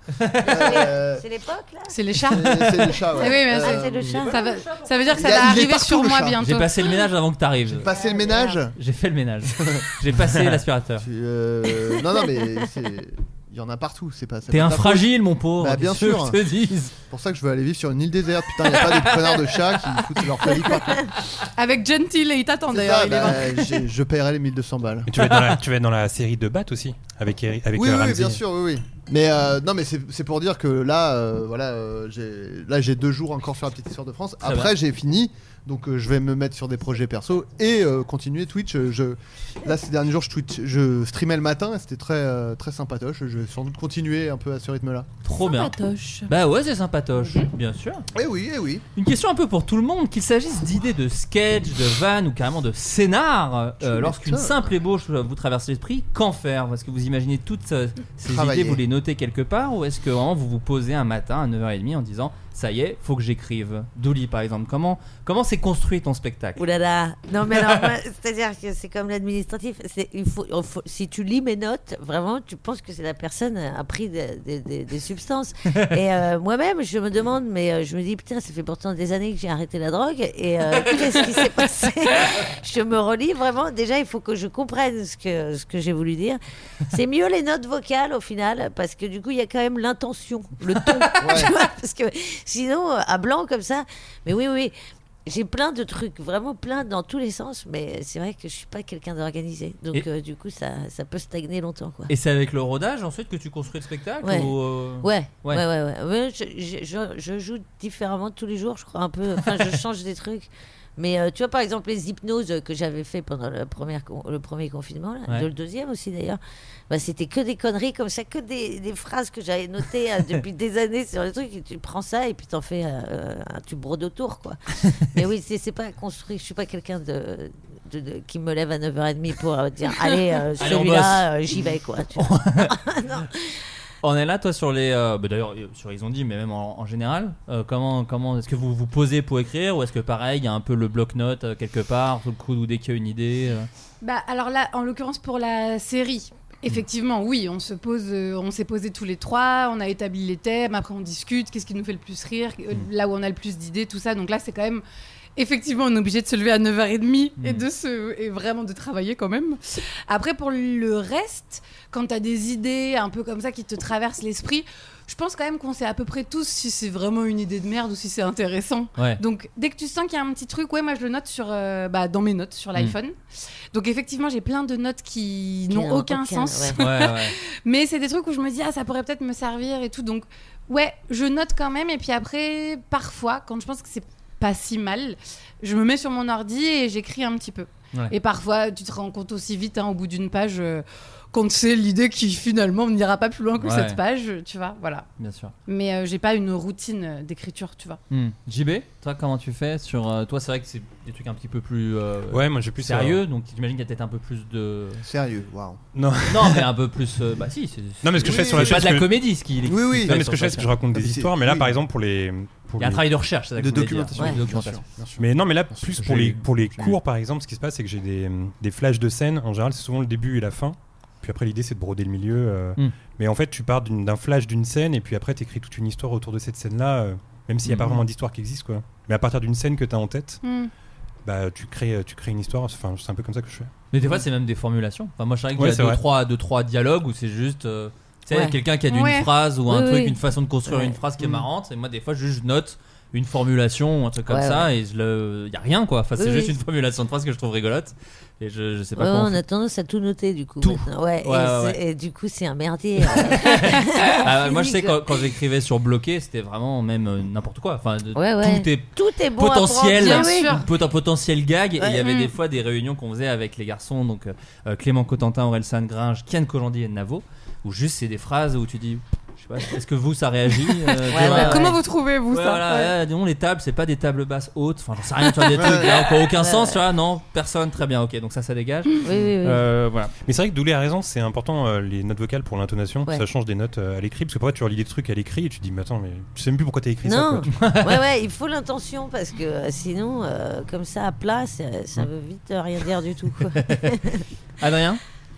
Euh, C'est l'époque là. C'est les chats. C'est c'est le chat, ouais. Eh oui, mais Euh, c'est- c'est le chat. Ça, va- ça veut dire que ça Il y a- va il est arriver partout, sur le moi chat. bientôt. J'ai passé le ménage avant que t'arrives. Passer le ménage. J'ai fait le ménage. J'ai passé l'aspirateur. Tu, euh, Non, non, mais c'est. Il y en a partout, c'est pas. c'est T'es pas un ta faute. fragile, mon pauvre. Bah, bien qu'est-ce que sûr. je te dise. C'est pour ça que je veux aller vivre sur une île déserte. Putain, il y a pas des connards de chats qui foutent leur panique partout. Avec Gentil et il t'attend C'est d'ailleurs. ça, il est bah, vingt. j'ai- je paierai les mille deux cents balles. Et tu vas être dans la, tu vas être dans la série de Bat aussi avec Eri- avec Oui, euh, oui, Ramsey. bien sûr, oui, oui. Mais euh, non, mais c'est c'est pour dire que là, euh, voilà, euh, j'ai là j'ai deux jours encore sur la petite histoire de France. Très Après, bien. j'ai fini, donc euh, je vais me mettre sur des projets perso et euh, continuer Twitch. euh, Je là ces derniers jours, je Twitch, je streamais le matin et c'était très euh, très sympatoche. Je vais sans doute continuer un peu à ce rythme-là. Trop bien. Sympatoche. Bah ouais, c'est sympatoche, bien sûr. Eh oui, eh oui. Une question un peu pour tout le monde, qu'il s'agisse d'idées de sketch, de vannes ou carrément de scénar, Tu euh, lorsqu'une m'étonnes. simple ébauche vous traverse l'esprit, qu'en faire? Est-ce que vous imaginez toutes euh, ces Travailler. idées, vous les notez quelque part, ou est-ce que vraiment vous vous posez un matin à neuf heures trente en disant ça y est, faut que j'écrive? Douli par exemple, comment comment s'est construit ton spectacle? Ouh là là. Non mais alors, moi, c'est-à-dire que c'est comme l'administratif. C'est il faut, il faut- si tu lis mes notes, vraiment, tu penses que c'est la personne a pris des, des- des- des substances. Et euh, moi-même, je me demande, mais euh, je me dis putain, ça fait pourtant des années que j'ai arrêté la drogue. Et euh, qu'est-ce qui s'est passé? Je me relis vraiment. Déjà, il faut que je comprenne ce que ce que j'ai voulu dire. C'est mieux les notes vocales au final, parce que du coup, il y a quand même l'intention, le ton. Tu vois, parce que sinon, à blanc comme ça. Mais oui, oui. J'ai plein de trucs, vraiment plein dans tous les sens, mais c'est vrai que je suis pas quelqu'un d'organisé, donc Et- euh, du coup ça, ça peut stagner longtemps, quoi. Et c'est avec le rodage ensuite que tu construis le spectacle Ouais. ou, euh, Ouais, Ouais. ouais, ouais, ouais. Ouais, je, je- je- je joue différemment tous les jours, je crois un peu. Enfin, je change des trucs. Mais euh, tu vois, par exemple, les hypnoses que j'avais fait pendant le premier, le premier confinement, là, Ouais. de le deuxième aussi d'ailleurs, bah, c'était que des conneries comme ça, que des, des phrases que j'avais notées euh, depuis des années sur les trucs. Et tu prends ça et puis t'en fais, euh, un- tu brodes autour, quoi. Mais oui, c'est c'est pas construit. Je suis pas quelqu'un de, de- de- qui me lève à neuf heures trente pour euh, dire allez, euh, Allez, on celui-là, euh, j'y vais, quoi. Tu vois. Non. On est là, toi, sur les. euh, bah, D'ailleurs, euh, sur Ils ont dit, mais même en, en général, euh, comment, comment est-ce que vous vous posez pour écrire, ou est-ce que pareil, il y a un peu le bloc-notes euh, quelque part, sous le coude, ou dès qu'il y a une idée euh Bah alors là, en l'occurrence pour la série, effectivement, oui, on se pose, euh, on s'est posé tous les trois, on a établi les thèmes, après on discute, qu'est-ce qui nous fait le plus rire, euh, là où on a le plus d'idées, tout ça. Donc là, c'est quand même. Effectivement, on est obligé de se lever à neuf heures trente et, de se, et vraiment de travailler quand même. Après, pour le reste, quand tu as des idées un peu comme ça qui te traversent l'esprit, je pense quand même qu'on sait à peu près tous si c'est vraiment une idée de merde ou si c'est intéressant. Ouais. Donc, dès que tu sens qu'il y a un petit truc, ouais, moi je le note sur, euh, bah, dans mes notes sur l'iPhone. Donc, effectivement, j'ai plein de notes qui, Qui n'ont n'ont aucun, aucun, sens. ouais. Ouais, ouais. Mais c'est des trucs où je me dis, ah, ça pourrait peut-être me servir et tout. Donc, ouais, je note quand même. Et puis après, parfois, quand je pense que c'est pas si mal, je me mets sur mon ordi et j'écris un petit peu. Ouais. Et parfois, tu te rends compte aussi vite, hein, au bout d'une page, euh, quand c'est l'idée qui finalement n'ira pas plus loin que Ouais. cette page, tu vois, voilà. Bien sûr. Mais euh, j'ai pas une routine euh, d'écriture, tu vois. Hmm. J B, toi, comment tu fais sur euh, toi, c'est vrai que c'est des trucs un petit peu plus euh, Ouais, moi j'ai plus sérieux, euh, donc j'imagine qu'il y a peut-être un peu plus de. Sérieux, waouh. Non. Non, mais un peu plus. euh, bah si, c'est. Non, mais ce que je fais sur la c'est pas chaîne, de la ce que- comédie, ce qui. Oui, oui. Non, mais ce que je fais, c'est que je raconte des Ah, mais c'est- histoires, mais là, oui. par exemple, pour les pour Il y a un les- travail de recherche, c'est ça que De je voulais dire. documentation. Ouais, Ouais, de documentation. bien sûr. Mais non, mais là, Bien plus sûr. pour J'ai- les, pour les j'ai- cours, par exemple, ce qui se passe, c'est que j'ai des, des flashs de scène. En général, c'est souvent le début et la fin. Puis après, l'idée, c'est de broder le milieu. euh. Mm. Mais en fait, tu pars d'une- d'un flash d'une scène, et puis après, tu écris toute une histoire autour de cette scène-là, euh, même s'il n'y a pas Mm. vraiment d'histoire qui existe, quoi. Mais à partir d'une scène que tu as en tête, Hmm. bah, tu, crées, tu crées une histoire. Enfin, c'est un peu comme ça que je fais. Mais des fois, c'est même des formulations. Enfin, moi, je sais qu'il Ouais, y a c'est deux vrai. trois, deux, trois dialogues où c'est juste. euh, tu sais, Ouais. quelqu'un qui a dit Ouais. une phrase ou un Oui, truc, oui. une façon de construire Ouais. une phrase qui est Mm. marrante. Et moi, des fois, juste je note une formulation ou un truc comme Ouais, ça. Et il y a rien, quoi. Enfin, c'est Oui, juste oui. une formulation de phrase que je trouve rigolote. Et je, je sais pas Ouais, comment. on a tendance à tout noter du coup. Tout. maintenant. Ouais, Ouais, et, ouais, c'est- et du coup, c'est un merdier. Ah, moi, je sais quand, quand j'écrivais sur bloqué, c'était vraiment même euh, n'importe quoi. Enfin, de- Ouais, ouais. tout est Tout est bon à potentiel, prendre. Bien sûr. pot- potentiel gag. Et il y Ouais. avait Mm. des fois des réunions qu'on faisait avec les garçons, donc euh, Clément Cotentin, Orelsan Gringe, Kian Kojandi et Navo, où juste c'est des phrases où tu dis, je sais pas, est-ce que vous ça réagit euh, Ouais, tu ouais, vois, ouais. Comment vous trouvez, vous, Ouais, ça voilà, Ouais. ouais, disons les tables, c'est pas des tables basses hautes, enfin j'en sais rien, tu vois, des trucs Ouais. qui n'ont aucun Ouais, sens, ouais. tu vois, non, personne, très bien, ok, donc ça, ça dégage. Oui, oui, oui. Euh, voilà. Mais c'est vrai que Doulé a raison, c'est important euh, les notes vocales pour l'intonation. Ouais. Ça change des notes euh, à l'écrit, parce que parfois tu relis des trucs à l'écrit et tu te dis, mais attends, mais tu sais même plus pourquoi t'as écrit Non, ça. Quoi. ouais, ouais, il faut l'intention parce que euh, sinon, euh, comme ça à plat, ça, ça veut vite euh, rien dire du tout. Quoi. Adrien,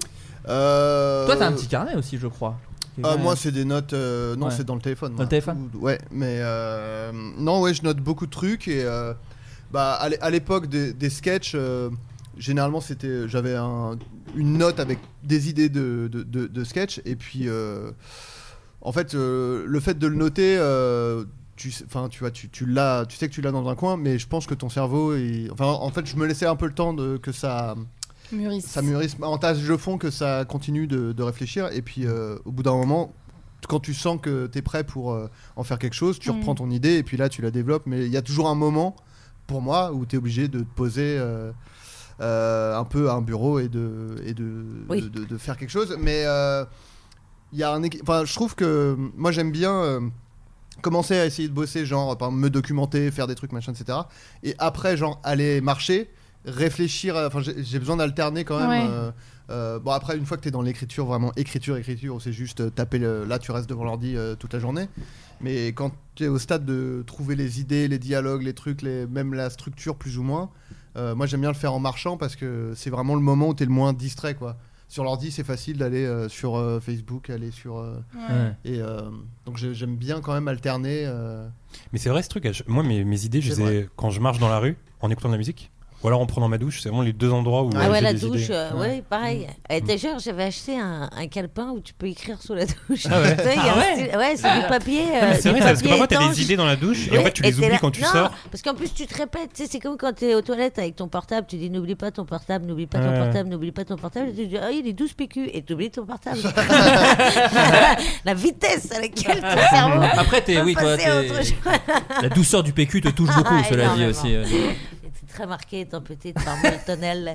Euh, toi t'as un petit carnet aussi, je crois. Ah, moi, c'est des notes. euh, non, Ouais. c'est dans le téléphone. Dans moi. le téléphone Tout- Ouais, mais euh, non, ouais, je note beaucoup de trucs et euh, bah à l'é- à l'époque des, des sketchs, euh, généralement c'était, j'avais un- une note avec des idées de, de, de, de sketch et puis euh, en fait euh, le fait de le noter. Euh, tu sais- enfin tu vois tu, tu l'as tu sais que tu l'as dans un coin mais je pense que ton cerveau est, enfin en fait je me laissais un peu le temps de que ça Mûrisse. ça mûrisse en tâche de fond, que ça continue de, de réfléchir et puis euh, au bout d'un moment quand tu sens que tu es prêt pour euh, en faire quelque chose, tu Mm. reprends ton idée et puis là tu la développes, mais il y a toujours un moment pour moi où tu es obligé de te poser euh, euh, un peu à un bureau et de, et de, Oui. de, de- de faire quelque chose, mais euh, il y a un équi- enfin je trouve que moi j'aime bien euh, commencer à essayer de bosser, genre par exemple, me documenter, faire des trucs machin, etc., et après genre aller marcher, réfléchir, à- enfin j'ai j'ai besoin d'alterner quand même. Ouais. euh, euh, bon après une fois que tu es dans l'écriture, vraiment écriture écriture, c'est juste euh, taper le, là tu restes devant l'ordi euh, toute la journée, mais quand tu es au stade de trouver les idées, les dialogues, les trucs, les, même la structure plus ou moins, euh, moi j'aime bien le faire en marchant parce que c'est vraiment le moment où tu es le moins distrait quoi. Sur l'ordi c'est facile d'aller euh, sur euh, Facebook, aller sur euh, Ouais. et euh, donc j'ai- j'aime bien quand même alterner euh, Mais c'est vrai ce truc, je- moi mes, mes idées, je C'est les ai vrai. quand je marche dans la rue en écoutant de la musique, ou alors en prenant ma douche, c'est vraiment les deux endroits où Ah euh, ouais, j'ai la des douche, idées. euh, Ouais. ouais, pareil. Mm. Et d'ailleurs, j'avais acheté un, un calepin où tu peux écrire sous la douche. Ah ouais. Tu sais, il y a Ah un ouais. style- ouais, c'est du papier. Ah, mais euh, c'est du vrai, ça, parce que papier parfois t'as étanche. des idées dans la douche et Ouais, en fait tu et les t'es oublies là- quand tu non, sors. parce qu'en plus tu te répètes, tu sais, c'est comme quand t'es aux toilettes avec ton portable, tu dis n'oublie pas ton portable, n'oublie pas ton Ouais. portable, n'oublie pas ton portable, et tu dis ah il est douze P Q et t'oublies ton portable. La vitesse à laquelle ton cerveau. Après, t'es, peut oui, toi, passer à t'es- autre chose. la douceur du P Q te touche beaucoup, Ah, cela dit énormément. aussi. euh. J'étais très marquée étant petite par Moltonel.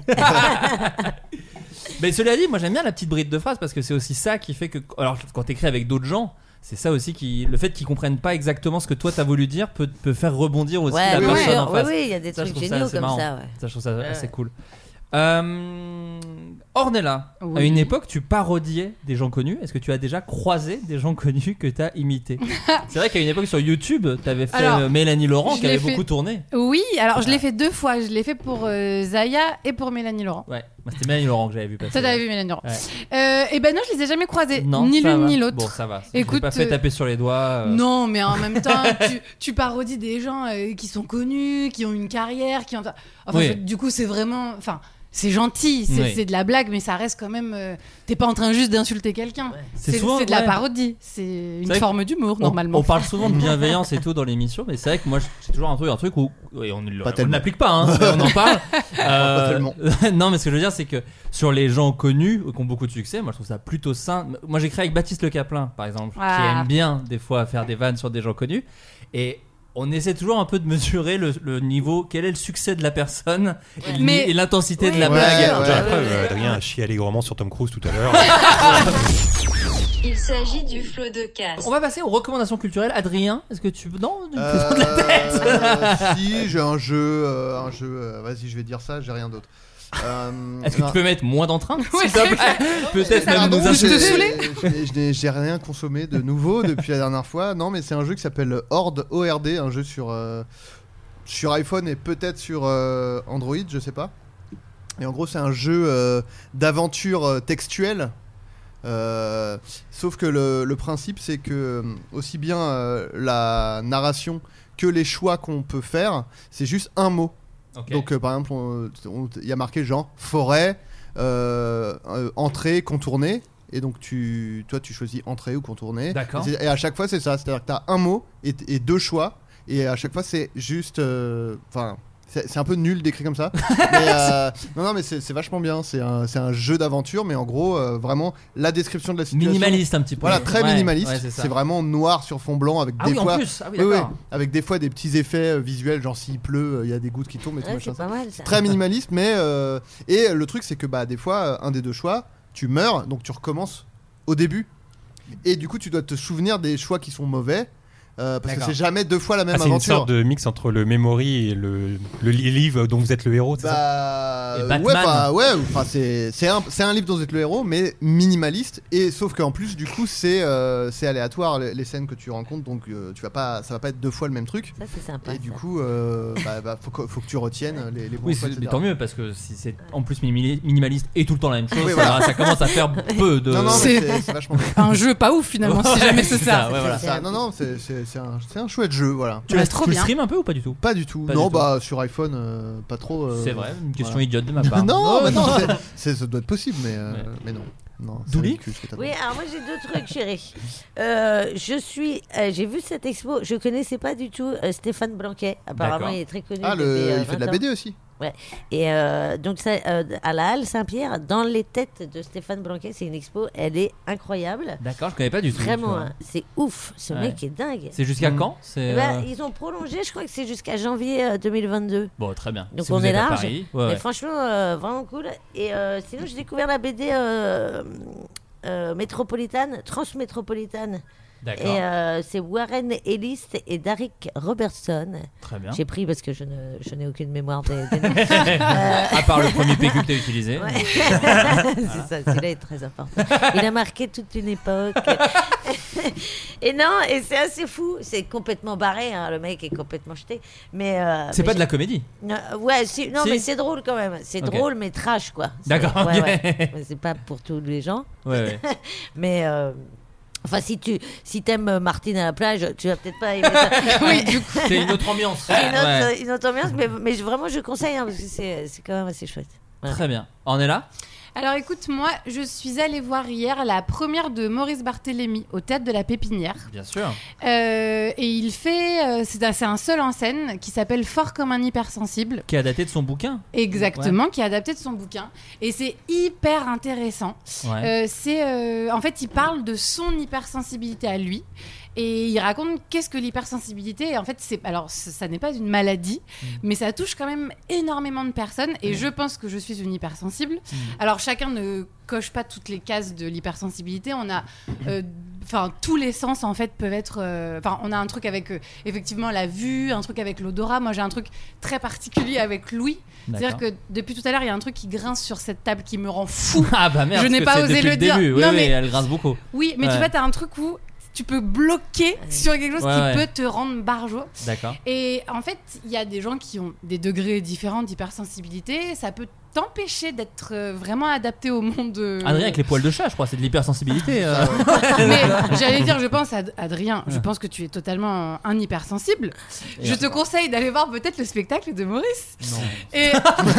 Mais cela dit, moi j'aime bien la petite bride de phrase parce que c'est aussi ça qui fait que, alors quand t'écris avec d'autres gens, c'est ça aussi qui, le fait qu'ils comprennent pas exactement ce que toi t'as voulu dire peut, peut faire rebondir aussi Ouais, la oui, personne oui, en oui, face. oui, il y a des Ça, je trucs trouve ça géniaux assez comme marrant. ça, ouais. Ça, je trouve ça Ouais, assez ouais. cool. Euh, Ornella, Oui. à une époque, tu parodiais des gens connus. Est-ce que tu as déjà croisé des gens connus que tu as imités? C'est vrai qu'à une époque sur YouTube, tu avais fait Alors, euh, Mélanie Laurent je qui avait l'ai fait- beaucoup tourné. Oui, alors je Ah. l'ai fait deux fois. Je l'ai fait pour euh, Zaya et pour Mélanie Laurent. Ouais, moi, c'était Mélanie Laurent que j'avais vu passer. Toi, t'avais vu Mélanie Laurent. Ouais. Euh, et ben non, je les ai jamais croisés. Non, ni ça l'une va. ni l'autre. Bon, ça va. Écoute, J'ai pas fait euh, taper sur les doigts. euh. Non, mais en même temps, tu, tu parodies des gens euh, qui sont connus, qui ont une carrière, qui ont. Enfin, Oui. je- du coup, c'est vraiment. Enfin, c'est gentil, c'est Oui. c'est de la blague, mais ça reste quand même. euh, T'es pas en train juste d'insulter quelqu'un. C'est C'est souvent- c'est de la ouais. parodie. C'est une vrai forme d'humour, On- normalement. On, parle souvent de bienveillance et tout dans l'émission, mais c'est vrai que moi, j'ai toujours un truc, un truc où et on ne Pas on tellement. n'applique pas, hein, on en parle. Euh, tellement. non, mais ce que je veux dire, c'est que sur les gens connus qui ont beaucoup de succès, moi, je trouve ça plutôt sain. Moi, j'ai créé avec Baptiste Le Caplin, par exemple, qui Ah. aime bien des fois faire des vannes sur des gens connus, et on essaie toujours un peu de mesurer le, le niveau, quel est le succès de la personne et le- Mais- et l'intensité de Oui, la bien blague. sûr, Déjà, ouais, après, ouais, euh, ouais. Adrien a chié allègrement sur Tom Cruise tout à l'heure. Il s'agit du flot de casse. On va passer aux recommandations culturelles. Adrien, est-ce que tu non tu me Euh, fais de la tête euh, si j'ai un jeu, euh, un jeu. euh, Vas-y, je vais dire ça. J'ai rien d'autre. Euh, Est-ce que non. tu peux mettre moins d'entrain Ouais, s'il te plaît? Peut-être ça même va nous donc insulter. te saouler je n'ai, j'ai rien consommé de nouveau depuis la dernière fois. Non, mais c'est un jeu qui s'appelle Horde, O R D, un jeu sur, euh, sur iPhone et peut-être sur euh, Android, je sais pas. Et en gros, c'est un jeu euh, d'aventure euh, textuelle. Euh, sauf que le, le principe, c'est que euh, aussi bien euh, la narration que les choix qu'on peut faire, c'est juste un mot. Okay. Donc, euh, par exemple, il y a marqué genre forêt, euh, euh, entrée, contournée. Et donc, tu, toi, tu choisis entrée ou contournée. D'accord. Et, et à chaque fois, c'est ça. C'est-à-dire que tu as un mot et, et deux choix. Et à chaque fois, c'est juste. Enfin. Euh, C'est, c'est un peu nul d'écrire comme ça. mais, euh, non, non, mais c'est, c'est vachement bien. C'est un, c'est un jeu d'aventure, mais en gros, euh, vraiment, la description de la situation. Minimaliste un petit peu. Voilà, très ouais, minimaliste. Ouais, c'est, c'est vraiment noir sur fond blanc avec ah des oui, fois. En plus. Ah oui, oui, d'accord. oui, avec des fois des petits effets euh, visuels, genre s'il pleut, il euh, y a des gouttes qui tombent et tout ouais, machin. C'est pas mal, ça. Très minimaliste, mais euh, et le truc, c'est que bah des fois, un des deux choix, tu meurs, donc tu recommences au début. Et du coup, tu dois te souvenir des choix qui sont mauvais. Euh, parce D'accord. que c'est jamais deux fois la même ah, c'est aventure. C'est une sorte de mix entre le memory et le, le livre dont vous êtes le héros, c'est bah, ça et ouais, enfin ouais, enfin c'est c'est un c'est un livre dont vous êtes le héros, mais minimaliste. Et sauf qu'en plus, du coup, c'est euh, c'est aléatoire les, les scènes que tu rencontres, donc euh, tu vas pas, ça va pas être deux fois le même truc. Ça c'est sympa. Et ça. du coup, euh, bah, bah faut, que, faut que tu retiennes les, les bons oui, choix, mais tant mieux parce que si c'est en plus minimaliste et tout le temps la même chose, oui, voilà. ça, ça commence à faire peu de. Non, non, c'est, c'est, c'est vachement bien. Un jeu pas ouf finalement, si jamais c'est, c'est ça. ça, ouais, voilà. ça. Non, non, c'est, c'est, c'est un, c'est un chouette jeu, voilà. Tu, bah, tu le stream un peu ou pas du tout? Pas du tout. Pas non, du bah tout. sur iPhone, euh, pas trop. Euh, c'est vrai, une question voilà. idiote de ma part. non, bah non, c'est, c'est, ça doit être possible, mais, euh, ouais. mais non. Non, Douli ? Oui, alors moi j'ai deux trucs, chérie. Euh, je suis, euh, j'ai vu cette expo, je connaissais pas du tout euh, Stéphane Blanquet. Apparemment, D'accord. il est très connu. Ah, le, depuis, euh, il fait de la B D aussi. Ouais. Et euh, donc ça, euh, à la Halle Saint-Pierre, dans les têtes de Stéphane Blanquet, c'est une expo, elle est incroyable. D'accord, je connais pas du tout. Vraiment, hein, c'est ouf. Ce ouais. mec est dingue. C'est jusqu'à mmh. quand c'est bah, ils ont prolongé, je crois que c'est jusqu'à janvier euh, deux mille vingt-deux. Bon, très bien. Donc si on vous est êtes à large. Paris, ouais, ouais, mais ouais. franchement, euh, vraiment cool. Et euh, sinon, j'ai découvert la B D euh, euh, métropolitane, transmétropolitane. D'accord. Et euh, c'est Warren Ellis et Derek Robertson. Très bien. J'ai pris parce que je, ne, je n'ai aucune mémoire des, des noms. euh... À part le premier P Q que tu as utilisé. Ouais. Voilà. C'est ça, celui-là est très important. Il a marqué toute une époque. Et non, et c'est assez fou. C'est complètement barré, hein. Le mec est complètement jeté. Mais, euh, c'est mais pas j'ai... de la comédie. Non, ouais, si, non si. mais c'est drôle quand même. C'est okay. drôle, mais trash, quoi. C'est, d'accord. ouais, okay. ouais. C'est pas pour tous les gens. Ouais, ouais. Mais. Euh... Enfin, si tu si t'aimes Martine à la plage, tu vas peut-être pas aimer ça. Oui, du coup, c'est une autre ambiance. C'est une autre, ouais. une autre ambiance, mais, mais vraiment, je conseille, hein, parce que c'est, c'est quand même assez chouette. Voilà. Très bien. On est là ? Alors écoute, moi, je suis allée voir hier la première de Maurice Barthélémy au Théâtre de la Pépinière. Bien sûr. Euh, et il fait... Euh, c'est, un, c'est un seul en scène qui s'appelle Fort comme un hypersensible. Qui est adapté de son bouquin. Exactement, ouais. Qui est adapté de son bouquin. Et c'est hyper intéressant. Ouais. Euh, c'est, euh, en fait, il parle de son hypersensibilité à lui. Et il raconte qu'est-ce que l'hypersensibilité. Et en fait, c'est, alors, ça, ça n'est pas une maladie, mmh. mais ça touche quand même énormément de personnes. Et mmh. je pense que je suis une hypersensible. Mmh. Alors, chacun ne coche pas toutes les cases de l'hypersensibilité. On a... Euh, Enfin, tous les sens en fait peuvent être. Enfin, euh, on a un truc avec euh, effectivement la vue, un truc avec l'odorat. Moi, j'ai un truc très particulier avec l'ouïe. D'accord. C'est-à-dire que depuis tout à l'heure, il y a un truc qui grince sur cette table qui me rend fou. Ah bah merde. Je n'ai pas osé le, le dire. Début. Oui, non, oui, mais elle grince beaucoup. Oui, mais ouais. Tu vois, t'as un truc où tu peux bloquer sur quelque chose ouais, qui ouais. peut te rendre barjot. D'accord. Et en fait, il y a des gens qui ont des degrés différents d'hypersensibilité. Ça peut t'empêcher d'être vraiment adapté au monde. Euh... Adrien avec les poils de chat, je crois, c'est de l'hypersensibilité. Euh... Mais j'allais dire, je pense, Ad- Adrien, je pense que tu es totalement un hypersensible. Et je te conseille d'aller voir peut-être le spectacle de Maurice. Non. Et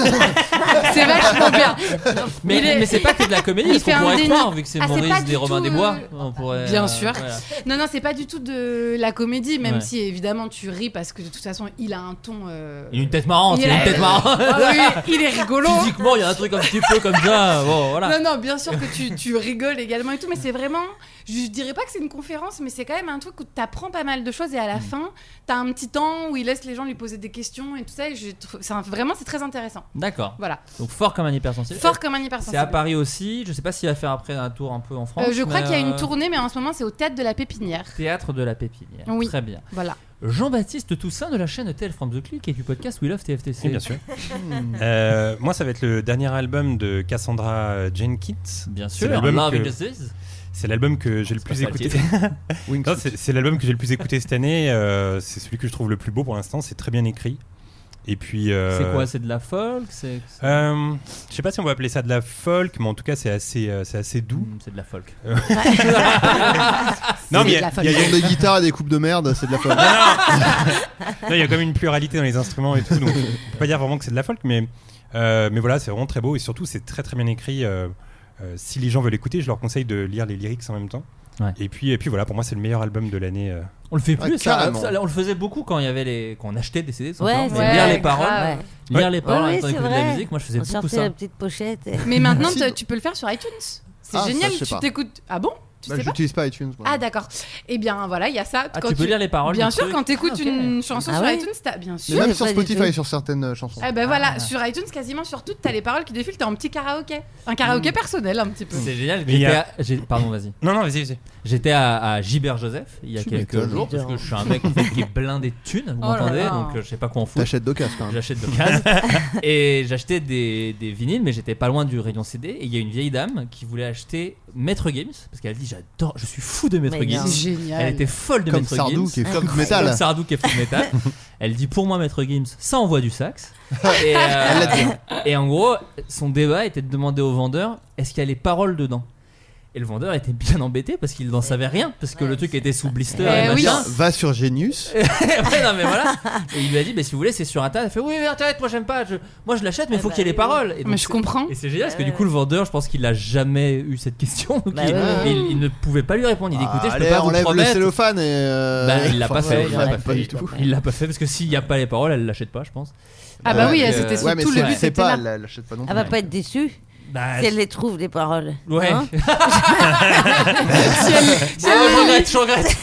c'est vachement bien. Mais, est... mais c'est pas que de la comédie, parce qu'on pourrait déni... croire, vu que c'est ah, Maurice c'est des Robins des Bois. Euh... On pourrait, bien euh, sûr. Voilà. Non, non, c'est pas du tout de la comédie, même ouais. si évidemment tu ris parce que de toute façon, il a un ton. Euh... Il a une tête marrante, il, il a une tête marrante. Ah, oui, il est rigolo. Physiquement, il y a un truc un petit peu comme ça. Bon, voilà. Non, non, bien sûr que tu, tu rigoles également et tout, mais c'est vraiment. Je dirais pas que c'est une conférence, mais c'est quand même un truc où t'apprends pas mal de choses et à la mmh. fin, t'as un petit temps où il laisse les gens lui poser des questions et tout ça. Et je, c'est un, vraiment, c'est très intéressant. D'accord. Voilà. Donc fort comme un hypersensible. Fort comme un hypersensible. C'est à Paris aussi. Je sais pas s'il va faire après un tour un peu en France. Euh, je crois qu'il y a euh... une tournée, mais en ce moment, c'est au Théâtre de la Pépinière. Théâtre de la Pépinière. Oui. Très bien. Voilà. Jean-Baptiste Toussaint de la chaîne Tale from the Click et du podcast We Love T F T C. Oui, bien sûr. euh, moi, ça va être le dernier album de Cassandra Jenkins. Bien sûr. Love It Is. C'est l'album que j'ai le plus écouté. non, c'est, c'est l'album que j'ai le plus écouté cette année. Euh, c'est celui que je trouve le plus beau pour l'instant. C'est très bien écrit. Et puis. Euh, c'est quoi? C'est de la folk? C'est. c'est... Euh, je sais pas si on va appeler ça de la folk, mais en tout cas c'est assez, euh, c'est assez doux. Mmh, c'est de la folk. non mais il y a, y a des guitares et des coupes de merde, c'est de la folk. Non, il y a quand même une pluralité dans les instruments et tout, donc on peut pas dire vraiment que c'est de la folk, mais euh, mais voilà, c'est vraiment très beau et surtout c'est très très bien écrit. Euh, euh, si les gens veulent écouter, je leur conseille de lire les lyrics en même temps. Ouais. Et puis et puis voilà, pour moi c'est le meilleur album de l'année. Euh... On le fait plus ouais, ça, ça, on le faisait beaucoup quand il y avait les quand on achetait des C D. Ouais, ouais, lire les paroles, ouais. lire ouais. les paroles, ouais, écouter de la musique. Moi je faisais on beaucoup ça. la petite pochette. Et... Mais maintenant tu peux le faire sur iTunes. C'est ah, génial, ça, tu pas. t'écoutes. Ah bon? Tu bah, sais j'utilise pas, pas iTunes. Moi. Ah d'accord. Eh bien voilà, il y a ça. Ah, quand tu peux tu... lire les paroles. Bien sûr, truc. quand t'écoutes ah, okay. une chanson ah, sur ouais. iTunes, t'as bien sûr. Mais même sur Spotify, sur certaines euh, chansons. Eh ben ah, voilà, ah. sur iTunes, quasiment sur toutes, t'as les paroles qui défilent. T'es en petit karaoké, un karaoké mmh. personnel un petit peu. C'est génial. J'étais a... à... J'ai... Pardon, vas-y. Non non, vas-y, vas-y. J'étais à, à Gilbert Joseph il y a tu quelques m'étonnes. jours parce que je suis un mec en fait, qui est blindé de thunes, vous oh m'entendez, donc euh, je sais pas quoi en foutre. T'achètes d'occasion. Hein. J'achète d'occasion et j'achetais des, des vinyles, mais j'étais pas loin du rayon C D. Et il y a une vieille dame qui voulait acheter Maître Games parce qu'elle dit j'adore, je suis fou de Maître Games. C'est génial. Elle était folle de comme Maître Sardou, Games. qui est comme métal. Comme Sardou qui est full métal. Elle dit pour moi Maître Games, ça envoie du sax. Et, euh, et en gros, son débat était de demander au vendeur est-ce qu'il y a les paroles dedans. Et le vendeur était bien embêté parce qu'il n'en savait rien, parce que ouais, le truc était sous blister et et machin. Oui. Va sur Genius. Ouais, non, mais voilà. Et il lui a dit, bah, si vous voulez, c'est sur Internet. Elle fait, oui, mais Internet, moi j'aime pas. Je... Moi je l'achète, mais il faut bah, qu'il y ait les paroles. Et donc, mais je comprends. Et c'est génial parce que du coup, le vendeur, je pense qu'il a jamais eu cette question. Donc bah, il, ouais, ouais. il, il ne pouvait pas lui répondre. Il dit, écoutez, ah, je peux allez, pas vous enlève promettre. Le cellophane et. Euh... Bah, il l'a pas fait. Il l'a pas fait. Il l'a pas fait parce que s'il n'y a pas les paroles, elle l'achète pas, je pense. Ah bah oui, c'était ouais, tout le but. C'est pas, elle l'achète pas non plus. Elle va pas être déçue. Bah, si elle les trouve, les paroles. Ouais. Hein si elle, si elle... Je regrette, je regrette.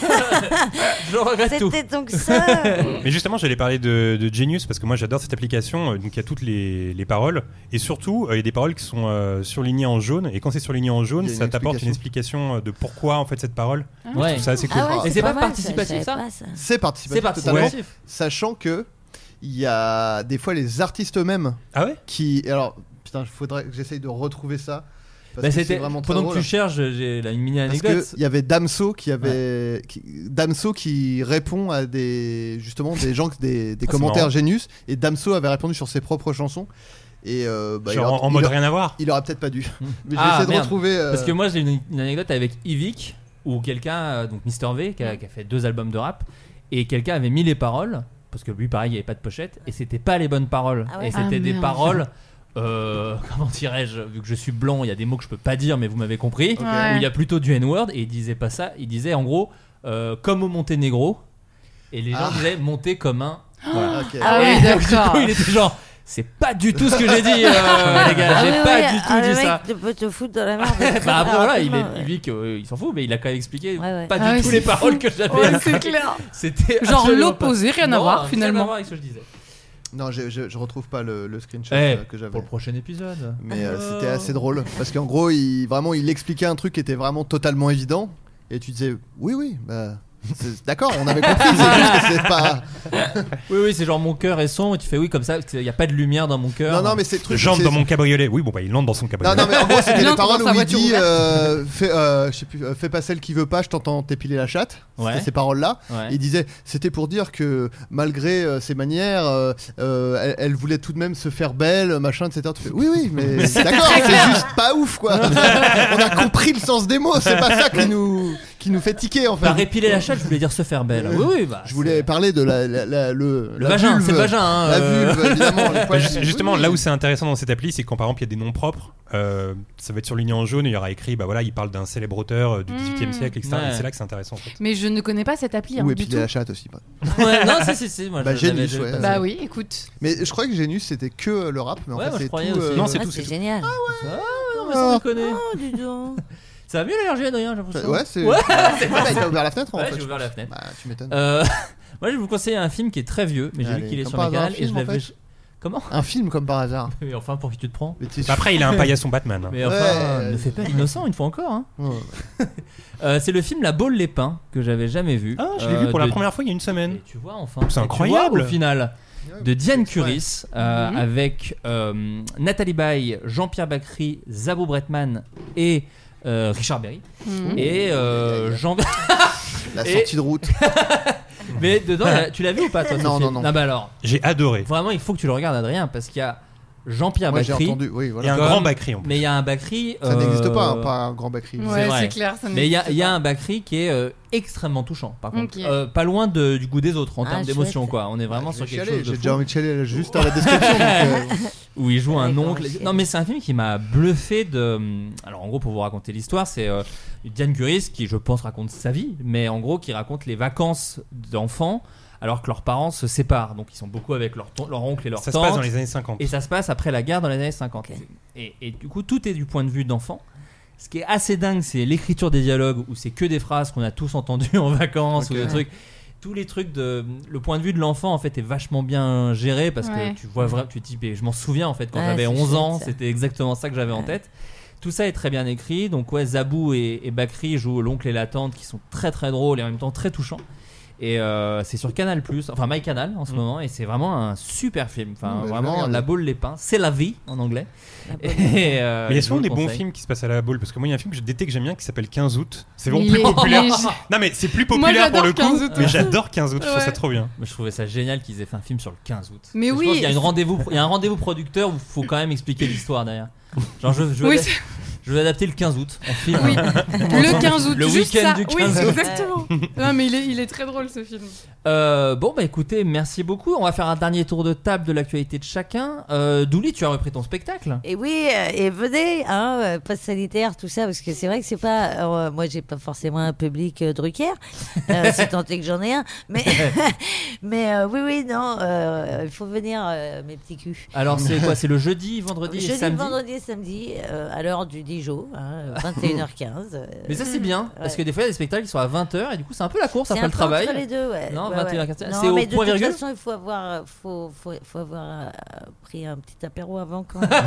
Je regrette C'était tout. C'était donc ça. Mais justement, j'allais parler de, de Genius parce que moi j'adore cette application. Donc il y a toutes les, les paroles. Et surtout, euh, il y a des paroles qui sont euh, surlignées en jaune. Et quand c'est surligné en jaune, ça t'apporte une explication de pourquoi en fait cette parole. Ah. Ouais. Je trouve ça assez cool. Ah ouais, et c'est pas, pas participatif ça, ça C'est participatif. C'est participatif. Ouais. Sachant que il y a des fois les artistes eux-mêmes ah ouais qui. Alors, putain, il faudrait que j'essaye de retrouver ça. Bah c'était pendant drôle. Que tu cherches, j'ai là une mini anecdote. Il y avait Damso qui avait ouais. qui, Damso qui répond à des justement des gens des, des ah, commentaires Genius et Damso avait répondu sur ses propres chansons et euh, bah, genre aura, en mode aura, rien à voir. Il aurait peut-être pas dû. Mais ah, j'ai essayé de retrouver. Euh... Parce que moi j'ai une, une anecdote avec Yvick où quelqu'un donc Mister V qui a, qui a fait deux albums de rap et quelqu'un avait mis les paroles parce que lui pareil il y avait pas de pochette et c'était pas les bonnes paroles ah ouais. et c'était ah, des paroles. Euh, comment dirais-je, vu que je suis blanc, il y a des mots que je peux pas dire, mais vous m'avez compris. Okay. Ouais. Où il y a plutôt du N-word et il disait pas ça. Il disait en gros euh, comme au Monténégro et les gens ah. disaient monter comme un. Voilà. Okay. Ah oui, d'accord. Du coup, il était genre. C'est pas du tout ce que j'ai dit, euh, les gars. J'ai ah oui, pas oui, du tout ah, dit le ça. Tu peux te foutre dans la merde. Bah après voilà, il, est, il dit qu'il s'en fout, mais il a quand même expliqué ouais, ouais. pas ah du oui, tout les paroles fou. Que j'avais. Ouais, c'est clair. C'était genre l'opposé, rien à voir finalement. Rien à voir avec ce que je disais. Non, je, je, je retrouve pas le, le screenshot hey, euh, que j'avais. Pour le prochain épisode. Mais euh, oh. c'était assez drôle parce qu'en gros, il vraiment il expliquait un truc qui était vraiment totalement évident et tu disais oui oui bah c'est, d'accord, on avait compris, c'est juste que c'est pas. Oui oui, c'est genre mon cœur est sombre et tu fais oui comme ça, il y a pas de lumière dans mon cœur. Non non, mais c'est le truc. J'entre dans mon cabriolet. Oui bon bah il entre dans son cabriolet. Non non mais en gros c'était les paroles où il dit euh, fais, euh, je sais plus, euh, fais pas celle qui veut pas, je t'entends t'épiler la chatte. Ouais. C'était ces paroles là. Ouais. Il disait c'était pour dire que malgré euh, ses manières, euh, euh, elle, elle voulait tout de même se faire belle, machin, et cetera. Tu fais oui oui mais d'accord, c'est juste pas ouf quoi. On a compris le sens des mots, c'est pas ça qui nous qui nous fait tiquer en fait. Bah, répiler la chatte, je voulais dire se faire belle. Oui, oui, bah, je voulais c'est... parler de la, la, la, le, le la vagin, vulve, c'est le vagin. Hein, la euh... vulve, évidemment. Bah, juste, justement, oui. Là où c'est intéressant dans cette appli, c'est que quand par exemple il y a des noms propres, euh, ça va être surligné en jaune et il y aura écrit, bah voilà, il parle d'un célèbre auteur du dix-huitième mmh. siècle, et cetera. Ouais. Et c'est là que c'est intéressant en fait. Mais je ne connais pas cette appli. Hein, ou épiler la chatte aussi. Pas. Ouais, non, si, si, si. Moi, bah, Genius, ouais. Bah oui, écoute. Mais je croyais que Genius c'était que le rap, mais en ouais, fait moi, c'est tout. Euh... Non, c'est tout. C'est génial. Ah ouais. Ah non, mais ça on connaît. Oh, dis donc. Ça va mieux l'allergie, Adrien, j'ai l'impression. Ouais, c'est. Ouais, c'est bah, t'as ouvert la fenêtre en ouais, fait. J'ai ouvert la fenêtre. Bah, tu m'étonnes. Euh, moi, je vais vous conseiller un film qui est très vieux, mais j'ai Allez, vu qu'il est sur mes canals et je l'avais. Comment ? Un film comme par hasard. Mais enfin, pour qui tu te prends ? Après, il a un paillasson Batman. Mais enfin, ouais, ne fais pas l'innocent une fois encore. Hein. Ouais. euh, c'est le film La Baule les Pins que j'avais jamais vu. Ah, je l'ai euh, vu pour de... la première fois il y a une semaine. Et tu vois, enfin. C'est incroyable. Vois, au final. De Diane Curis euh, mm-hmm. avec euh, Nathalie Baye, Jean-Pierre Bacry, Zabou Bretman et euh, Richard Berry Mmh. et euh, Jean. La Et- sortie de route. Mais dedans, là, tu l'as vu ou pas toi, ce Non, film non, non. Ah bah alors, J'ai adoré. vraiment, il faut que tu le regardes, Adrien, parce qu'il y a Jean-Pierre Moi j'ai Bacri. entendu. Oui, Et voilà. un Comme- grand Bacri en plus. Mais il y a un Bacri. Ça euh, n'existe pas, hein, pas un grand Bacri. Ouais, vrai. c'est clair. Ça Mais il y a, n'existe il y a pas. un Bacri qui est euh, extrêmement touchant, par contre. Ok. Euh, pas loin de- du goût des autres en Ah, termes chouette. d'émotion, quoi. On est vraiment Je sur vais quelque chialer, chose de J'ai fou. déjà envie de chialer là, juste à la description. donc, euh, Où il joue un Ouais, oncle. comment chier. Non, mais c'est un film qui m'a bluffé de. Alors, en gros, pour vous raconter l'histoire, c'est euh, Diane Curis qui, je pense, raconte sa vie, mais en gros, qui raconte les vacances d'enfants alors que leurs parents se séparent. Donc, ils sont beaucoup avec leur, ton- leur oncle et leur Ça se tante. passe dans les années cinquante. Et ça se passe après la guerre dans les années cinquante. Ok. Et, et du coup, tout est du point de vue d'enfant. Ce qui est assez dingue, c'est l'écriture des dialogues où c'est que des phrases qu'on a tous entendues en vacances Ok. ou des trucs. Tous les trucs de le point de vue de l'enfant en fait est vachement bien géré parce Ouais. que tu vois vraiment, tu te dis, mais je m'en souviens en fait quand Ouais, j'avais c'est onze chouette, ans, ça. c'était exactement ça que j'avais en Ouais. tête. Tout ça est très bien écrit. Donc ouais, Zabou et, et Bakri jouent l'oncle et la tante qui sont très très drôles et en même temps très touchants. Et euh, c'est sur Canal+, enfin MyCanal en ce Mm. moment, et c'est vraiment un super film. Enfin, Mm, bah, je vais vraiment, regarder. La Baule les pins, c'est la vie en anglais. La Baule. Et, euh, Mais il y a je souvent vous des le bons conseille. films qui se passent à la boule parce que moi il y a un film que je déteste que j'aime bien qui s'appelle quinze août. C'est Mais vraiment il plus est- populaire. mais je- Non mais c'est plus Moi, populaire pour le j'adore coup. quinze août. Mais j'adore quinze août, je trouve Ouais. ça trop bien. Mais je trouvais ça génial qu'ils aient fait un film sur le quinze août. Mais Je oui. pense qu'il y a une rendez-vous, il y a un rendez-vous producteur où il faut quand même expliquer l'histoire derrière. Genre je, je, veux, Oui, adap- je veux adapter le quinze août en film. Oui. Le quinze août. Le juste week-end ça. du Oui, quinze août. exactement. Non, mais il est, il est très drôle ce film. Euh, bon bah écoutez, merci beaucoup. On va faire un dernier tour de table de l'actualité de chacun. Euh, Douli, tu as repris ton spectacle. Et oui, euh, et venez, hein, euh, passe sanitaire, tout ça, parce que c'est vrai que c'est pas. alors, euh, moi, j'ai pas forcément un public euh, Drucker, euh, c'est tant est que j'en ai un. Mais, mais euh, oui, oui, non, euh, il faut venir, euh, mes petits culs. Alors c'est quoi? C'est le jeudi, vendredi et Jeudi, samedi. vendredi et samedi, euh, à l'heure du Dijon, hein, vingt et une heures quinze. euh, Mais ça c'est bien parce ouais. que des fois il y a des spectacles qui sont à vingt heures et du coup c'est un peu la course C'est après un le peu travail. entre les deux, ouais. Non, Ouais, vingt et une heures ouais. quinze. Non, C'est au mais de point toute virgule. façon, il faut avoir, faut, faut, faut avoir euh, pris un petit apéro avant quand même.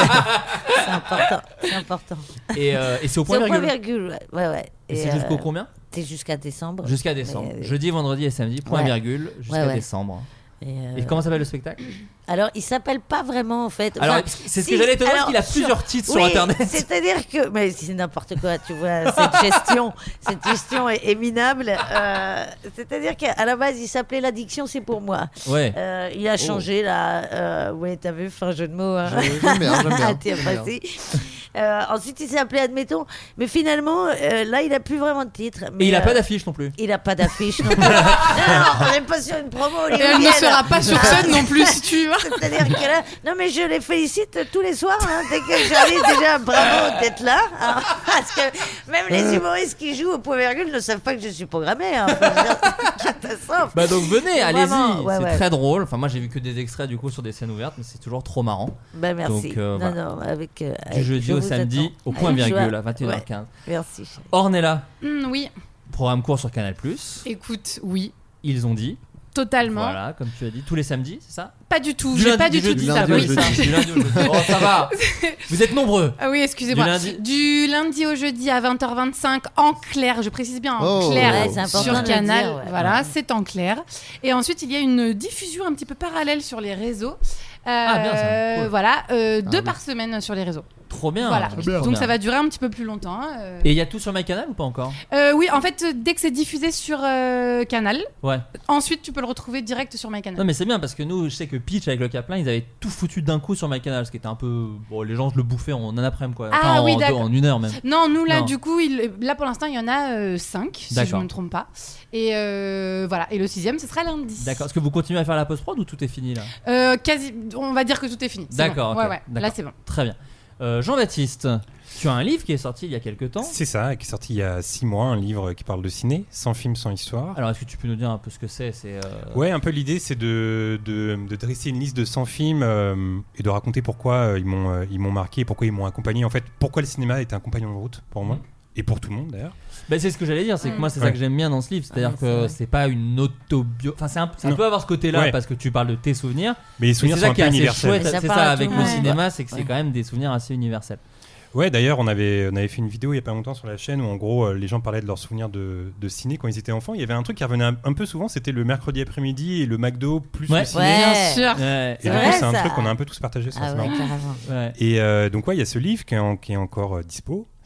C'est important, c'est important. Et, euh, et c'est au point C'est au point virgule. virgule, ouais, ouais. ouais. Et c'est jusqu'au combien? C'est jusqu'à décembre. Jusqu'à décembre. Mais, euh, Jeudi, vendredi et samedi, point ouais. virgule, jusqu'à Ouais, ouais. décembre. Et, euh, Et comment s'appelle le spectacle? Alors, il s'appelle pas vraiment en fait. Alors, Enfin, c'est ce si, que j'allais te dire, alors, parce qu'il a sur- plusieurs titres sur oui, Internet. C'est-à-dire que, mais c'est n'importe quoi, tu vois, cette gestion, cette gestion est, est minable. Euh, c'est-à-dire qu'à la base, il s'appelait L'addiction, c'est pour moi. Ouais. Euh, il a changé là. Euh, ouais, t'as vu, fin jeu de mots. Hein. Je- J'aime bien, j'aime bien. Ah, t'y as J'aime bien. passé. Euh, ensuite, il s'est appelé Admettons. Mais finalement, euh, là, il a plus vraiment de titre. Mais, Et il a euh, pas d'affiche non plus. Il a pas d'affiche non plus. non, non, on n'est pas sur une promo. Et elle ne hollywoodienne. sera pas sur scène non plus si tu vois. C'est-à-dire que là, non mais je les félicite tous les soirs. Hein, dès que j'arrive, déjà bravo d'être là. Hein, parce que même les humoristes qui jouent au point virgule ne savent pas que je suis programmée. Hein, faut dire, c'est une catastrophe. Bah donc venez, allez-y, Vraiment, ouais, c'est ouais. très drôle. Enfin moi j'ai vu que des extraits du coup sur des scènes ouvertes, mais c'est toujours trop marrant. Bah merci. Donc, euh, non, voilà. non, avec, euh, Du avec- jeudi je au vous samedi attends. au point Avec virgule joie. à vingt et une heures quinze. Ouais, merci. Ornella, Hum, oui. programme court sur Canal+. Écoute, oui. Ils ont dit. Totalement. Voilà, comme tu as dit, tous les samedis, c'est ça? Pas du tout. Du J'ai lundi- pas du, du tout jeudi- dit du ça. lundi au Oui, jeudi. ça. Du lundi au jeudi. Oh, ça va. Vous êtes nombreux. Ah oui, excusez-moi. Du lundi- Du lundi au jeudi à vingt heures vingt-cinq en clair, je précise bien en Oh. clair Ouais, c'est important sur de le Canal. dire, ouais. Voilà, c'est en clair. Et ensuite, il y a une diffusion un petit peu parallèle sur les réseaux. Euh, Ah, bien, ça. Cool. Voilà, euh, deux oui. par semaine sur les réseaux. Trop bien. Voilà. Trop Donc bien. ça va durer un petit peu plus longtemps. hein, euh. Et il y a tout sur MyCanal ou pas encore? Euh, oui, en fait, euh, dès que c'est diffusé sur euh, Canal, Ouais. ensuite tu peux le retrouver direct sur MyCanal. Non mais c'est bien parce que nous, je sais que Pitch avec le Caplin, ils avaient tout foutu d'un coup sur MyCanal, ce qui était un peu bon, les gens je le bouffaient en un après-midi quoi. Ah Enfin, oui, en, deux- d'accord. en une heure même. Non, nous là, Non. du coup, il, là pour l'instant, il y en a cinq, si je D'accord. ne me trompe pas. Et euh, voilà, et le sixième, ce sera lundi. D'accord. Est-ce que vous continuez à faire la post-prod ou tout est fini là? Euh, quasi, on va dire que tout est fini. C'est D'accord, bon. ok, Ouais, ouais. Là, d'accord. c'est bon. Très bien. Euh, Jean-Baptiste, tu as un livre qui est sorti il y a quelques temps. C'est ça, qui est sorti il y a six mois, un livre qui parle de ciné, sans film, sans histoire. Alors est-ce que tu peux nous dire un peu ce que c'est? C'est euh, Ouais, un peu l'idée, c'est de, de, de dresser une liste de cent films euh, et de raconter pourquoi euh, ils m'ont euh, ils m'ont marqué, pourquoi ils m'ont accompagné. En fait, pourquoi le cinéma est un compagnon de route pour moi. Mhm. Et pour tout le monde d'ailleurs. Bah, c'est ce que j'allais dire, c'est que Mm. moi c'est Ouais. ça que j'aime bien dans ce livre, c'est-à-dire Ah, c'est que vrai. c'est pas une autobio, enfin c'est un, ça Non. peut avoir ce côté-là Ouais. parce que tu parles de tes souvenirs. Mais les Mais souvenirs c'est sont ça un qui est peu assez universels. chouette, Mais ça c'est parle ça à avec tout le le monde. cinéma, c'est que c'est Ouais. quand même des souvenirs assez universels. Ouais, d'ailleurs, on avait, on avait fait une vidéo il y a pas longtemps sur la chaîne où en gros euh, les gens parlaient de leurs souvenirs de, de ciné quand ils étaient enfants. Il y avait un truc qui revenait un, un peu souvent, c'était le mercredi après-midi et le McDo plus Ouais. le ciné. Ouais. Bien sûr. Ouais, Et C'est du coup, vrai, c'est un ça. truc qu'on a un peu tous partagé. Ça, Ah c'est ouais, marrant. carrément. ouais. Et euh, donc ouais, il y a ce livre qui est, en- qui est encore euh, dispo.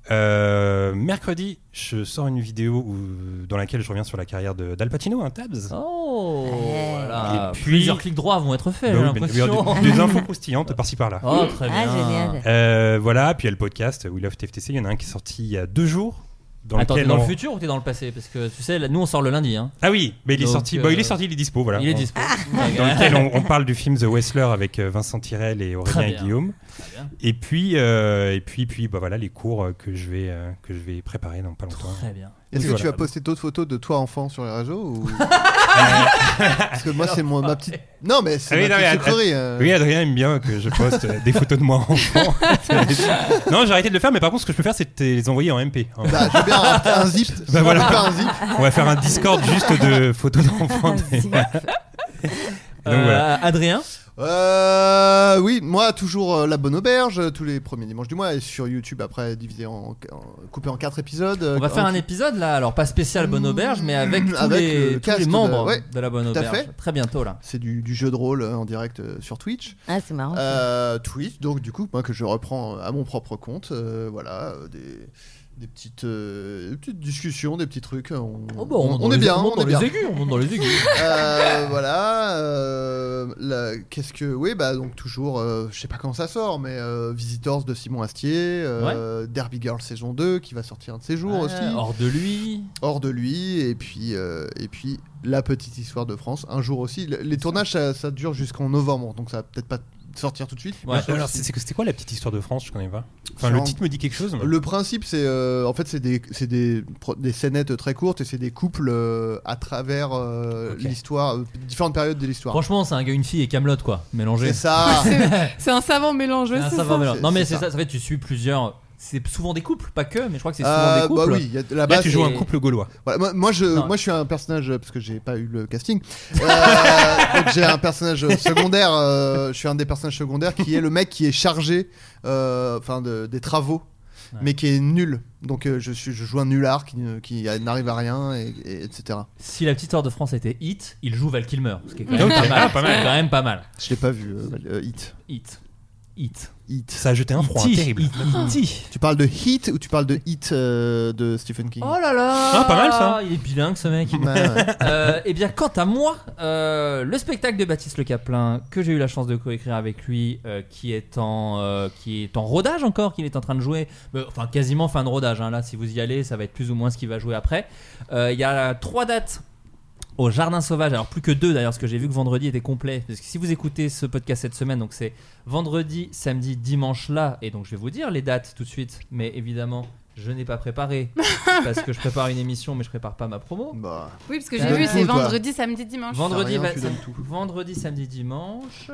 Euh, mercredi, je sors une vidéo où, dans laquelle je reviens sur la carrière de, d'Al Pacino, hein, Tabs. Oh, voilà. Et puis, plusieurs clics droits vont être faits, bah j'ai oui, l'impression. Des, des infos croustillantes par-ci par-là. Oh, très bien. Ah, génial. Euh, voilà, puis il y a le podcast We Love T F T C. Il y en a un qui est sorti il y a deux jours. Dans Attends, t'es lequel dans on... le futur ou t'es dans le passé? Parce que tu sais, là, nous on sort le lundi. Hein. Ah oui, mais il est Donc, sorti. euh... Bah, il est sorti, il est dispo, voilà. Il est dispo. Dans lequel on, on parle du film The Wrestler avec Vincent Tirel et Aurélien et Guillaume. Et puis, euh, et puis, puis, bah voilà, les cours que je vais, euh, que je vais préparer dans pas longtemps. Très bien. Est-ce que voilà. tu vas poster d'autres photos de toi enfant sur les réseaux ou... Parce que moi c'est mon, ma petite. Non mais c'est ah oui, ma non, petite mais, sucrerie. Euh... Oui, Adrien aime bien que je poste des photos de moi enfant. Non, j'ai arrêté de le faire, mais par contre, ce que je peux faire, c'est de les envoyer en M P. Bah, je veux bien un, un zip. Bah voilà. Faire un zip. On va faire un Discord juste de photos d'enfants. Euh, Donc, voilà. Adrien Euh, oui, moi toujours euh, La Bonne Auberge tous les premiers dimanches du mois et sur YouTube après divisé en, en coupé en quatre épisodes. On va euh, faire en... un épisode là, alors pas spécial Bonne Auberge, mais avec tous, avec les, le tous les cast membres de, ouais, de La Bonne tout à Auberge. fait. Très bientôt là. C'est du, du jeu de rôle euh, en direct euh, sur Twitch. Ah, c'est marrant. Euh, Twitch, donc du coup, moi que je reprends à mon propre compte, euh, voilà, euh, des. Des petites, euh, des petites discussions, des petits trucs. On, Oh bah, on, on, monte on dans est les- bien, on monte on dans est les bien. aigus, on monte dans les aigus. Euh, voilà. Euh, la- qu'est-ce que, oui, bah donc toujours, euh, je sais pas quand ça sort, mais euh, Visitors de Simon Astier, euh, Derby Girl saison deux qui va sortir un de ces jours Ouais, aussi. hors de lui. Hors de lui, et puis euh, et puis La Petite Histoire de France un jour aussi. Le- Les tournages ça, ça dure jusqu'en novembre, donc ça va peut-être pas sortir tout de suite. Ouais. Mais Alors, c'est- c'est, c'est- c'était quoi la petite histoire de France? Je connais pas. Enfin, C'est le en- titre me dit quelque chose. mais- Le principe, c'est euh, en fait, c'est des, c'est des, pro- des scénettes très courtes et c'est des couples euh, à travers euh, Ok. l'histoire, euh, différentes périodes de l'histoire. Franchement, c'est un gars, une fille et Camelot quoi, mélangé. C'est ça. C'est- C'est un savant mélange C'est un aussi. savant ça. mélange. C'est- Non mais c'est c'est ça. ça. Ça fait tu suis plusieurs. C'est souvent des couples, pas que, mais je crois que c'est souvent Euh, des couples. bah oui, il y a- Là, là-bas, tu joues c'est- un couple gaulois. Voilà, moi, moi, je, Non. moi, je suis un personnage parce que j'ai pas eu le casting. Euh, donc j'ai un personnage secondaire. euh, je suis un des personnages secondaires qui est le mec qui est chargé, euh, enfin, de, des travaux, Ouais. mais qui est nul. Donc euh, je suis, je joue un nulard qui, ne- qui n'arrive à rien, et, et- etc. Si la petite histoire de France était Hit, il joue Val Kilmer, ce qui est quand même Ok. pas mal. Ah, pas mal. C'est quand même pas mal. Je l'ai pas vu. Euh, euh, Hit. Hit. Hit. Hit. Ça a jeté un froid Hit. terrible. Hit. Hit. Tu parles de Hit ou tu parles de Hit euh, de Stephen King? Oh là là. Ah, pas mal, ça. Il est bilingue ce mec. Ouais, ouais. Euh, et bien quant à moi, euh, le spectacle de Baptiste Le Caplin que j'ai eu la chance de coécrire avec lui, euh, qui est en euh, qui est en rodage encore, qu'il est en train de jouer, euh, enfin quasiment fin de rodage. Hein, là, si vous y allez, ça va être plus ou moins ce qu'il va jouer après. Euh, Il y a trois dates au Jardin Sauvage, alors plus que deux d'ailleurs, parce que j'ai vu que vendredi était complet. Parce que si vous écoutez ce podcast cette semaine, donc c'est vendredi, samedi, dimanche là, et donc je vais vous dire les dates tout de suite, mais évidemment. Je n'ai pas préparé parce que je prépare une émission, mais je prépare pas ma promo. Bah, Oui, parce que Tu j'ai donnes vu, tout, c'est toi. vendredi, samedi, dimanche. Vendredi, rien, va- tu donnes tout. vendredi, samedi, dimanche.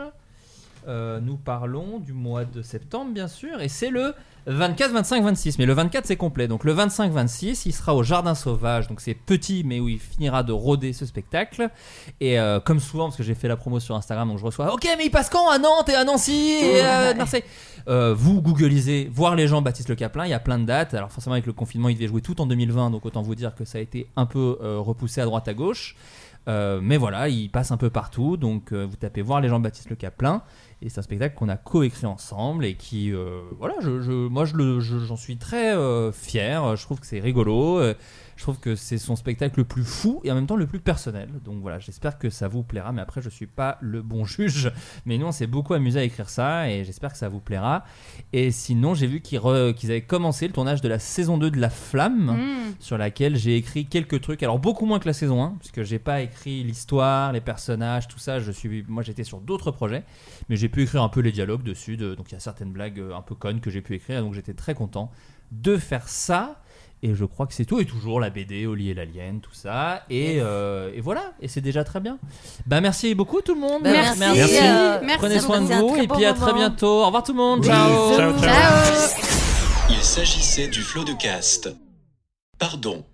Euh, nous parlons du mois de septembre, bien sûr, et c'est le vingt-quatre, vingt-cinq, vingt-six. Mais le vingt-quatre, c'est complet. Donc le vingt-cinq, vingt-six, il sera au Jardin Sauvage. Donc c'est petit, mais où il finira de rôder ce spectacle. Et euh, comme souvent, parce que j'ai fait la promo sur Instagram, donc je reçois ok, mais il passe quand à Nantes et à Nancy et à Marseille. Euh, vous googlisez, voir les gens Baptiste Le Caplin, il y a plein de dates. Alors forcément, avec le confinement, il devait jouer tout en deux mille vingt, donc autant vous dire que ça a été un peu euh, repoussé à droite à gauche. Euh, mais voilà, il passe un peu partout, donc euh, vous tapez voir les gens Baptiste Le Caplin, et c'est un spectacle qu'on a coécrit ensemble et qui, euh, voilà, je, je, moi je le, je- j'en suis très euh, fier. Je trouve que c'est rigolo. euh, Je trouve que c'est son spectacle le plus fou et en même temps le plus personnel. Donc voilà, j'espère que ça vous plaira. Mais après, je suis pas le bon juge. Mais nous, on s'est beaucoup amusé à écrire ça et j'espère que ça vous plaira. Et sinon, j'ai vu qu'ils, re- qu'ils avaient commencé le tournage de la saison deux de La Flamme, Mmh. sur laquelle j'ai écrit quelques trucs. Alors beaucoup moins que la saison un, puisque j'ai pas écrit l'histoire, les personnages, tout ça. Je suis, moi, j'étais sur d'autres projets, mais j'ai pu écrire un peu les dialogues dessus. De, donc il y a certaines blagues euh, un peu connes que j'ai pu écrire. Donc j'étais très content de faire ça. Et je crois que c'est tout. Et toujours la B D, Oli et l'Alien, tout ça. Et, euh, et voilà. Et c'est déjà très bien. Bah, merci beaucoup tout le monde. Bah, merci. Merci. Euh, Merci. Prenez soin de C'était un vous. très Et bon puis à très moment. bientôt. Au revoir tout le monde. Oui. Ciao. Ciao, ciao. Ciao. Il s'agissait du flot de cast. Pardon.